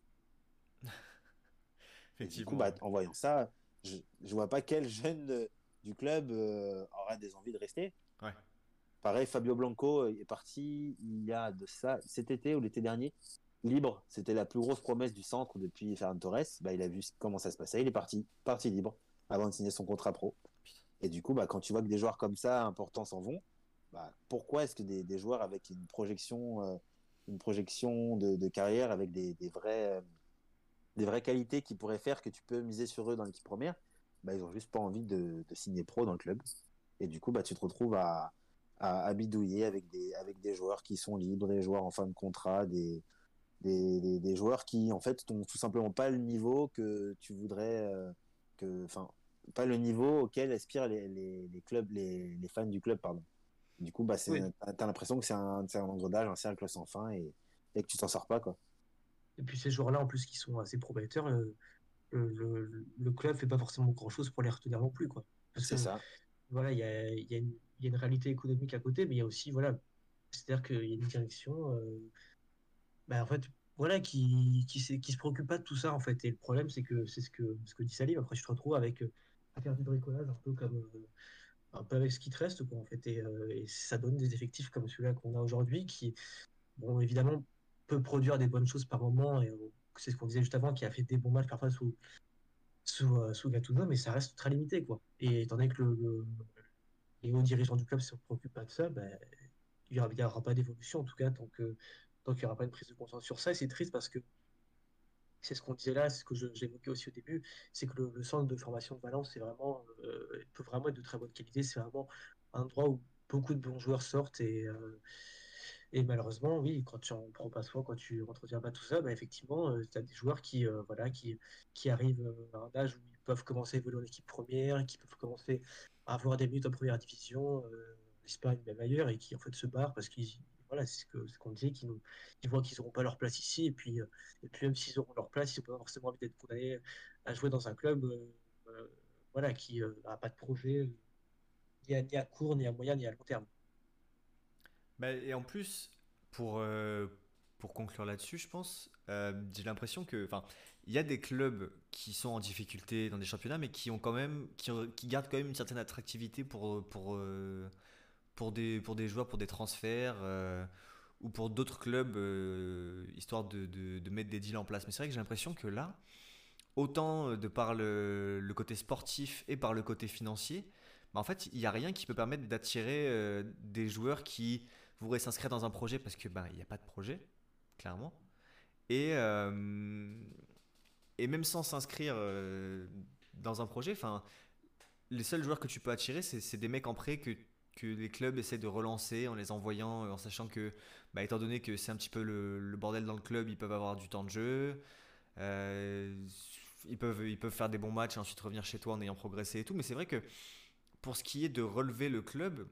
Et du coup, Effectivement. bah, en voyant ça, je ne vois pas quel jeune euh, du club euh, aura des envies de rester. Ouais. Pareil, Fabio Blanco est parti il y a de ça cet été ou l'été dernier, libre. C'était la plus grosse promesse du centre depuis Ferran Torres. Bah, il a vu comment ça se passait, il est parti, parti libre avant de signer son contrat pro. Et du coup, bah, quand tu vois que des joueurs comme ça importants s'en vont, bah, pourquoi est-ce que des, des joueurs avec une projection, euh, une projection de, de carrière avec des, des vrais, euh, des vraies qualités qui pourraient faire que tu peux miser sur eux dans l'équipe première, bah, ils ont juste pas envie de, de signer pro dans le club. Et du coup, bah, tu te retrouves à, à, à bidouiller avec des, avec des joueurs qui sont libres, des joueurs en fin de contrat, des, des, des, des joueurs qui, en fait, n'ont tout simplement pas le niveau que tu voudrais, euh, que, enfin, pas le niveau auquel aspirent les, les, les clubs, les, les fans du club, pardon. Du coup, bah, Oui. t'as, t'as l'impression que c'est un, c'est un engrenage, un cercle sans fin et, et que tu t'en sors pas, quoi. Et puis ces joueurs-là, en plus, qui sont assez prometteurs, euh, le, le, le club fait pas forcément grand-chose pour les retenir non plus, quoi. Parce C'est que ça. voilà, il y a, il y a une, il y a une réalité économique à côté, mais il y a aussi, voilà, c'est-à-dire qu'il y a une direction, euh, bah, en fait, voilà, qui, qui, s'est- qui se préoccupe pas de tout ça, en fait. Et le problème, c'est que c'est ce que, ce que dit Salim. Après, je te retrouve avec euh, à faire du bricolage, un peu comme euh, un peu avec ce qui te reste, quoi, en fait. Et, euh, et ça donne des effectifs comme celui-là qu'on a aujourd'hui, qui, bon, évidemment, peut produire des bonnes choses par moment. Et euh, c'est ce qu'on disait juste avant, qui a fait des bons matchs parfois sous, sous, euh, sous Gattuso, mais ça reste très limité, quoi. Et étant donné que le, le- les hauts dirigeants du club ne se préoccupent pas de ça, ben, il n'y aura, il y aura pas d'évolution, en tout cas, tant que, tant qu'il n'y aura pas une prise de conscience sur ça. Et c'est triste parce que c'est ce qu'on disait là, c'est ce que je- j'évoquais aussi au début, c'est que le, le centre de formation de Valence, c'est vraiment, euh, peut vraiment être de très bonne qualité. C'est vraiment un endroit où beaucoup de bons joueurs sortent et, euh, et malheureusement, oui, quand tu en prends pas soin, quand tu entretiens pas tout ça, bah, effectivement, tu as des joueurs qui, euh, voilà, qui, qui arrivent euh, à un âge où ils peuvent commencer à évoluer en équipe première, qui peuvent commencer à avoir des minutes en première division, euh, l'Espagne même ailleurs, et qui en fait se barrent parce qu'ils, voilà, c'est ce que, ce qu'on disait, qu'ils nous- ils voient qu'ils n'auront pas leur place ici, et puis, euh, et puis même s'ils auront leur place, ils n'ont pas forcément envie d'être condamnés à jouer dans un club, euh, euh, voilà, qui n'a pas de projet, euh, ni à, ni à court, ni à moyen, ni à long terme. Bah, et en plus, pour, euh, pour conclure là-dessus, je pense, euh, j'ai l'impression que, enfin, il y a des clubs qui sont en difficulté dans des championnats, mais qui ont quand même, qui, ont- qui gardent quand même une certaine attractivité pour, pour, euh, pour des, pour des joueurs, pour des transferts, euh, ou pour d'autres clubs, euh, histoire de, de, de mettre des deals en place. Mais c'est vrai que j'ai l'impression que là, autant euh, de par le, le côté sportif et par le côté financier, bah en fait, il n'y a rien qui peut permettre d'attirer euh, des joueurs qui voudraient s'inscrire dans un projet parce que bah, il n'y a pas de projet, clairement. Et, euh, et même sans s'inscrire euh, dans un projet, enfin, les seuls joueurs que tu peux attirer, c'est c'est des mecs en prêt que, que les clubs essaient de relancer en les envoyant, euh, en sachant que, bah, étant donné que c'est un petit peu le, le bordel dans le club, ils peuvent avoir du temps de jeu. Euh, ils, peuvent, ils peuvent faire des bons matchs et ensuite revenir chez toi en ayant progressé et tout. Mais c'est vrai que pour ce qui est de relever le club,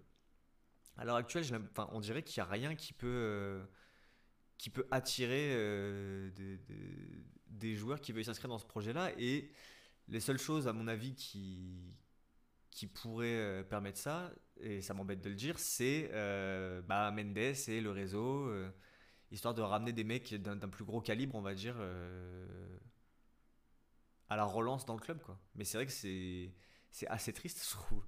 à l'heure actuelle, j'ai l'im- enfin, on dirait qu'il n'y a rien qui peut, euh, qui peut attirer euh, des, des- des joueurs qui veulent s'inscrire dans ce projet-là. Et les seules choses, à mon avis, qui, qui pourraient euh, permettre ça, et ça m'embête de le dire, c'est euh, bah, Mendes et le réseau, euh, histoire de ramener des mecs d'un d'un plus gros calibre, on va dire, euh, à la relance dans le club, quoi. Mais c'est vrai que c'est c'est assez triste, je trouve.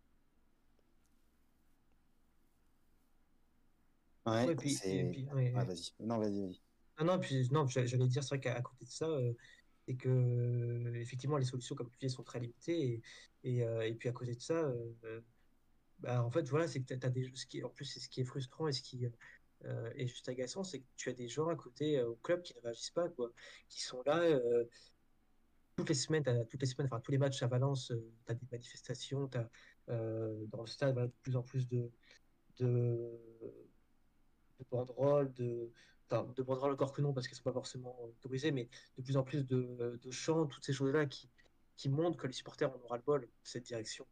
Ouais, Ouais, puis, et c'est. puis, ouais, Ouais, ouais. vas-y. Non, vas-y, vas-y. Non, non, puis, non, j'a- j'allais dire, c'est vrai qu'à à côté de ça, euh, c'est que, euh, effectivement, les solutions, comme tu dis, sont très limitées. Et, et, euh, et puis, à côté de ça, euh, euh, bah, en fait, voilà, c'est que tu as des, ce qui, en plus, c'est ce qui est frustrant et ce qui euh, est juste agaçant, c'est que tu as des gens à côté euh, au club qui ne réagissent pas, quoi, qui sont là euh, toutes les semaines, t'as- toutes les semaines, enfin, tous les matchs à Valence, tu as des manifestations, tu as dans le stade, voilà, de plus en plus de, de, de banderoles, de, enfin, de banderoles encore que non, parce qu'elles sont pas forcément autorisées, mais de plus en plus de, de chants, toutes ces choses-là qui, qui montrent que les supporters en ont ras-le-bol de cette direction.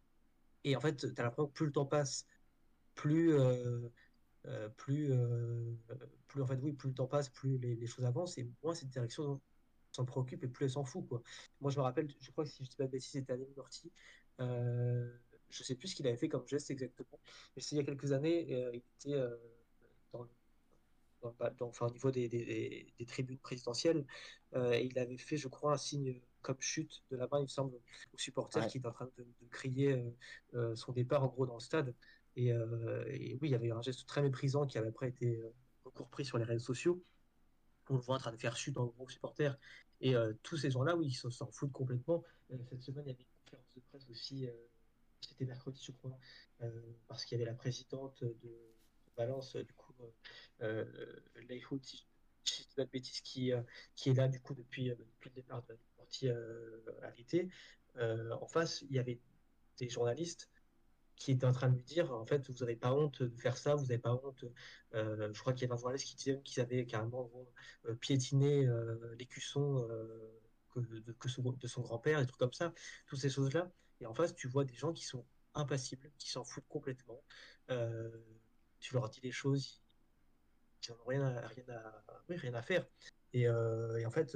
Et en fait, tu as l'impression que plus le temps passe, plus, euh, euh, plus, euh, plus en fait, oui, plus le temps passe, plus les, les choses avancent, et moins cette direction s'en préoccupe et plus elle s'en fout, quoi. Moi, je me rappelle, je crois que si je dis pas de bêtises, c'était Alain Murti. Euh, je sais plus ce qu'il avait fait comme geste exactement, mais c'est il y a quelques années, euh, il était euh, dans, dans- bah, dans- enfin, au niveau des, des- des- des tribunes présidentielles, euh, et il avait fait, je crois, un signe comme chute de la main, il me semble, au supporter Ouais. qui était en train de, de crier euh, euh, son départ en gros dans le stade. Et, euh, et oui, il y avait un geste très méprisant qui avait après été euh, recours pris sur les réseaux sociaux. On le voit en train de faire chute en gros supporter. Et euh, tous ces gens-là, oui, ils s'en s'en foutent complètement. Euh, cette semaine, il y avait une conférence de presse aussi, euh, c'était mercredi, je crois, euh, parce qu'il y avait la présidente de, de Valence, euh, du coup, euh, euh, Leihoud, si je ne dis pas de bêtises, qui, euh, qui est là, du coup, depuis, euh, depuis le départ de la partie euh, à l'été. Euh, en face, il y avait des journalistes qui était en train de lui dire, en fait, vous n'avez pas honte de faire ça, vous n'avez pas honte. Euh, je crois qu'il y avait un journaliste qui disait qu'ils avaient carrément gros, euh, piétiné euh, l'écusson euh, que, de, que son, de son grand-père, des trucs comme ça, toutes ces choses-là. Et en face, tu vois des gens qui sont impassibles, qui s'en foutent complètement. Euh, tu leur dis des choses, ils n'en ont rien à, rien à, oui, rien à faire. Et, euh, et en fait,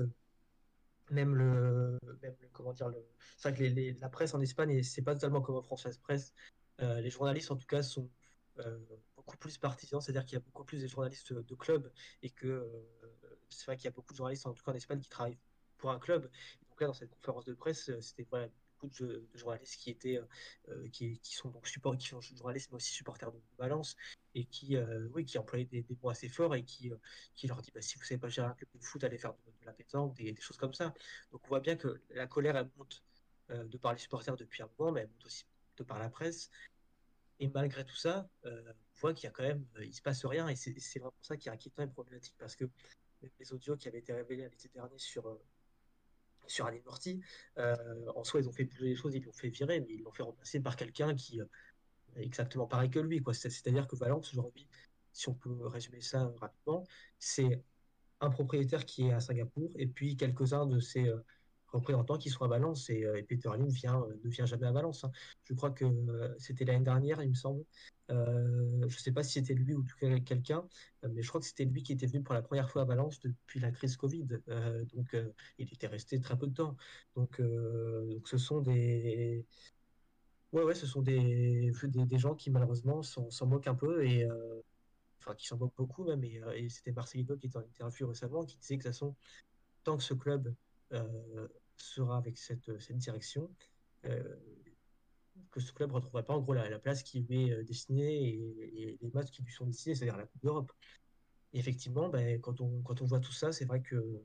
même le, même le- comment dire, le, c'est vrai que les- les- la presse en Espagne, et c'est pas totalement comme en française presse. Euh, les journalistes, en tout cas, sont euh, beaucoup plus partisans, c'est-à-dire qu'il y a beaucoup plus de journalistes de club et que euh, c'est vrai qu'il y a beaucoup de journalistes, en tout cas en Espagne, qui travaillent pour un club. Et donc là, dans cette conférence de presse, euh, c'était voilà, beaucoup de, de journalistes qui étaient, euh, qui, qui sont donc support, qui sont journalistes, mais aussi supporters de Valence et qui, euh, oui, qui employaient des, des mots assez forts et qui, euh, qui leur dit bah, si vous savez pas gérer un club de foot, allez faire de, de la pétanque, des, des choses comme ça. Donc on voit bien que la colère, elle monte euh, de par les supporters depuis un moment, mais elle monte aussi de par la presse. Et malgré tout ça, euh, on voit qu'il y a quand même, euh, il se passe rien, et c'est c'est vraiment ça qui est inquiétant et problématique, parce que les audios qui avaient été révélés l'été dernier sur, euh, sur Alain Morty, euh, en soi, ils ont fait bouger les choses, ils l'ont fait virer, mais ils l'ont fait remplacer par quelqu'un qui euh, est exactement pareil que lui, quoi. C'est- C'est-à-dire que Valence, aujourd'hui, si on peut résumer ça rapidement, c'est un propriétaire qui est à Singapour et puis quelques-uns de ses euh, représentants qui sont à Valence. Et, euh, et Peter Lim vient, euh, ne vient jamais à Valence, hein. Je crois que euh, c'était l'année dernière, il me semble. Euh, je ne sais pas si c'était lui ou tout cas quelqu'un, euh, mais je crois que c'était lui qui était venu pour la première fois à Valence depuis la crise Covid. Euh, donc, euh, il était resté très peu de temps. Donc, euh, donc ce sont des, ouais, ouais, ce sont des, des, des gens qui malheureusement s'en s'en moquent un peu et euh, enfin qui s'en moquent beaucoup même. Et, euh, et c'était Marcelino qui était en interview récemment qui disait que de toute façon, tant que ce club euh, sera avec cette, cette direction, euh, que ce club ne retrouverait pas en gros la, la place qui lui est euh, destinée et, et les matchs qui lui sont destinés, c'est-à-dire la Coupe d'Europe. Et effectivement, ben, quand, on, quand on voit tout ça, c'est vrai que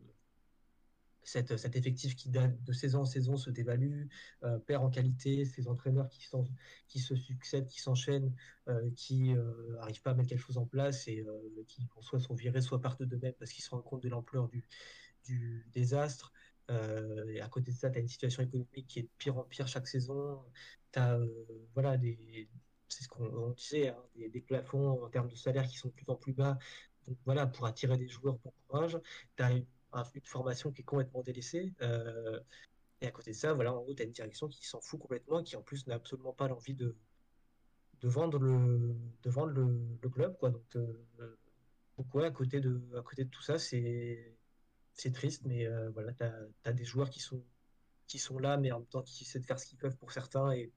cette, cet effectif qui date de saison en saison se dévalue, euh, perd en qualité, ces entraîneurs qui, sont, qui se succèdent, qui s'enchaînent, euh, qui n'arrivent euh, pas à mettre quelque chose en place et euh, qui soit sont virés, soit partent d'eux-mêmes parce qu'ils se rendent compte de l'ampleur du, du désastre. Euh, et à côté de ça, tu as une situation économique qui est de pire en pire chaque saison. Tu as euh, voilà, des, c'est ce qu'on on disait, hein, des, des plafonds en termes de salaire qui sont de plus en plus bas. Donc voilà, pour attirer des joueurs, bon courage. Tu as une, une, formation qui est complètement délaissée. Euh, et à côté de ça, voilà, en gros, tu as une direction qui s'en fout complètement, qui en plus n'a absolument pas l'envie de, de vendre le, de vendre le, le club. Quoi. Donc, euh, donc ouais, à côté de, à côté de tout ça, c'est c'est triste, mais euh, voilà, tu as des joueurs qui sont, qui sont là, mais en même temps qui essaient de faire ce qu'ils peuvent pour certains, et,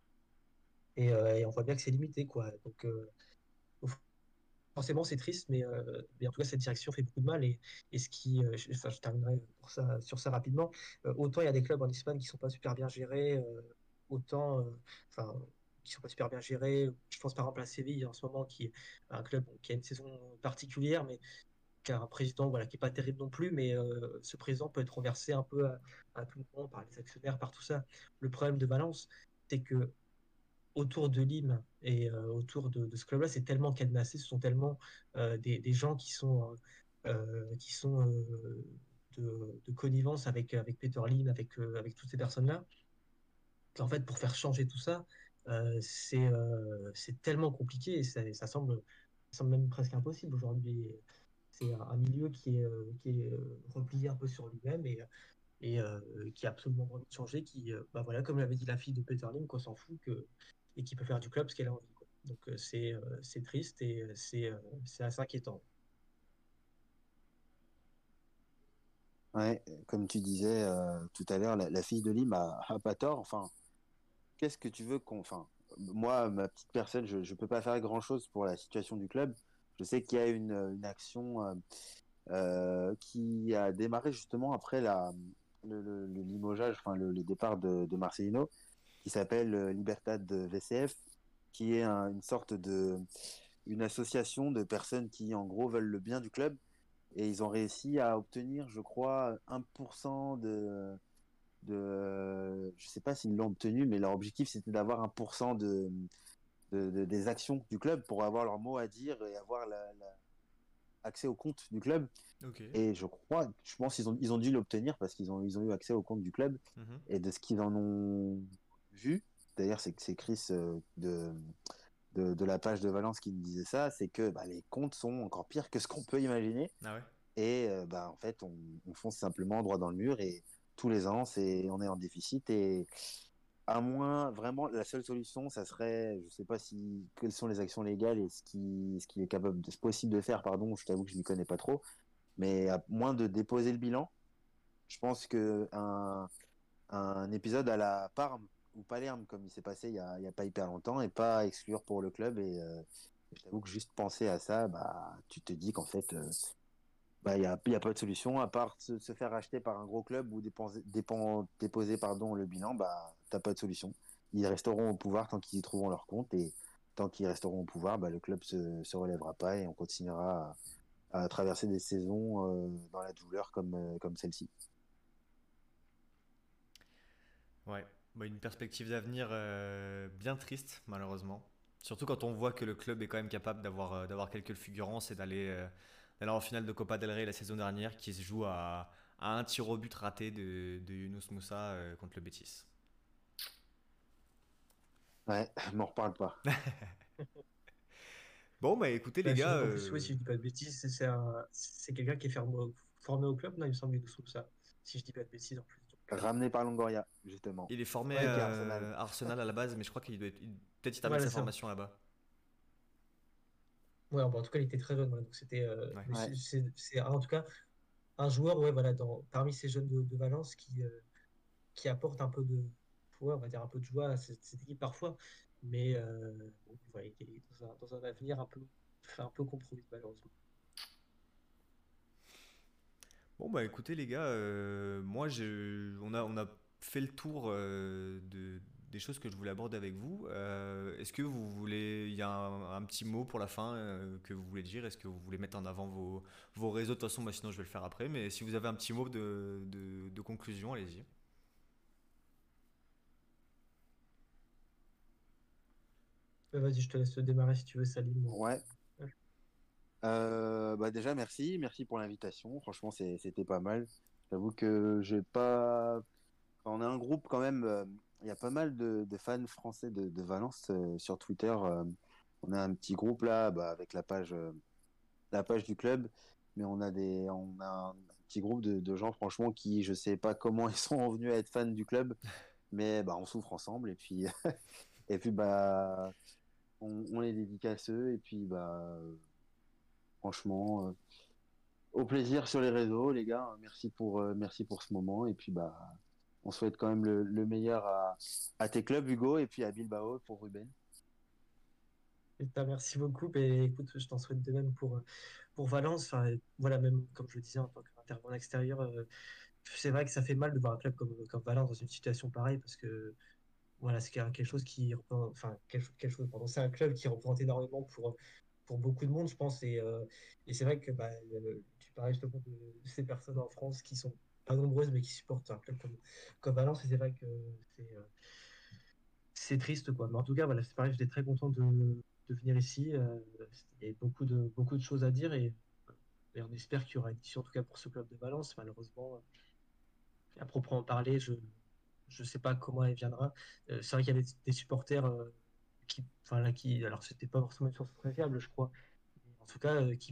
et, euh, et on voit bien que c'est limité, quoi. Donc, euh, forcément, c'est triste, mais, euh, mais en tout cas, cette direction fait beaucoup de mal. Et, et ce qui, euh, je, enfin, je terminerai pour ça, sur ça rapidement. Euh, autant il y a des clubs en Espagne qui sont pas super bien gérés, euh, autant, euh, enfin, qui sont pas super bien gérés. Je pense par exemple à Séville en ce moment, qui est un club bon, qui a une saison particulière, mais qui a un président voilà, qui n'est pas terrible non plus, mais euh, ce président peut être renversé un peu à, à tout moment par les actionnaires, par tout ça. Le problème de Valence, c'est que autour de Lim et euh, autour de, de ce club-là, c'est tellement cadenassé, ce sont tellement euh, des, des, gens qui sont, euh, qui sont euh, de, de, connivence avec, avec Peter Lim, avec, euh, avec toutes ces personnes-là, qu'en fait, pour faire changer tout ça, euh, c'est euh, tellement compliqué et ça, ça, semble, ça semble même presque impossible aujourd'hui. c'est un, un milieu qui est, euh, qui est euh, replié un peu sur lui-même et, et euh, qui a absolument pas envie de changer, qui, euh, bah voilà, comme l'avait dit la fille de Peter Lim, qu'on s'en fout que, et qui peut faire du club ce qu'elle a envie, quoi. Donc euh, c'est euh, c'est triste et euh, c'est euh, c'est assez inquiétant. Ouais, comme tu disais euh, tout à l'heure, la, la fille de Lim a, a pas tort. Enfin, qu'est-ce que tu veux qu'on. Enfin, moi, ma petite personne, je ne peux pas faire grand-chose pour la situation du club. Je sais qu'il y a une, une action euh, euh, qui a démarré justement après la, le, le, le limogeage, enfin le, le départ de, de Marcelino, qui s'appelle euh, Libertad V C F, qui est un- une sorte de une association de personnes qui en gros veulent le bien du club et ils ont réussi à obtenir, je crois, un pour cent de de je sais pas s'ils l'ont obtenu, mais leur objectif c'était d'avoir un pour cent de, de, de- des actions du club pour avoir leur mot à dire et avoir la, la- accès au compte du club. Ok. Et je crois, je pense qu'ils ont, ils ont dû l'obtenir parce qu'ils ont, ils ont eu accès au compte du club. Mhm. Et de ce qu'ils en ont vu, d'ailleurs, c'est, c'est Chris euh, de, de, de la page de Valence qui me disait ça, c'est que bah, les comptes sont encore pires que ce qu'on peut imaginer. Ah ouais. Et euh, bah, en fait, on, on fonce simplement droit dans le mur et tous les ans, c'est, on est en déficit. Et à moins, vraiment, la seule solution, ça serait, je sais pas si, quelles sont les actions légales et ce qui, ce qui est capable, de, ce possible de faire, pardon, je t'avoue que je n'y connais pas trop, mais à moins de déposer le bilan, je pense que un, un épisode à la Parme ou Palerme, comme il s'est passé il y a, il y a pas hyper longtemps, et pas exclure pour le club. Et euh, je t'avoue que juste penser à ça, bah, tu te dis qu'en fait, euh, bah, il y a, il y a pas de solution à part se, se faire acheter par un gros club ou dépenser, dépen- déposer pardon, le bilan, bah, t'as pas de solution. Ils resteront au pouvoir tant qu'ils y trouveront leur compte et tant qu'ils resteront au pouvoir, bah, le club se, se relèvera pas et on continuera à, à traverser des saisons euh, dans la douleur comme, euh, comme celle-ci. Ouais. Bah, une perspective d'avenir euh, bien triste, malheureusement. Surtout quand on voit que le club est quand même capable d'avoir euh, d'avoir quelques fulgurances et d'aller euh, d'aller en finale de Copa del Rey la saison dernière qui se joue à, à un tir au but raté de, de Younous Moussa euh, contre le Betis. Ouais, m'en reparle pas. Bon, bah écoutez les Bah, gars, surtout qu'en plus, oui, euh, si je dis pas de bêtises, c'est c'est un- c'est quelqu'un qui est formé au, formé au club, non, il me semble, tout ça. Si je dis pas de bêtises en plus. Donc, euh, Ramené par Longoria, justement. il est formé ouais, Côté donc, Arsenal. euh, à Arsenal à la base, mais je crois qu'il doit être, il- peut-être il termine voilà, sa ça. formation là-bas. Ouais, bon, en tout cas, il était très jeune, ouais, donc c'était. euh, Ouais. mais Ouais. c'est c'est- c'est en tout cas un joueur, ouais, voilà, dans, parmi ces jeunes de, de Valence qui, euh, qui apporte un peu de, ouais, on va dire un peu de joie à cette, cette équipe parfois, mais euh, bon, voilà, il est dans un, dans un avenir un peu, enfin, un peu compromis malheureusement. Bon bah écoutez les gars, euh, moi je, on a, on a fait le tour euh, de, des choses que je voulais aborder avec vous. Euh, est-ce que vous voulez, il y a un, un petit mot pour la fin euh, que vous voulez dire? Est-ce que vous voulez mettre en avant vos, vos réseaux? De toute façon, moi sinon je vais le faire après. Mais si vous avez un petit mot de, de, de conclusion, allez-y. Ouais, vas-y, je te laisse démarrer si tu veux, Salim. Ouais. Euh, bah déjà, merci. Merci pour l'invitation. Franchement, c'est- c'était pas mal. J'avoue que j'ai pas. Enfin, on a un groupe quand même. euh, Il y a pas mal de, de fans français de, de Valence euh, sur Twitter. euh, on a un petit groupe là, bah, avec la page, euh, la page du club. Mais on a des, on a un petit groupe de, de gens, franchement, qui, je sais pas comment ils sont venus à être fans du club, mais bah, on souffre ensemble. Et puis, et puis bah, on, on les dédicace eux. Et puis, bah, franchement, euh, au plaisir sur les réseaux, les gars. Merci pour, euh, merci pour ce moment. Et puis, bah, on souhaite quand même le, le meilleur à, à tes clubs, Hugo, et puis à Bilbao pour Ruben. Et bah, merci beaucoup. Et écoute, je t'en souhaite de même pour, pour Valence. Enfin, et voilà, même comme je le disais en tant qu'intervenant extérieur, euh, c'est vrai que ça fait mal de voir un club comme, comme Valence dans une situation pareille parce que voilà, c'est quelque chose qui représente, enfin, quelque, chose, quelque chose, pardon, c'est un club qui représente énormément pour, pour beaucoup de monde, je pense. Et, euh, et c'est vrai que bah, euh, tu parlais justement de, de ces personnes en France qui sont pas nombreuses, mais qui supportent un club comme, comme Valence. Et c'est vrai que c'est euh, c'est triste, quoi. Mais en tout cas, voilà, c'est pareil, j'étais très content de, de venir ici. Euh, il y a beaucoup de, beaucoup de choses à dire et, et on espère qu'il y aura une issue, en tout cas pour ce club de Valence. Malheureusement, à proprement parler, je je sais pas comment elle viendra. Euh, c'est vrai qu'il y a des, des supporters euh, qui, enfin là, qui, alors c'était pas forcément une source très fiable, je crois. En tout cas, euh, qui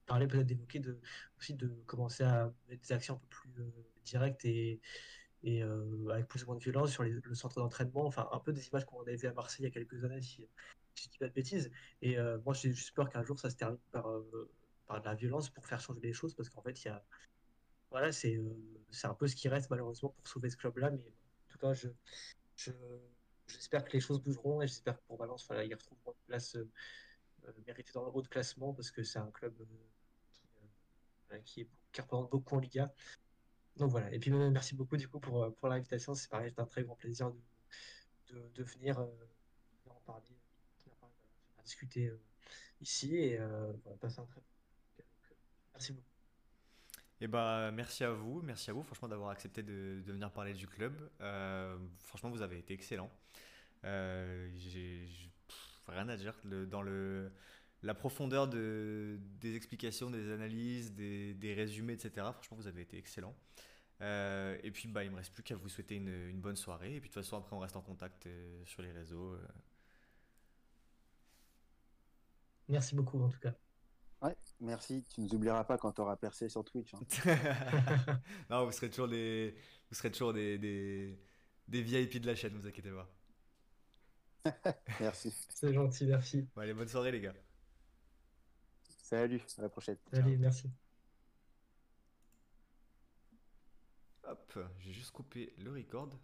parlais peut-être d'évoquer de, aussi de commencer à mettre des actions un peu plus euh, directes et, et euh, avec plus ou moins de violence sur les- le centre d'entraînement, enfin un peu des images qu'on avait vues à Marseille il y a quelques années, si, si je dis pas de bêtises. Et euh, moi j'ai juste peur qu'un jour ça se termine par, euh, par de la violence pour faire changer les choses, parce qu'en fait il y a, voilà, c'est euh, c'est un peu ce qui reste malheureusement pour sauver ce club-là, mais en tout cas je, je- j'espère que les choses bougeront et j'espère que pour Valence, voilà, ils retrouveront une place euh, euh, méritée dans le haut de classement parce que c'est un club euh, qui, euh, voilà, qui, est- qui représente beaucoup en Liga. Donc voilà. Et puis euh, merci beaucoup du coup pour, euh, pour l'invitation. C'est pareil, c'est un très grand plaisir de, de, de venir, euh, venir en parler, venir parler, voilà, venir discuter euh, ici et euh, voilà, passer un très bon week-end. Donc, euh, merci beaucoup. Et bah merci à vous, merci à vous franchement d'avoir accepté de, de venir parler du club. Euh, franchement vous avez été excellent. Euh, j'ai j'ai- pff, rien à dire Le- dans le la profondeur de, des explications, des analyses, des, des résumés, et cetera. Franchement vous avez été excellent. Euh, et puis bah il me reste plus qu'à vous souhaiter une, une bonne soirée. Et puis de toute façon après on reste en contact euh, sur les réseaux. euh. Merci beaucoup en tout cas. Ouais, merci. Tu nous oublieras pas quand tu auras percé sur Twitch, hein. Non vous serez toujours des vous serez toujours des, des, des V I P de la chaîne, vous inquiétez pas. Merci. C'est gentil, merci. Bon allez bonne soirée les gars. Salut, à la prochaine. Ciao. Allez, merci. Hop, j'ai juste coupé le record.